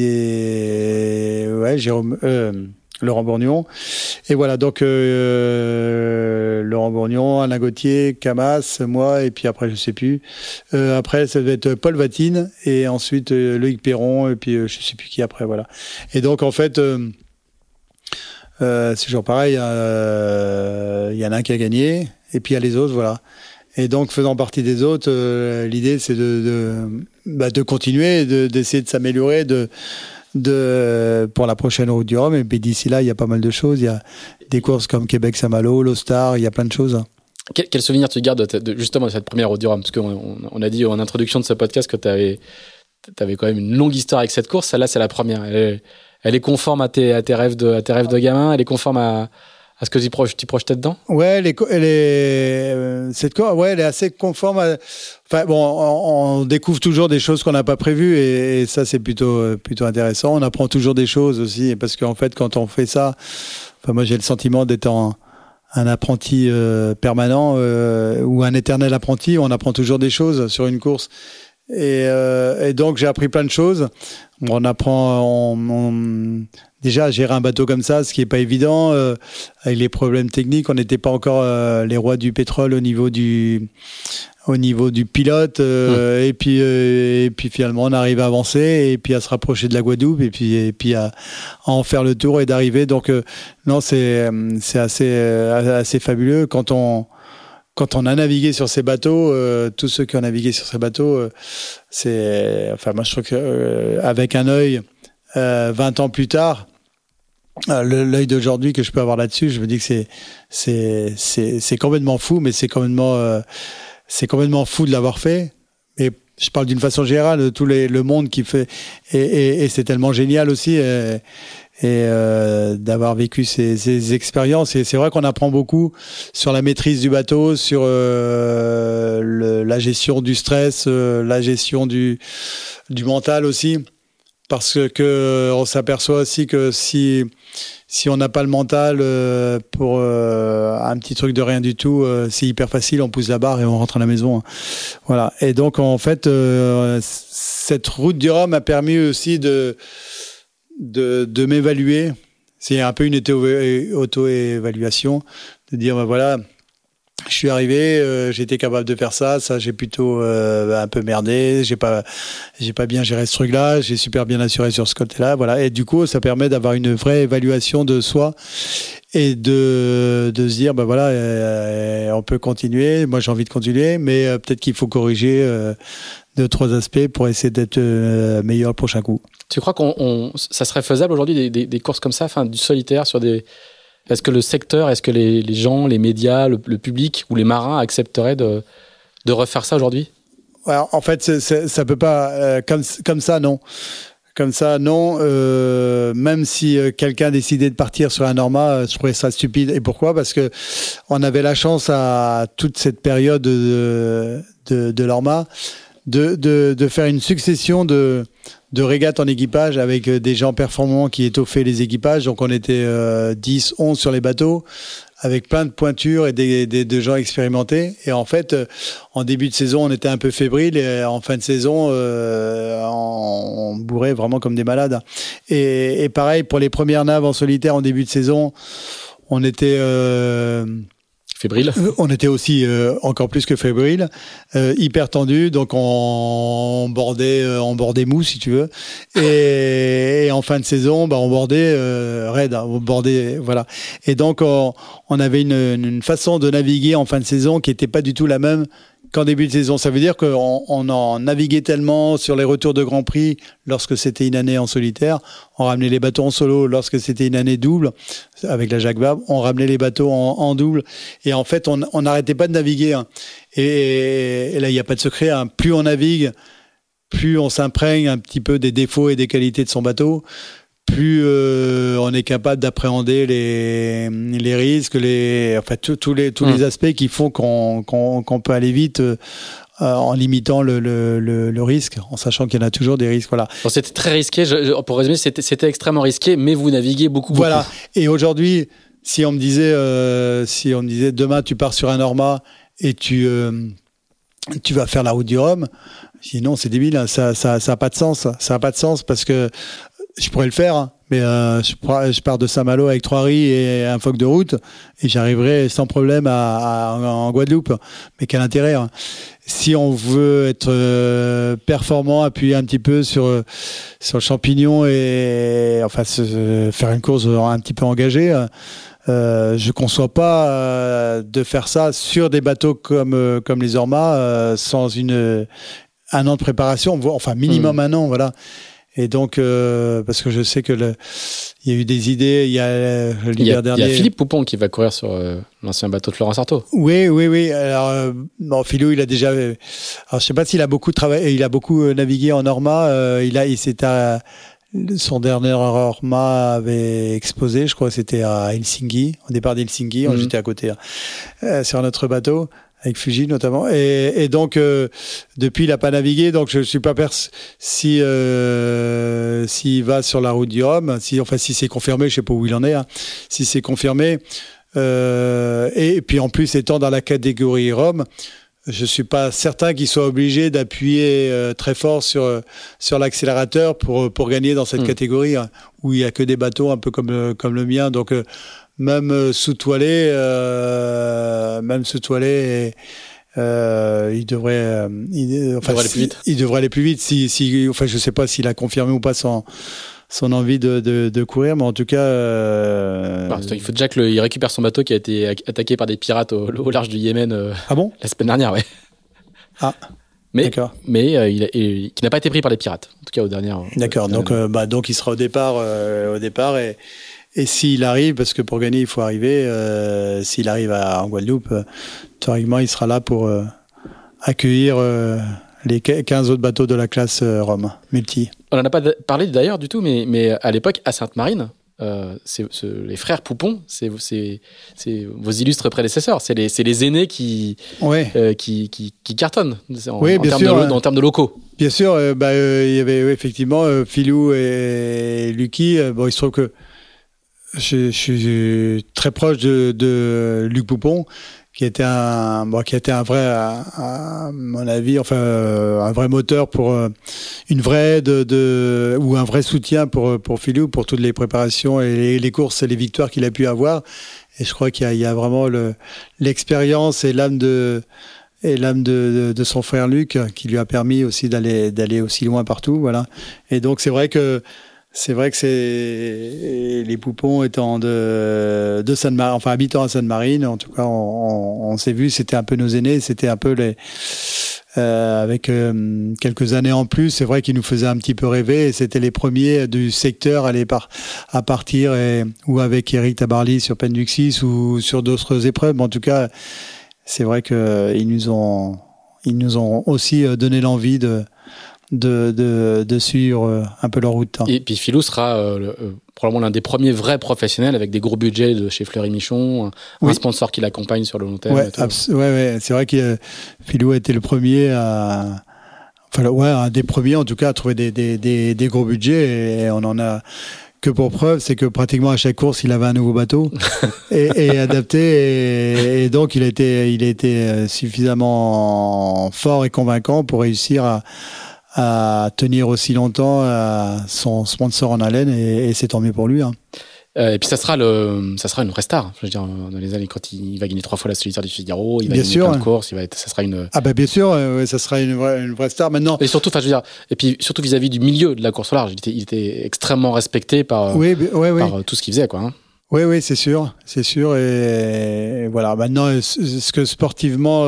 Laurent Bourgnon. Et voilà, donc Laurent Bourgnon, Alain Gauthier, Camas, moi, et puis après, je sais plus. Après, ça devait être Paul Vatine, et ensuite Loïc Perron, et puis je sais plus qui après, voilà. Et donc, en fait, c'est toujours pareil, il y en a un qui a gagné, et puis il y a les autres, voilà. Et donc, faisant partie des autres, l'idée, c'est de continuer, d'essayer de s'améliorer, pour la prochaine route du Rhum. Et puis d'ici là, il y a pas mal de choses. Il y a des courses comme Québec-Saint-Malo, l'Ostar, il y a plein de choses. Quel souvenir tu gardes justement de cette première route du Rhum? Parce qu'on a dit en introduction de ce podcast que tu avais quand même une longue histoire avec cette course. Celle-là, c'est la première. Elle est conforme à tes rêves de gamin. Elle est conforme à ce que tu projetais dedans? Ouais, cette course, ouais, elle est assez conforme à. Enfin bon, on découvre toujours des choses qu'on n'a pas prévues et ça c'est plutôt intéressant. On apprend toujours des choses aussi parce qu'en fait, quand on fait ça, enfin moi j'ai le sentiment d'être un apprenti permanent ou un éternel apprenti. On apprend toujours des choses sur une course. Et donc j'ai appris plein de choses. On apprend déjà à gérer un bateau comme ça, ce qui est pas évident avec les problèmes techniques. On n'était pas encore les rois du pétrole au niveau du pilote. Et puis finalement on arrive à avancer et puis à se rapprocher de la Guadeloupe et puis à en faire le tour et d'arriver. Donc non, c'est assez fabuleux quand on a navigué sur ces bateaux, tous ceux qui ont navigué sur ces bateaux, moi je trouve que avec un œil 20 ans plus tard, l'œil d'aujourd'hui que je peux avoir là-dessus, je me dis que c'est complètement fou, mais c'est complètement fou de l'avoir fait. Mais je parle d'une façon générale de le monde qui fait et c'est tellement génial aussi. Et d'avoir vécu ces expériences. Et c'est vrai qu'on apprend beaucoup sur la maîtrise du bateau, sur la gestion du stress, la gestion du mental aussi. Parce que on s'aperçoit aussi que si on n'a pas le mental pour un petit truc de rien du tout, c'est hyper facile, on pousse la barre et on rentre à la maison. Voilà. Et donc en fait, cette route du Rhum a permis aussi de m'évaluer. C'est un peu une auto-évaluation, de dire ben voilà, je suis arrivé, j'étais capable de faire ça j'ai plutôt un peu merdé, j'ai pas bien géré ce truc-là, j'ai super bien assuré sur ce côté-là, voilà. Et du coup, ça permet d'avoir une vraie évaluation de soi et de se dire ben voilà, on peut continuer. Moi, j'ai envie de continuer, mais peut-être qu'il faut corriger 2-3 aspects pour essayer d'être meilleur le prochain coup. Tu crois ça serait faisable aujourd'hui des courses comme ça, du solitaire sur des... Est-ce que le secteur, est-ce que les gens, les médias, le public ou les marins accepteraient de refaire ça aujourd'hui? Ouais, en fait, ça peut pas comme ça, non. Comme ça, non. Même si quelqu'un décidait de partir sur un Norma, je trouvais ça stupide. Et pourquoi? Parce que on avait la chance à toute cette période de Norma de faire une succession de régates en équipage avec des gens performants qui étoffaient les équipages. Donc on était 10, 11 sur les bateaux avec plein de pointures et de gens expérimentés. Et en fait, en début de saison, on était un peu fébrile et en fin de saison, on bourrait vraiment comme des malades. Et pareil, pour les premières naves en solitaire en début de saison, on était... fébrile. On était aussi encore plus que fébrile, hyper tendu, donc on bordait mou si tu veux, et en fin de saison, on bordait raide, on bordait voilà. Et donc on avait une façon de naviguer en fin de saison qui était pas du tout la même qu'en début de saison. Ça veut dire qu'on en naviguait tellement sur les retours de Grand Prix lorsque c'était une année en solitaire. On ramenait les bateaux en solo lorsque c'était une année double avec la Jacques Vabre. On ramenait les bateaux en double. Et en fait, on n'arrêtait pas de naviguer. Hein. Et là, il n'y a pas de secret. Hein. Plus on navigue, plus on s'imprègne un petit peu des défauts et des qualités de son bateau. Plus on est capable d'appréhender les risques, tous les aspects qui font qu'on peut aller vite en limitant le risque, en sachant qu'il y en a toujours des risques. Voilà. Bon, c'était très risqué. Pour résumer, c'était extrêmement risqué, mais vous naviguez beaucoup. Voilà. Et aujourd'hui, si on me disait demain tu pars sur un Norma et tu vas faire la route du Rhum, sinon c'est débile. Hein, ça a pas de sens. Ça a pas de sens parce que je pourrais le faire, hein, mais je pars de Saint-Malo avec 3 riz et un phoque de route et j'arriverai sans problème en Guadeloupe. Mais quel intérêt, hein. Si on veut être performant, appuyer un petit peu sur le champignon et faire une course un petit peu engagée, je conçois pas de faire ça sur des bateaux comme les Orma sans un an de préparation, enfin minimum un an, voilà. Et donc, parce que je sais que il y a eu des idées, il y a l'hiver dernier. Il y a Philippe Poupon qui va courir sur l'ancien bateau de Florence Artaud. Oui. Alors, Philou, il a déjà. Alors, je sais pas s'il a beaucoup travaillé, il a beaucoup navigué en Norma. Son dernier Norma avait exposé, je crois que c'était à Helsinki, au départ d'Helsinki. J'étais à côté, sur notre bateau. Avec Fuji notamment, et donc depuis il n'a pas navigué, donc je suis pas s'il va sur la route du Rhum, si c'est confirmé, je sais pas où il en est, si c'est confirmé, et puis en plus étant dans la catégorie Rhum, je suis pas certain qu'il soit obligé d'appuyer très fort sur l'accélérateur pour gagner dans cette catégorie où il y a que des bateaux un peu comme le mien, donc même sous-toilé, il devrait aller plus vite. Il devrait aller plus vite. Je sais pas s'il a confirmé ou pas son envie de courir, mais en tout cas. Il faut déjà qu'il récupère son bateau qui a été attaqué par des pirates au large du Yémen. Ah bon ? La semaine dernière, ouais. Ah. D'accord. Mais qui n'a pas été pris par les pirates, en tout cas aux dernières. D'accord. Donc il sera au départ et s'il arrive, parce que pour gagner, il faut arriver, s'il arrive en Guadeloupe, théoriquement, il sera là pour accueillir les 15 autres bateaux de la classe Rhum, multi. On n'en a pas parlé d'ailleurs du tout, mais à l'époque, à Sainte-Marine, les frères Poupon, c'est vos illustres prédécesseurs, c'est les aînés qui cartonnent en termes de locaux. Bien sûr, il y avait effectivement Philou et Lucky. Il se trouve que je suis très proche de Luc Poupon, qui était un vrai, à mon avis, un vrai moteur pour une vraie aide ou un vrai soutien pour Philou, pour toutes les préparations et les courses et les victoires qu'il a pu avoir. Et je crois qu'il y a vraiment l'expérience et l'âme de son frère Luc qui lui a permis aussi d'aller aussi loin partout, voilà. Et donc c'est vrai que les Poupons étant de Sainte-Marine, habitant à Sainte-Marine, en tout cas, on s'est vu, c'était un peu nos aînés, c'était un peu avec quelques années en plus, c'est vrai qu'ils nous faisaient un petit peu rêver, et c'était les premiers du secteur à partir, ou avec Eric Tabarly sur Penduxis ou sur d'autres épreuves. Mais en tout cas, c'est vrai qu'ils nous ont aussi donné l'envie de suivre un peu leur route. Et puis Philou sera probablement l'un des premiers vrais professionnels avec des gros budgets de chez Fleury Michon, un sponsor qui l'accompagne sur le long terme. C'est vrai que Philou a été le premier un des premiers en tout cas à trouver des gros budgets, et on en a que pour preuve, c'est que pratiquement à chaque course, il avait un nouveau bateau et adapté, et donc il a été suffisamment fort et convaincant pour réussir à tenir aussi longtemps son sponsor en haleine, et c'est tant mieux pour lui. Et puis ça sera une vraie star. Je veux dire, dans les années, quand il va gagner 3 fois la solitaire du Figaro, il va gagner plein de courses, ça sera une. Ah bien sûr, ça sera une vraie star maintenant. Et surtout, surtout vis-à-vis du milieu de la course au large, il était extrêmement respecté par tout ce qu'il faisait, quoi. Oui, c'est sûr, et voilà. Maintenant, est-ce que sportivement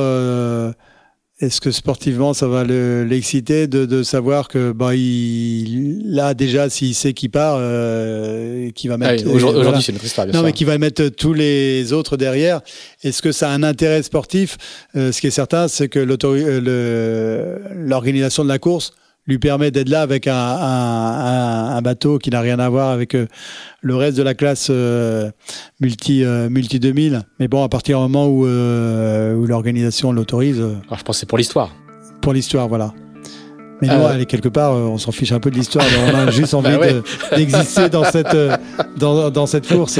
ça va l'exciter de savoir que là déjà, s'il sait qu'il part, qu'il va mettre aujourd'hui c'est notre histoire, bien sûr. Mais qu'il va mettre tous les autres derrière. Est-ce que ça a un intérêt sportif? Ce qui est certain, c'est que l'organisation de la course lui permet d'être là avec un bateau qui n'a rien à voir avec le reste de la classe multi 2000. Mais bon, à partir du moment où l'organisation l'autorise. Alors, je pense que c'est pour l'histoire. Pour l'histoire, voilà. Mais nous, aller quelque part, on s'en fiche un peu de l'histoire. On a juste envie d'exister dans cette course.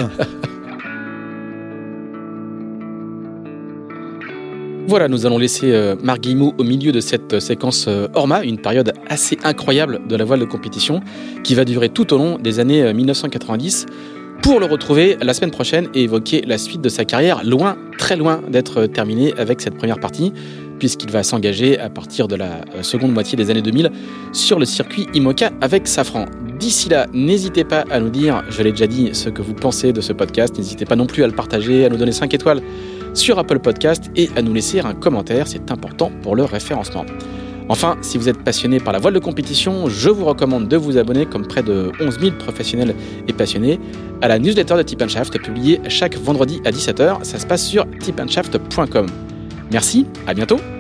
Voilà, nous allons laisser Marc Guillemot au milieu de cette séquence Orma, une période assez incroyable de la voile de compétition qui va durer tout au long des années 1990, pour le retrouver la semaine prochaine et évoquer la suite de sa carrière, très loin d'être terminée avec cette première partie, puisqu'il va s'engager à partir de la seconde moitié des années 2000 sur le circuit IMOCA avec Safran. D'ici là, n'hésitez pas à nous dire, je l'ai déjà dit, ce que vous pensez de ce podcast. N'hésitez pas non plus à le partager, à nous donner 5 étoiles sur Apple Podcast et à nous laisser un commentaire, c'est important pour le référencement. Enfin, si vous êtes passionné par la voile de compétition, je vous recommande de vous abonner, comme près de 11 000 professionnels et passionnés, à la newsletter de Tip & Shaft, publiée chaque vendredi à 17h. Ça se passe sur tipandshaft.com. Merci, à bientôt.